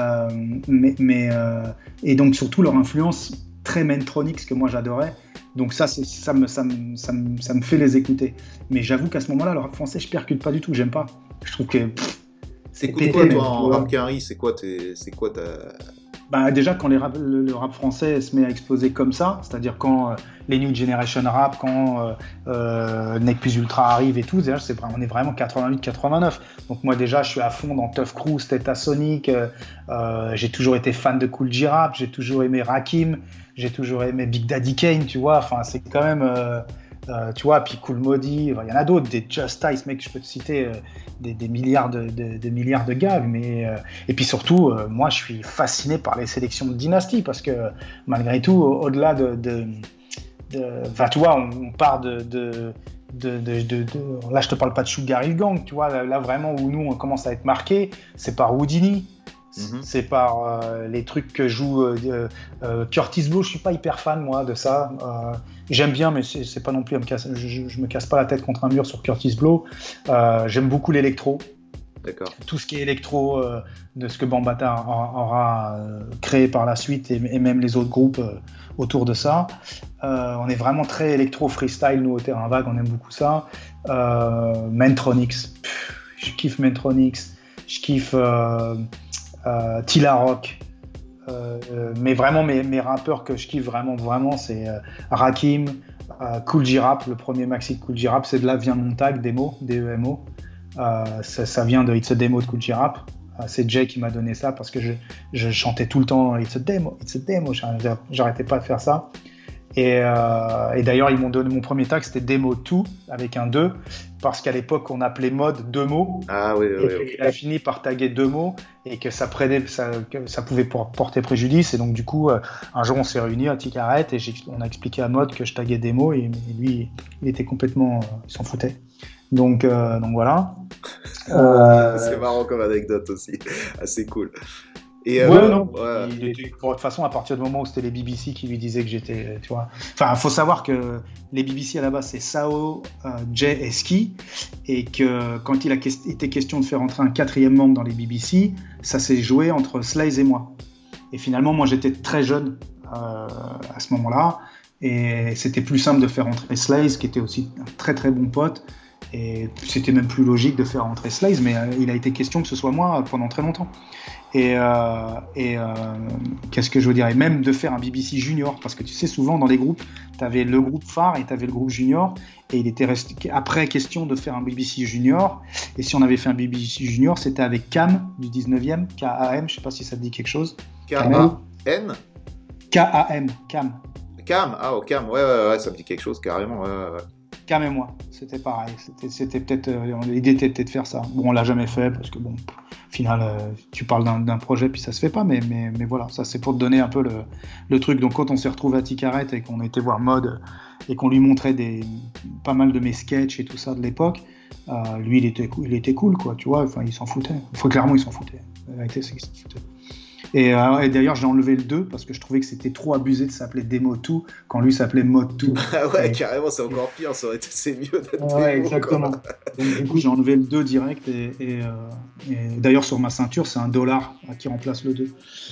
Et donc surtout leur influence très Mentronics que moi j'adorais. Donc ça me fait les écouter. Mais j'avoue qu'à ce moment-là, le rap français, je percute pas du tout, j'aime pas. Je trouve que c'est quoi toi en rap carry ? C'est quoi Bah, déjà, quand le rap français se met à exploser comme ça, c'est-à-dire quand les New Generation Rap, quand Nec Plus Ultra arrive et tout, déjà, on est vraiment 88-89. Donc moi déjà, je suis à fond dans Tough Crew, Sonic. J'ai toujours été fan de Kool G Rap, j'ai toujours aimé Rakim, j'ai toujours aimé Big Daddy Kane, tu vois. Enfin, c'est quand même... tu vois, puis Kool Modi, il y en a d'autres, des Just Ice, mec, je peux te citer des milliards de gars, mais et puis surtout, moi, je suis fasciné par les sélections de Dynasty parce que malgré tout, au-delà enfin, tu vois, on part là, je te parle pas de Sugar Hill Gang, tu vois, là vraiment où nous on commence à être marqués, c'est par Houdini. C'est par les trucs que joue Kurtis Blow. Je suis pas hyper fan moi de ça. J'aime bien, mais c'est pas non plus. Je me casse pas la tête contre un mur sur Kurtis Blow. J'aime beaucoup l'électro. D'accord. Tout ce qui est électro de ce que Bambaataa aura créé par la suite et même les autres groupes autour de ça. On est vraiment très électro freestyle nous au Terrain Vague. On aime beaucoup ça. Mantronix. Je kiffe Mantronix. Je kiffe. Tila Rock, mais vraiment mes rappeurs que je kiffe vraiment c'est Rakim, Kool G Rap, le premier maxi de Kool G Rap, c'est de là vient mon tag Demo, D-E-M-O, ça vient de It's a Demo de Kool G Rap, c'est Jay qui m'a donné ça parce que je chantais tout le temps It's a Demo, j'arrêtais pas de faire ça. Et d'ailleurs, ils m'ont donné mon premier tag, c'était Demo 2 avec un 2, parce qu'à l'époque, on appelait mode 2 mots. Ah oui, oui. Et il a fini par taguer 2 mots et que ça pouvait porter préjudice. Et donc, du coup, un jour, on s'est réunis à Ticaret et on a expliqué à Mode que je taguais des mots et lui, il était complètement. Il s'en foutait. Donc voilà. C'est marrant comme anecdote aussi. Assez cool. Et non. Ouais. De toute façon, à partir du moment où c'était les BBC qui lui disaient que j'étais, tu vois. Enfin, il faut savoir que les BBC à la base c'est Sao, Jay et Ski, et que quand il a été question de faire entrer un 4e membre dans les BBC, ça s'est joué entre Slays et moi. Et finalement, moi j'étais très jeune à ce moment-là, et c'était plus simple de faire entrer Slays, qui était aussi un très très bon pote. Et c'était même plus logique de faire entrer Slays, mais il a été question que ce soit moi pendant très longtemps. Et qu'est-ce que je veux dire, et même de faire un BBC Junior, parce que tu sais, souvent dans les groupes, tu avais le groupe phare et tu avais le groupe Junior, et il était après question de faire un BBC Junior, et si on avait fait un BBC Junior, c'était avec Cam du 19e, K-A-M, je sais pas si ça te dit quelque chose. K-A-N K-A-M, Cam. Cam, Cam, ouais, ça me dit quelque chose carrément, ouais. Cam et moi, c'était pareil. C'était peut-être, l'idée était peut-être de faire ça. Bon, on l'a jamais fait parce que bon, au final, tu parles d'un projet puis ça se fait pas. Mais voilà, ça c'est pour te donner un peu le truc. Donc quand on s'est retrouvé à Ticaret et qu'on était voir Mode et qu'on lui montrait pas mal de mes sketchs et tout ça de l'époque, lui il était cool quoi, tu vois. Enfin, il s'en foutait. Clairement, il s'en foutait. La vérité, c'est qu'il s'en foutait. Et d'ailleurs, j'ai enlevé le 2 parce que je trouvais que c'était trop abusé de s'appeler Demo 2 quand lui s'appelait Mode 2. Ah ouais, carrément, c'est encore pire, c'est mieux d'être ouais, exactement. Donc, du coup, j'ai enlevé le 2 direct et d'ailleurs, sur ma ceinture, c'est un $1 qui remplace le 2.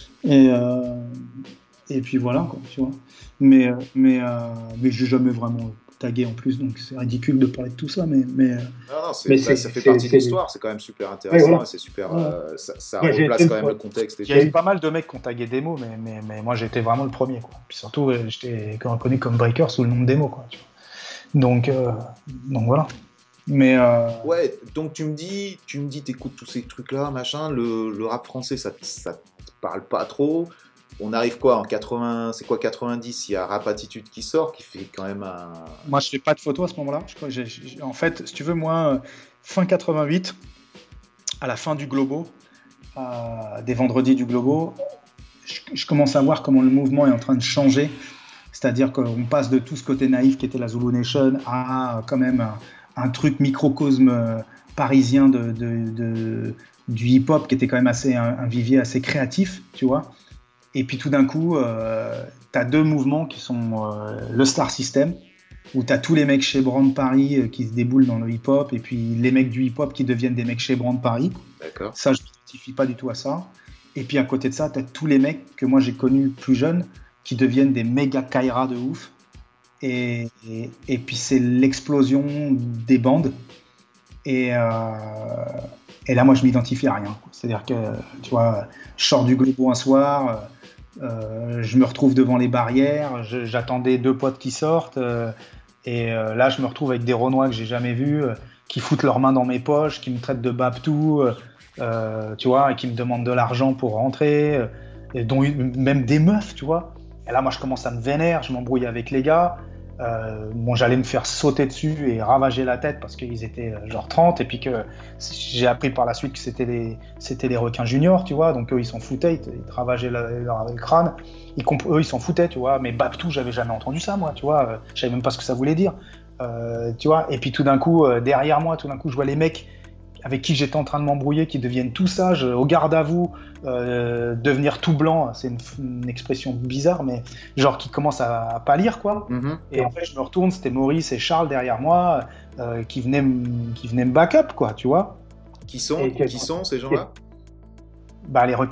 Et puis voilà, quoi, tu vois. Mais j'ai jamais vraiment tagué en plus, donc c'est ridicule de parler de tout ça, mais non, ça fait partie de l'histoire, c'est quand même super intéressant, voilà. C'est super, ça replace quand même le contexte. Il y a eu pas mal de mecs qui ont tagué Demo, mais moi j'étais vraiment le premier, quoi. Puis surtout, j'étais reconnu comme breaker sous le nom de Demo, quoi. Tu vois. Donc voilà. Mais ouais, donc tu me dis, t'écoutes tous ces trucs-là, machin, le rap français, ça te parle pas trop. On arrive quoi en 80, c'est quoi 90, il y a Rap Attitude qui sort, qui fait quand même un... Moi, je fais pas de photos à ce moment-là. En fait, si tu veux, moi, fin 88, à la fin du Globo, des vendredis du Globo, je commence à voir comment le mouvement est en train de changer. C'est-à-dire qu'on passe de tout ce côté naïf qui était la Zulu Nation à quand même un truc microcosme parisien du hip-hop qui était quand même un vivier assez créatif, tu vois. Et puis tout d'un coup, tu as deux mouvements qui sont le Star System, où tu as tous les mecs chez Brand Paris qui se déboulent dans le hip-hop, et puis les mecs du hip-hop qui deviennent des mecs chez Brand Paris. D'accord. Ça, je ne m'identifie pas du tout à ça. Et puis à côté de ça, tu as tous les mecs que moi j'ai connus plus jeunes, qui deviennent des méga Kaira de ouf. Et puis c'est l'explosion des bandes. Et Et là, moi, je m'identifie à rien. C'est-à-dire que, tu vois, je sors du Globo un soir, je me retrouve devant les barrières, j'attendais 2 potes qui sortent, là, je me retrouve avec des Renois que j'ai jamais vus, qui foutent leurs mains dans mes poches, qui me traitent de babtou, tu vois, et qui me demandent de l'argent pour rentrer, et dont même des meufs, tu vois. Et là, moi, je commence à me vénérer, je m'embrouille avec les gars. Bon, j'allais me faire sauter dessus et ravager la tête parce qu'ils étaient genre 30, et puis que j'ai appris par la suite que c'était les requins juniors, tu vois, donc eux ils s'en foutaient, ils te ravageaient le crâne, eux ils s'en foutaient, tu vois, mais Babtou, j'avais jamais entendu ça, moi, tu vois, je savais même pas ce que ça voulait dire, tu vois, et puis tout d'un coup, derrière moi, je vois les mecs avec qui j'étais en train de m'embrouiller, qui deviennent tout sages, au garde à vous, devenir tout blanc, c'est une expression bizarre, mais genre qui commence à pâlir, quoi. Mm-hmm. Et en fait, je me retourne, c'était Maurice et Charles derrière moi, qui venaient me back-up, quoi, tu vois. Qui sont ces gens-là? Bah, les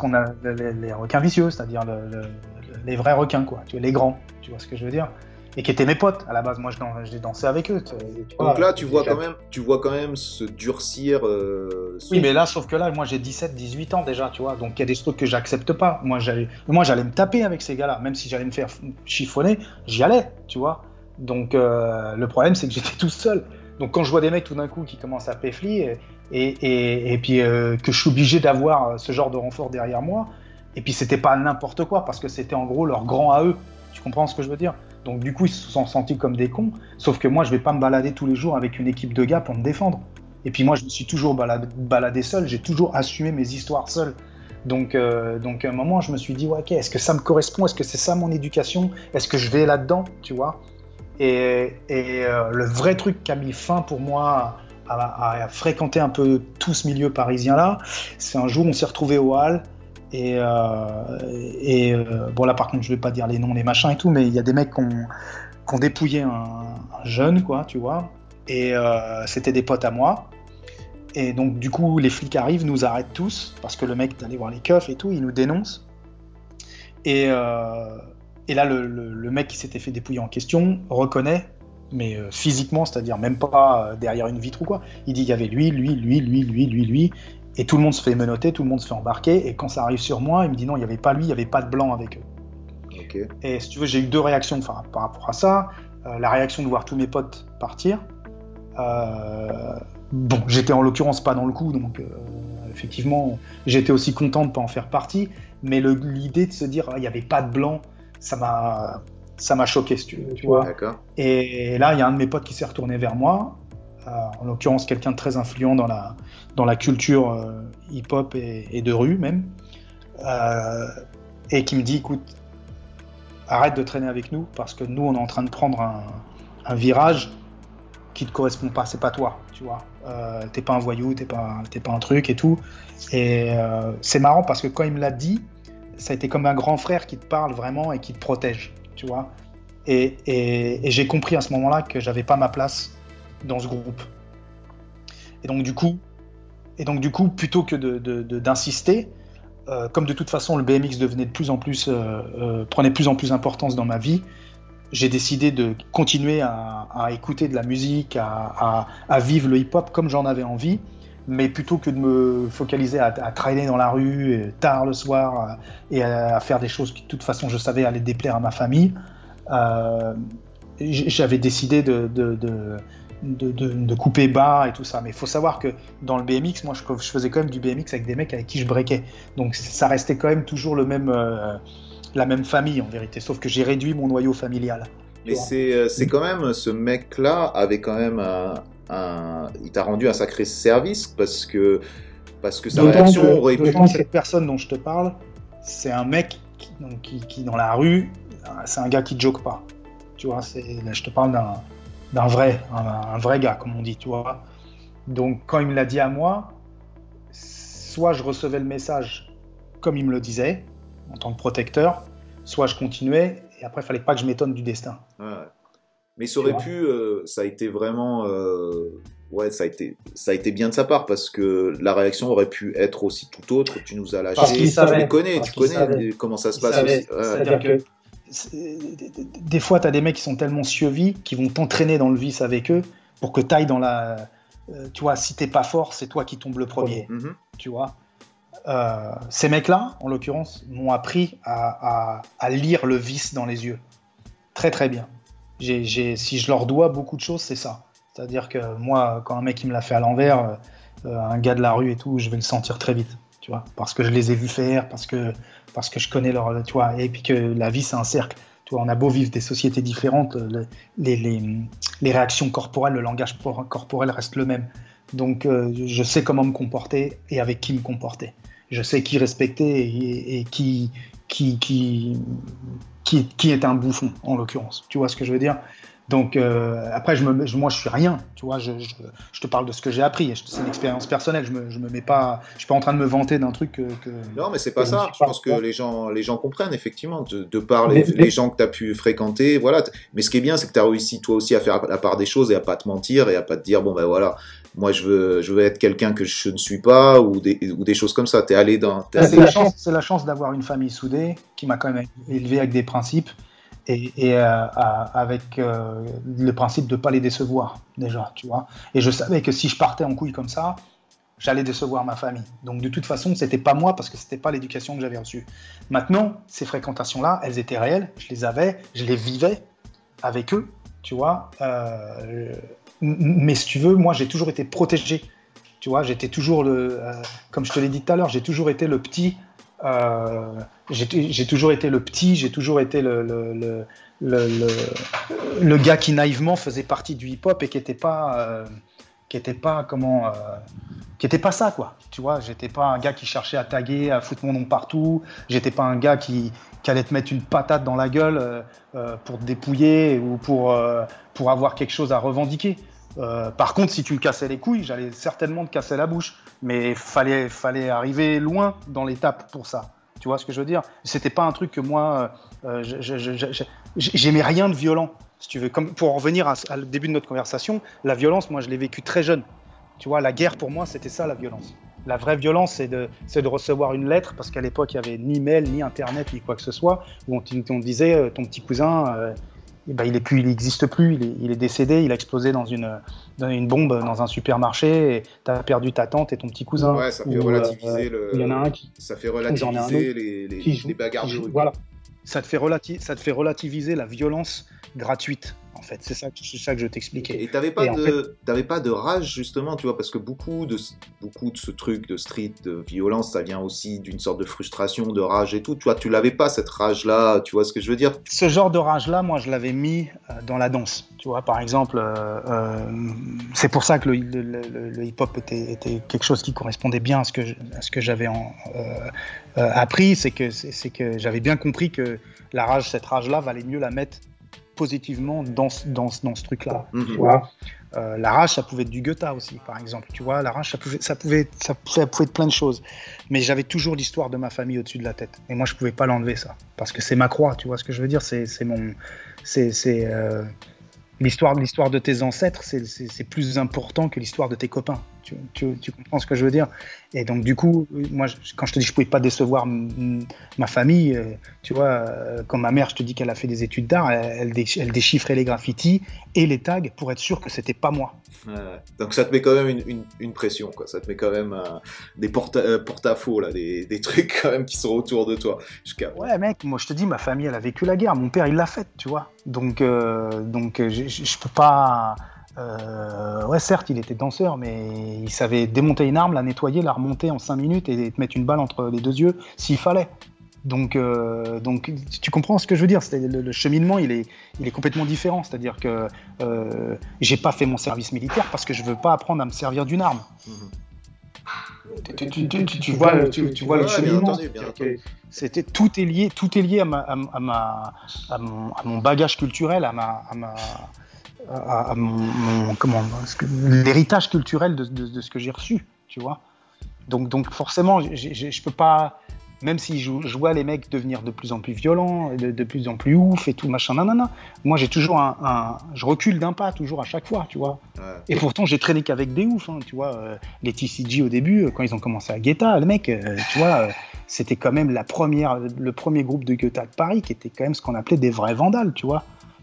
requins vicieux, c'est-à-dire les vrais requins, quoi, tu vois, les grands, tu vois ce que je veux dire. Et qui étaient mes potes à la base, moi j'ai dansé avec eux. Donc là tu vois quand même se durcir. Oui, mais là, sauf que là, moi j'ai 17-18 ans déjà, tu vois, donc il y a des trucs que j'accepte pas. Moi j'allais me taper avec ces gars-là, même si j'allais me faire chiffonner, j'y allais, tu vois. Donc le problème c'est que j'étais tout seul. Donc quand je vois des mecs tout d'un coup qui commencent à péfli et puis que je suis obligé d'avoir ce genre de renfort derrière moi, et puis c'était pas n'importe quoi parce que c'était en gros leur grand à eux. Tu comprends ce que je veux dire? Donc du coup, ils se sont sentis comme des cons, sauf que moi, je vais pas me balader tous les jours avec une équipe de gars pour me défendre. Et puis moi, je me suis toujours baladé seul, j'ai toujours assumé mes histoires seul. Donc à un moment, je me suis dit, ouais, ok, est-ce que ça me correspond? Est-ce que c'est ça mon éducation? Est-ce que je vais là-dedans, tu vois? Et le vrai truc qui a mis fin pour moi à fréquenter un peu tout ce milieu parisien-là, c'est un jour, on s'est retrouvés au Hall. Bon là par contre je vais pas dire les noms, les machins et tout, mais il y a des mecs qui ont dépouillé un jeune, quoi, tu vois, et c'était des potes à moi, et donc du coup les flics arrivent, nous arrêtent tous parce que le mec est allé voir les keufs et tout, il nous dénonce, et là le mec qui s'était fait dépouiller en question reconnaît, mais physiquement, c'est-à-dire même pas derrière une vitre ou quoi, il dit il y avait lui, et tout le monde se fait menotter, tout le monde se fait embarquer, et quand ça arrive sur moi, il me dit non, il n'y avait pas lui, il n'y avait pas de blanc avec eux. Okay. Et si tu veux, j'ai eu 2 réactions par rapport à ça. La réaction de voir tous mes potes partir. Bon, j'étais en l'occurrence pas dans le coup, donc effectivement, j'étais aussi content de ne pas en faire partie, mais l'idée de se dire il n'y avait pas de blanc, ça m'a choqué, si tu vois. D'accord. Et là, il y a un de mes potes qui s'est retourné vers moi, en l'occurrence quelqu'un de très influent dans la culture hip-hop et de rue même, et qui me dit, écoute, arrête de traîner avec nous parce que nous on est en train de prendre un virage qui te correspond pas, c'est pas toi, tu vois, t'es pas un voyou, t'es pas un truc et tout, et c'est marrant parce que quand il me l'a dit, ça a été comme un grand frère qui te parle vraiment et qui te protège, tu vois, et j'ai compris à ce moment-là que j'avais pas ma place dans ce groupe, et donc du coup plutôt que d'insister, comme de toute façon le BMX devenait de plus en plus prenait de plus en plus d'importance dans ma vie, j'ai décidé de continuer à écouter de la musique, à vivre le hip-hop comme j'en avais envie, mais plutôt que de me focaliser à traîner dans la rue tard le soir et à faire des choses qui de toute façon je savais allaient déplaire à ma famille, j'avais décidé de couper bas et tout ça. Mais il faut savoir que dans le BMX, moi je faisais quand même du BMX avec des mecs avec qui je breakais, donc ça restait quand même toujours la même famille en vérité, sauf que j'ai réduit mon noyau familial. Mais c'est quand même, ce mec-là avait quand même il t'a rendu un sacré service parce que sa réaction aurait pu... Cette personne dont je te parle, c'est un mec qui dans la rue, c'est un gars qui joke pas, tu vois, là je te parle d'un vrai gars, comme on dit, tu vois. Donc quand il me l'a dit à moi, soit je recevais le message comme il me le disait, en tant que protecteur, soit je continuais, et après il fallait pas que je m'étonne du destin. Ouais. Mais ça aurait pu, ça a été vraiment, ça a été bien de sa part, parce que la réaction aurait pu être aussi tout autre. Tu nous as lâché, tu connais comment ça se passe aussi. C'est-à-dire que des fois, tu as des mecs qui sont tellement survie qui vont t'entraîner dans le vice avec eux pour que tu ailles dans la tu vois, si t'es pas fort, c'est toi qui tombes le premier, tu vois. Ces mecs-là, en l'occurrence, m'ont appris à lire le vice dans les yeux. Très très bien. Si je leur dois beaucoup de choses, c'est ça. C'est-à-dire que moi, quand un mec il me l'a fait à l'envers, un gars de la rue et tout, je vais le sentir très vite, tu vois, parce que je les ai vus faire, parce que je connais leur, tu vois, et puis que la vie c'est un cercle. Tu vois, on a beau vivre des sociétés différentes, les réactions corporelles, le langage corporel reste le même. Donc, je sais comment me comporter et avec qui me comporter. Je sais qui respecter et qui est un bouffon, en l'occurrence. Tu vois ce que je veux dire? Donc, après, moi, je suis rien. Tu vois, je te parle de ce que j'ai appris. C'est une expérience personnelle. Je me mets pas. Je suis pas en train de me vanter d'un truc que non, mais c'est pas ça. Je pense que les gens comprennent effectivement de par les gens que tu as pu fréquenter. Voilà. Mais ce qui est bien, c'est que tu as réussi toi aussi à faire la part des choses et à pas te mentir et à pas te dire bon ben voilà, moi je veux être quelqu'un que je ne suis pas ou des choses comme ça. T'es allé dans. C'est la chance d'avoir une famille soudée qui m'a quand même élevé avec des principes. Et avec le principe de ne pas les décevoir, déjà, tu vois. Et je savais que si je partais en couille comme ça, j'allais décevoir ma famille. Donc, de toute façon, ce n'était pas moi parce que ce n'était pas l'éducation que j'avais reçue. Maintenant, ces fréquentations-là, elles étaient réelles, je les avais, je les vivais avec eux, tu vois. Mais si tu veux, moi, j'ai toujours été protégé. Tu vois, j'étais toujours comme je te l'ai dit tout à l'heure, j'ai toujours été le petit... j'ai toujours été le petit, j'ai toujours été le gars qui naïvement faisait partie du hip-hop et qui était pas ça, quoi. Tu vois, j'étais pas un gars qui cherchait à taguer, à foutre mon nom partout. J'étais pas un gars qui allait te mettre une patate dans la gueule pour te dépouiller ou pour avoir quelque chose à revendiquer. Par contre, si tu me cassais les couilles, j'allais certainement te casser la bouche. Mais fallait arriver loin dans l'étape pour ça. Tu vois ce que je veux dire? C'était pas un truc que moi, j'aimais rien de violent. Si tu veux, comme pour en revenir à le début de notre conversation, la violence, moi, je l'ai vécue très jeune. Tu vois, la guerre pour moi, c'était ça la violence. La vraie violence, c'est de recevoir une lettre, parce qu'à l'époque, il n'y avait ni mail, ni internet, ni quoi que ce soit, où on disait ton petit cousin. Il n'existe plus, il est décédé, il a explosé dans une bombe dans un supermarché, et tu as perdu ta tante et ton petit cousin. Ouais, ça fait relativiser il y en a un qui. Ça fait relativiser les bagarres de rue. Voilà. Ça te fait relativiser la violence gratuite, en fait. C'est ça que je t'expliquais. Et t'avais pas de rage, justement, tu vois, parce que beaucoup de ce truc de street, de violence, ça vient aussi d'une sorte de frustration, de rage et tout. Tu vois, tu l'avais pas, cette rage-là, tu vois ce que je veux dire? Ce genre de rage-là, moi, je l'avais mis dans la danse. Tu vois, par exemple, c'est pour ça que le hip-hop était quelque chose qui correspondait bien à ce que j'avais appris. C'est que j'avais bien compris que cette rage-là, valait mieux la mettre positivement dans ce truc-là. Tu vois, la rage, ça pouvait être du Goethe aussi, par exemple. Tu vois, la rage, ça pouvait être plein de choses. Mais j'avais toujours l'histoire de ma famille au-dessus de la tête. Et moi, je pouvais pas l'enlever, ça, parce que c'est ma croix. Tu vois ce que je veux dire? L'histoire de tes ancêtres, c'est plus important que l'histoire de tes copains. Tu comprends ce que je veux dire? Et donc, du coup, moi, quand je te dis que je ne pouvais pas décevoir ma famille, tu vois, quand ma mère, je te dis qu'elle a fait des études d'art, elle déchiffrait les graffitis et les tags pour être sûre que ce n'était pas moi. Donc, ça te met quand même une pression, quoi. Ça te met quand même des porte-à-faux, là, des trucs quand même qui sont autour de toi. Ouais, mec, moi, je te dis, ma famille, elle a vécu la guerre. Mon père, il l'a faite, tu vois. Donc je peux pas... ouais, certes, il était danseur, mais il savait démonter une arme, la nettoyer, la remonter en 5 minutes et te mettre une balle entre les 2 yeux s'il fallait. Donc, tu comprends ce que je veux dire? Le cheminement, il est complètement différent. C'est-à-dire que j'ai pas fait mon service militaire parce que je veux pas apprendre à me servir d'une arme. Tu vois le cheminement. C'était tout est lié à mon bagage culturel, l'héritage culturel de ce que j'ai reçu, tu vois. Donc forcément, je peux pas, même si je vois les mecs devenir de plus en plus violents, de plus en plus ouf et tout machin, nanana. Moi, j'ai toujours je recule d'un pas toujours à chaque fois, tu vois. Ouais. Et pourtant, j'ai traîné qu'avec des oufs, hein, tu vois. Les TCG au début, quand ils ont commencé à Guetta, le mec, tu vois, c'était quand même le premier groupe de Guetta de Paris qui était quand même ce qu'on appelait des vrais vandales, tu vois.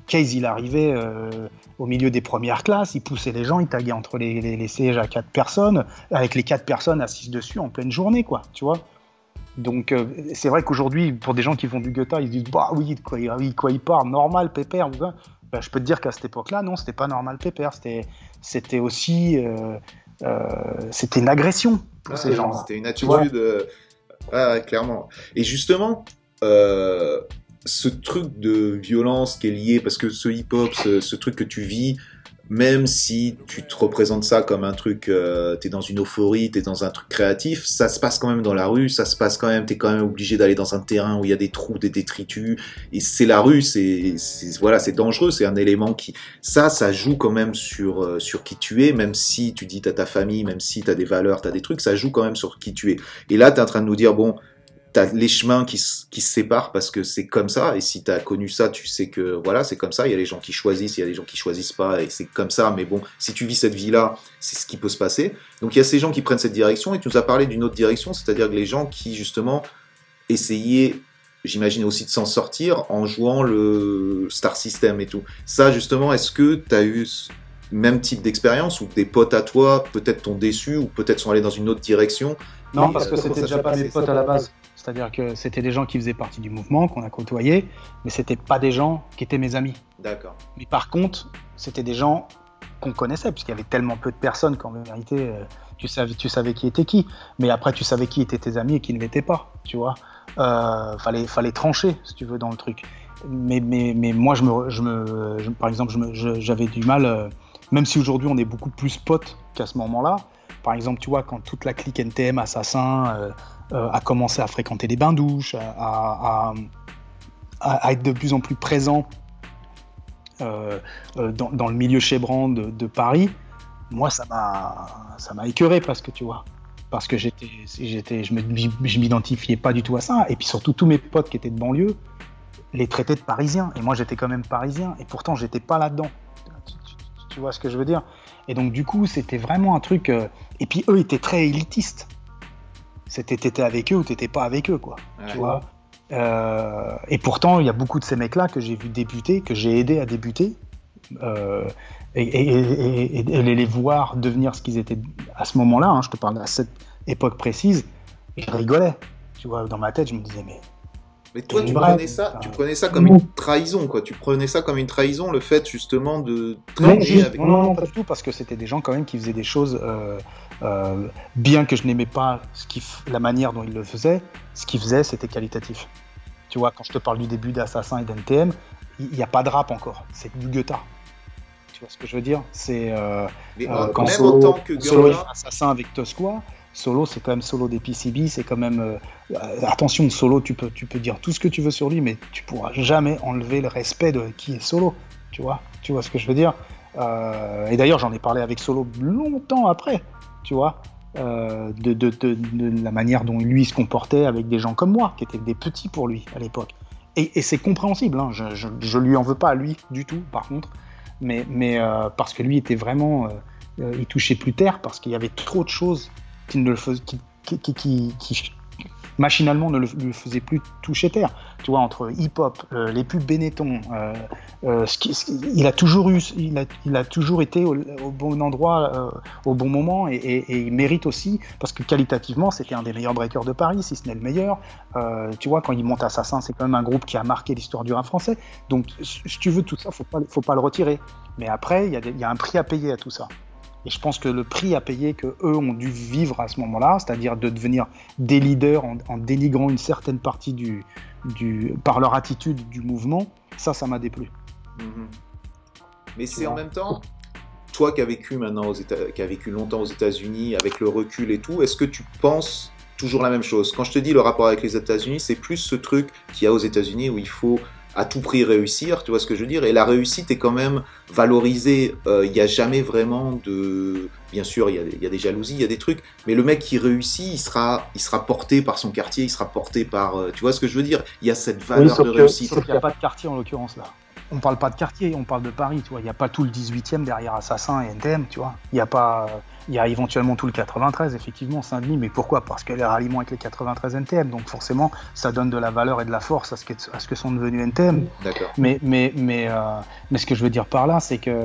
Case, il arrivait au milieu des premières classes, il poussait les gens, il taguait entre les sièges à 4 personnes, avec les 4 personnes assises dessus en pleine journée, quoi, tu vois. Donc, c'est vrai qu'aujourd'hui, pour des gens qui font du Goethe, ils se disent, bah oui, de quoi il parle, normal, pépère. Bah, je peux te dire qu'à cette époque-là, non, c'était pas normal, pépère. C'était aussi, c'était une agression pour ces gens-là. C'était une attitude, clairement. Et justement, ce truc de violence qui est lié, parce que ce hip-hop, ce truc que tu vis, même si tu te représentes ça comme un truc, t'es dans une euphorie, t'es dans un truc créatif, ça se passe quand même dans la rue, ça se passe quand même, t'es quand même obligé d'aller dans un terrain où il y a des trous, des détritus, et c'est la rue, c'est dangereux, c'est un élément qui, ça joue quand même sur qui tu es, même si tu dis t'as ta famille, même si t'as des valeurs, t'as des trucs, ça joue quand même sur qui tu es. Et là, t'es en train de nous dire, bon, t'as les chemins qui se séparent parce que c'est comme ça, et si t'as connu ça, tu sais que voilà, c'est comme ça, il y a les gens qui choisissent, il y a les gens qui choisissent pas, et c'est comme ça, mais bon, si tu vis cette vie-là, c'est ce qui peut se passer. Donc il y a ces gens qui prennent cette direction, et tu nous as parlé d'une autre direction, c'est-à-dire que les gens qui, justement, essayaient, j'imagine aussi de s'en sortir en jouant le Star System et tout. Ça, justement, est-ce que t'as eu même type d'expérience, ou des potes à toi, peut-être t'ont déçu, ou peut-être sont allés dans une autre direction? Non, parce que c'était déjà pas mes potes à la base. C'est-à-dire que c'était des gens qui faisaient partie du mouvement, qu'on a côtoyé, mais c'était pas des gens qui étaient mes amis. D'accord. Mais par contre, c'était des gens qu'on connaissait, puisqu'il y avait tellement peu de personnes qu'en vérité, tu savais qui était qui. Mais après, tu savais qui étaient tes amis et qui ne l'étaient pas, tu vois. Fallait trancher, si tu veux, dans le truc. Mais moi, par exemple, j'avais du mal, même si aujourd'hui on est beaucoup plus potes qu'à ce moment-là. Par exemple, tu vois, quand toute la clique NTM Assassin a commencé à fréquenter les bains-douches, à être de plus en plus présent dans le milieu chébrant de Paris, moi, ça m'a écœuré presque, tu vois. Parce que je m'identifiais pas du tout à ça. Et puis surtout, tous mes potes qui étaient de banlieue les traitaient de Parisiens. Et moi, j'étais quand même Parisien. Et pourtant, j'étais pas là-dedans. Tu vois ce que je veux dire? Et donc, du coup, c'était vraiment un truc... Et puis, eux étaient très élitistes. T'étais avec eux ou t'étais pas avec eux, quoi. Ouais. Tu vois. Et pourtant, il y a beaucoup de ces mecs-là que j'ai vu débuter, que j'ai aidé à débuter, et les voir devenir ce qu'ils étaient à ce moment-là. Hein, je te parle à cette époque précise. Et je rigolais. Tu vois, dans ma tête, je me disais, mais toi, tu prenais ça comme une trahison, quoi. Tu prenais ça comme une trahison, le fait justement de traîner avec... Non, pas du tout, parce que c'était des gens quand même qui faisaient des choses, bien que je n'aimais pas la manière dont ils le faisaient, ce qu'ils faisaient, c'était qualitatif. Tu vois, quand je te parle du début d'Assassin et d'NTM, il n'y a pas de rap encore, c'est du Goethe. Tu vois ce que je veux dire? C'est quand même Solo, autant que Solo il fait Assassin avec Tosqua. Solo, c'est quand même Solo des PCB, c'est quand même... attention, Solo, tu peux dire tout ce que tu veux sur lui, mais tu pourras jamais enlever le respect de qui est Solo, tu vois ce que je veux dire? Et d'ailleurs, j'en ai parlé avec Solo longtemps après, tu vois, de la manière dont lui se comportait avec des gens comme moi, qui étaient des petits pour lui à l'époque. Et c'est compréhensible, hein, je lui en veux pas à lui du tout, par contre, mais parce que lui était vraiment... il touchait plus terre, parce qu'il y avait trop de choses qui machinalement ne lui faisait plus toucher terre. Tu vois, entre hip-hop, les pubs Benetton, il a toujours été au bon endroit, au bon moment, et il mérite aussi, parce que qualitativement, c'était un des meilleurs breakers de Paris, si ce n'est le meilleur. Tu vois, quand il monte Assassin, c'est quand même un groupe qui a marqué l'histoire du rap français. Donc, si tu veux tout ça, faut pas le retirer. Mais après, il y a un prix à payer à tout ça. Et je pense que le prix à payer qu'eux ont dû vivre à ce moment-là, c'est-à-dire de devenir des leaders en dénigrant une certaine partie par leur attitude du mouvement, ça m'a déplu. Mais c'est en même temps, toi qui as vécu longtemps aux États-Unis, avec le recul et tout, est-ce que tu penses toujours la même chose? Quand je te dis le rapport avec les États-Unis, c'est plus ce truc qu'il y a aux États-Unis où il faut à tout prix réussir, tu vois ce que je veux dire? Et la réussite est quand même valorisée. Il n'y a jamais vraiment de... Bien sûr, il y a des jalousies, il y a des trucs, mais le mec qui réussit, il sera porté par son quartier, il sera porté par... tu vois ce que je veux dire? Il y a cette valeur de réussite. Sauf qu'il n'y a pas de quartier en l'occurrence là. On parle pas de quartier, on parle de Paris, tu vois. Il n'y a pas tout le 18e derrière Assassin et NTM, tu vois. Il n'y a pas... Il y a éventuellement tout le 93, effectivement, Saint-Denis, mais pourquoi ? Parce qu'elle est ralliement avec les 93 NTM, donc forcément, ça donne de la valeur et de la force à ce que sont devenus NTM. D'accord. Mais ce que je veux dire par là, c'est que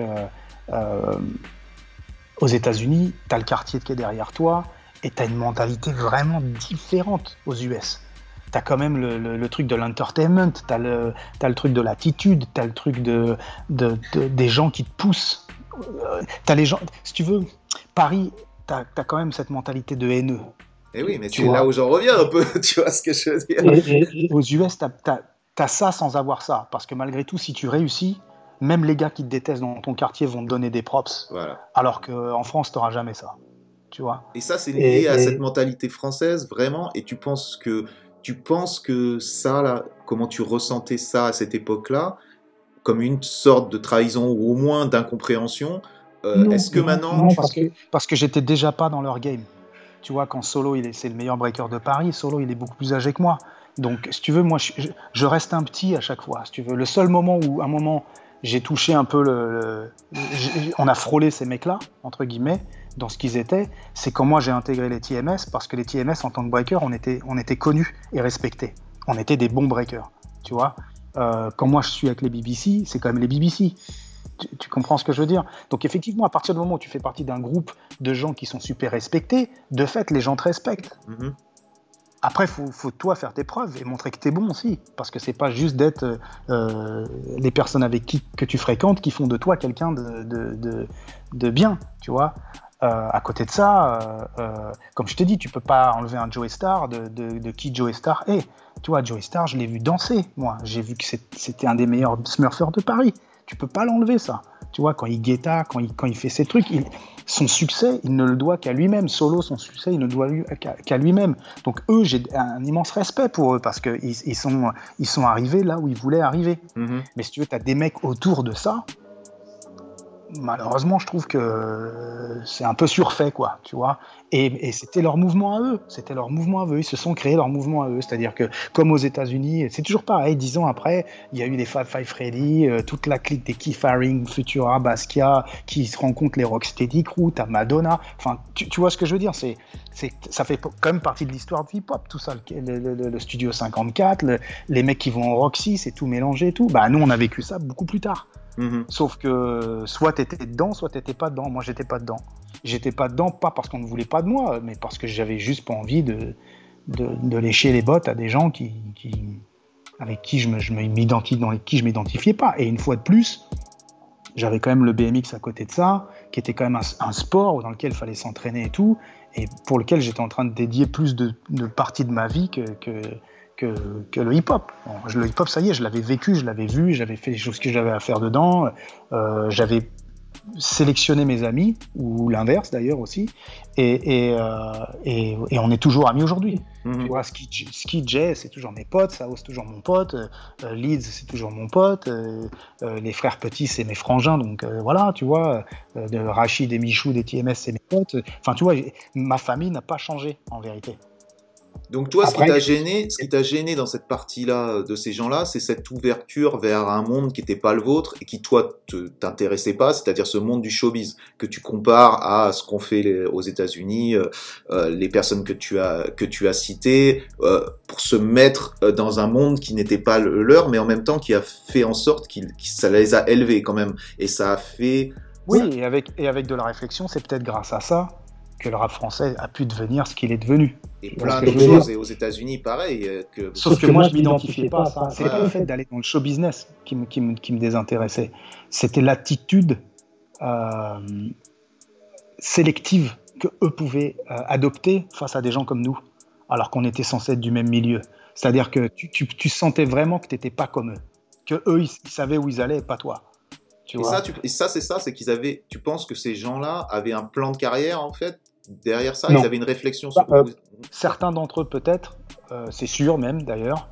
aux États-Unis, tu as le quartier qui est derrière toi, et tu as une mentalité vraiment différente aux US. Tu as quand même le truc de l'entertainment, tu as le truc de l'attitude, tu as le truc des gens qui te poussent. T'as les gens, si tu veux, Paris, t'as quand même cette mentalité de haineux. Et oui, mais c'est là où j'en reviens un peu, tu vois ce que je veux dire. Et aux US, t'as ça sans avoir ça, parce que malgré tout, si tu réussis, même les gars qui te détestent dans ton quartier vont te donner des props, voilà. Alors qu'en France, t'auras jamais ça, tu vois. Et ça, c'est lié à cette mentalité française, vraiment, et tu penses que ça, là, comment tu ressentais ça à cette époque-là, comme une sorte de trahison ou au moins d'incompréhension. Est-ce que maintenant... Non, parce que j'étais déjà pas dans leur game. Tu vois, quand Solo, c'est le meilleur breaker de Paris, Solo, il est beaucoup plus âgé que moi. Donc, si tu veux, moi, je reste un petit à chaque fois. Si tu veux, le seul moment où, un moment, j'ai touché un peu on a frôlé ces mecs-là, entre guillemets, dans ce qu'ils étaient, c'est quand moi j'ai intégré les TMS, parce que les TMS, en tant que breaker, on était connus et respectés. On était des bons breakers, tu vois. Quand moi je suis avec les BBC, c'est quand même les BBC. Tu comprends ce que je veux dire ? Donc effectivement, à partir du moment où tu fais partie d'un groupe de gens qui sont super respectés, de fait, les gens te respectent. Mm-hmm. Après, faut toi faire tes preuves et montrer que t'es bon aussi, parce que c'est pas juste d'être les personnes avec que tu fréquentes qui font de toi quelqu'un de bien, tu vois. À côté de ça, comme je t'ai dit, tu peux pas enlever un Joey Starr de qui Joey Starr est. Tu vois, Joey Starr, je l'ai vu danser, moi. J'ai vu que c'était un des meilleurs smurfers de Paris. Tu peux pas l'enlever, ça. Tu vois, quand il guetta, quand il fait ses trucs, son succès, il ne le doit qu'à lui-même. Solo, son succès, il ne doit qu'à lui-même. Donc eux, j'ai un immense respect pour eux, parce qu'ils sont arrivés là où ils voulaient arriver. Mm-hmm. Mais si tu veux, tu as des mecs autour de ça, malheureusement, je trouve que c'est un peu surfait, quoi, tu vois. Et c'était leur mouvement à eux. Ils se sont créés leur mouvement à eux. C'est-à-dire que, comme aux États-Unis, c'est toujours pareil. 10 ans après, il y a eu les Fab Five Freddy, toute la clique des Keith Haring, Futura, Basquiat, qui se rencontrent, les Rocksteady Crew, t'as Madonna. Enfin, tu vois ce que je veux dire. Ça fait quand même partie de l'histoire du hip-hop, tout ça. Le Studio 54, les mecs qui vont au Roxy, c'est tout mélangé et tout. Bah, nous, on a vécu ça beaucoup plus tard. Mm-hmm. Sauf que soit t'étais dedans, soit t'étais pas dedans. Moi, j'étais pas dedans. J'étais pas dedans, pas parce qu'on ne voulait pas de moi, mais parce que j'avais juste pas envie de lécher les bottes à des gens avec qui je m'identifiais pas. Et une fois de plus, j'avais quand même le BMX à côté de ça, qui était quand même un sport dans lequel il fallait s'entraîner et tout, et pour lequel j'étais en train de dédier plus de parties de ma vie que le hip-hop. Bon, le hip-hop, ça y est, je l'avais vécu, je l'avais vu, j'avais fait les choses que j'avais à faire dedans, j'avais sélectionné mes amis, ou l'inverse d'ailleurs aussi, et on est toujours amis aujourd'hui. Mm-hmm. Tu vois, Ski Jay, c'est toujours mes potes, Sao, c'est toujours mon pote, Leeds, c'est toujours mon pote, les frères petits, c'est mes frangins, donc voilà, tu vois, Rachid et Michou des TMS, c'est mes potes. Enfin, tu vois, ma famille n'a pas changé, en vérité. Donc toi, ce qui t'a gêné dans cette partie-là de ces gens-là, c'est cette ouverture vers un monde qui n'était pas le vôtre et qui, toi, t'intéressait pas, c'est-à-dire ce monde du showbiz, que tu compares à ce qu'on fait aux États-Unis, les personnes que tu as citées, pour se mettre dans un monde qui n'était pas le leur, mais en même temps qui a fait en sorte ça les a élevés quand même. Et ça a fait... Oui, et avec de la réflexion, c'est peut-être grâce à ça que le rap français a pu devenir ce qu'il est devenu. Et plein d'autres choses, et aux États-Unis, pareil. Sauf que moi, je ne m'identifiais pas à ça. C'est pas le fait d'aller dans le show business qui me désintéressait. C'était l'attitude sélective qu'eux pouvaient adopter face à des gens comme nous, alors qu'on était censés être du même milieu. C'est-à-dire que tu sentais vraiment que tu n'étais pas comme eux, qu'eux, ils savaient où ils allaient et pas toi. C'est qu'ils avaient... Tu penses que ces gens-là avaient un plan de carrière, en fait, derrière ça? Non. Ils avaient une réflexion sur... Certains d'entre eux, peut-être, c'est sûr même, d'ailleurs,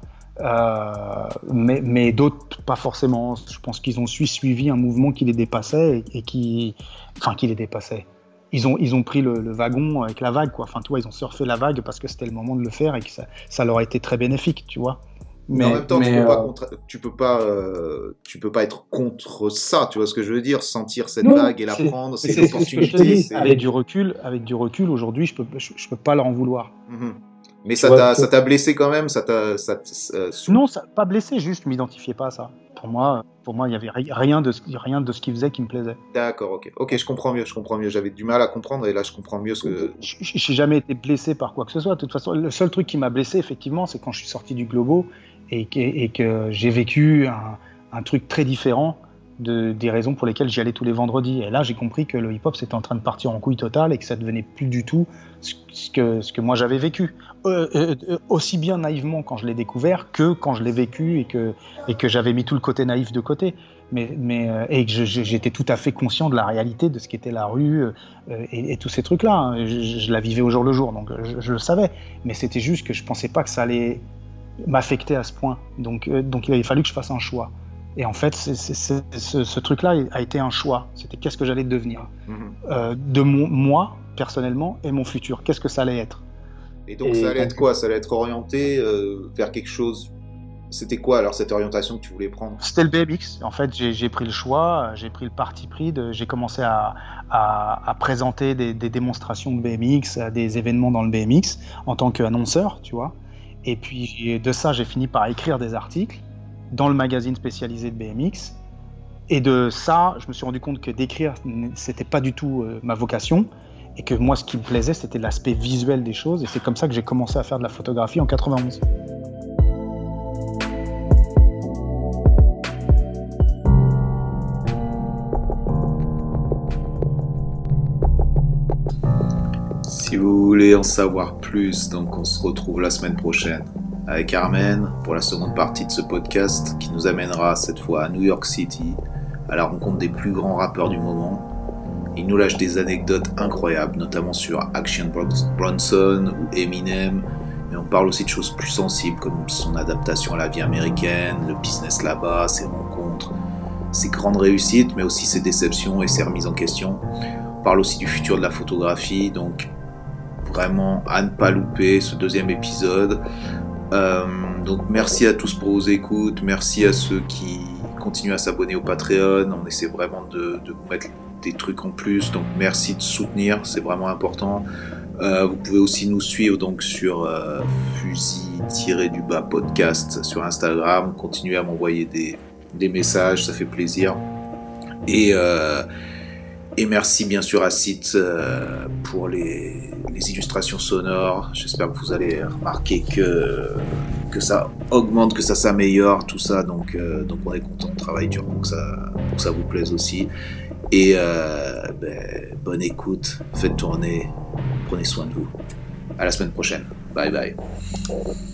mais d'autres, pas forcément. Je pense qu'ils ont suivi un mouvement qui les dépassait qui les dépassait. Ils ont pris le wagon avec la vague, quoi. Enfin, tu vois, ils ont surfé la vague parce que c'était le moment de le faire et que ça leur a été très bénéfique, tu vois. Mais en même temps, tu peux pas être contre ça, tu vois ce que je veux dire, sentir cette vague et la prendre, c'est une opportunité. Avec du recul, aujourd'hui, je peux pas leur en vouloir. Mais ça t'a blessé quand même, Non, ça pas blessé, juste je m'identifiais pas à ça. Pour moi, il y avait rien de ce qu'il faisait qui me plaisait. D'accord, ok, je comprends mieux. J'avais du mal à comprendre et là je comprends mieux ce que. Je n'ai jamais été blessé par quoi que ce soit. De toute façon, le seul truc qui m'a blessé, effectivement, c'est quand je suis sorti du Globo et que j'ai vécu un truc très différent des raisons pour lesquelles j'y allais tous les vendredis. Et là, j'ai compris que le hip-hop c'était en train de partir en couille totale et que ça devenait plus du tout ce que moi j'avais vécu. Aussi bien naïvement quand je l'ai découvert que quand je l'ai vécu et que j'avais mis tout le côté naïf de côté. Et que j'étais tout à fait conscient de la réalité de ce qu'était la rue et tous ces trucs-là. Hein. Je la vivais au jour le jour, donc je le savais. Mais c'était juste que je pensais pas que ça allait m'affecter à ce point. Donc il avait fallu que je fasse un choix. Et en fait, ce truc-là a été un choix. C'était qu'est-ce que j'allais devenir de moi, personnellement, et mon futur. Qu'est-ce que ça allait être. Et donc, ça allait être quoi ? Ça allait être orienté vers quelque chose. C'était quoi alors cette orientation que tu voulais prendre ? C'était le BMX. En fait, j'ai pris le choix, j'ai pris le parti pris. J'ai commencé à présenter des démonstrations de BMX, des événements dans le BMX en tant qu'annonceur, tu vois. Et puis de ça, j'ai fini par écrire des articles dans le magazine spécialisé de BMX. Et de ça, je me suis rendu compte que d'écrire, c'était pas du tout ma vocation. Et que moi, ce qui me plaisait, c'était l'aspect visuel des choses. Et c'est comme ça que j'ai commencé à faire de la photographie en 91. Si vous voulez en savoir plus, donc on se retrouve la semaine prochaine avec Armen pour la seconde partie de ce podcast qui nous amènera cette fois à New York City, à la rencontre des plus grands rappeurs du moment. Il nous lâche des anecdotes incroyables, notamment sur Action Bronson ou Eminem, mais on parle aussi de choses plus sensibles comme son adaptation à la vie américaine, le business là-bas, ses rencontres, ses grandes réussites, mais aussi ses déceptions et ses remises en question. On parle aussi du futur de la photographie, donc vraiment à ne pas louper ce deuxième épisode. Donc merci à tous pour vos écoutes, merci à ceux qui continuent à s'abonner au Patreon, on essaie vraiment de vous mettre des trucs en plus, donc merci de soutenir, c'est vraiment important. Vous pouvez aussi nous suivre donc sur fusil-podcast sur Instagram, continuez à m'envoyer des messages, ça fait plaisir. Et merci bien sûr à Sith pour les illustrations sonores. J'espère que vous allez remarquer que ça augmente, que ça s'améliore, tout ça. Donc on est content, on travaille dur pour que ça vous plaise aussi. Et bonne écoute, faites tourner, prenez soin de vous. À la semaine prochaine. Bye bye.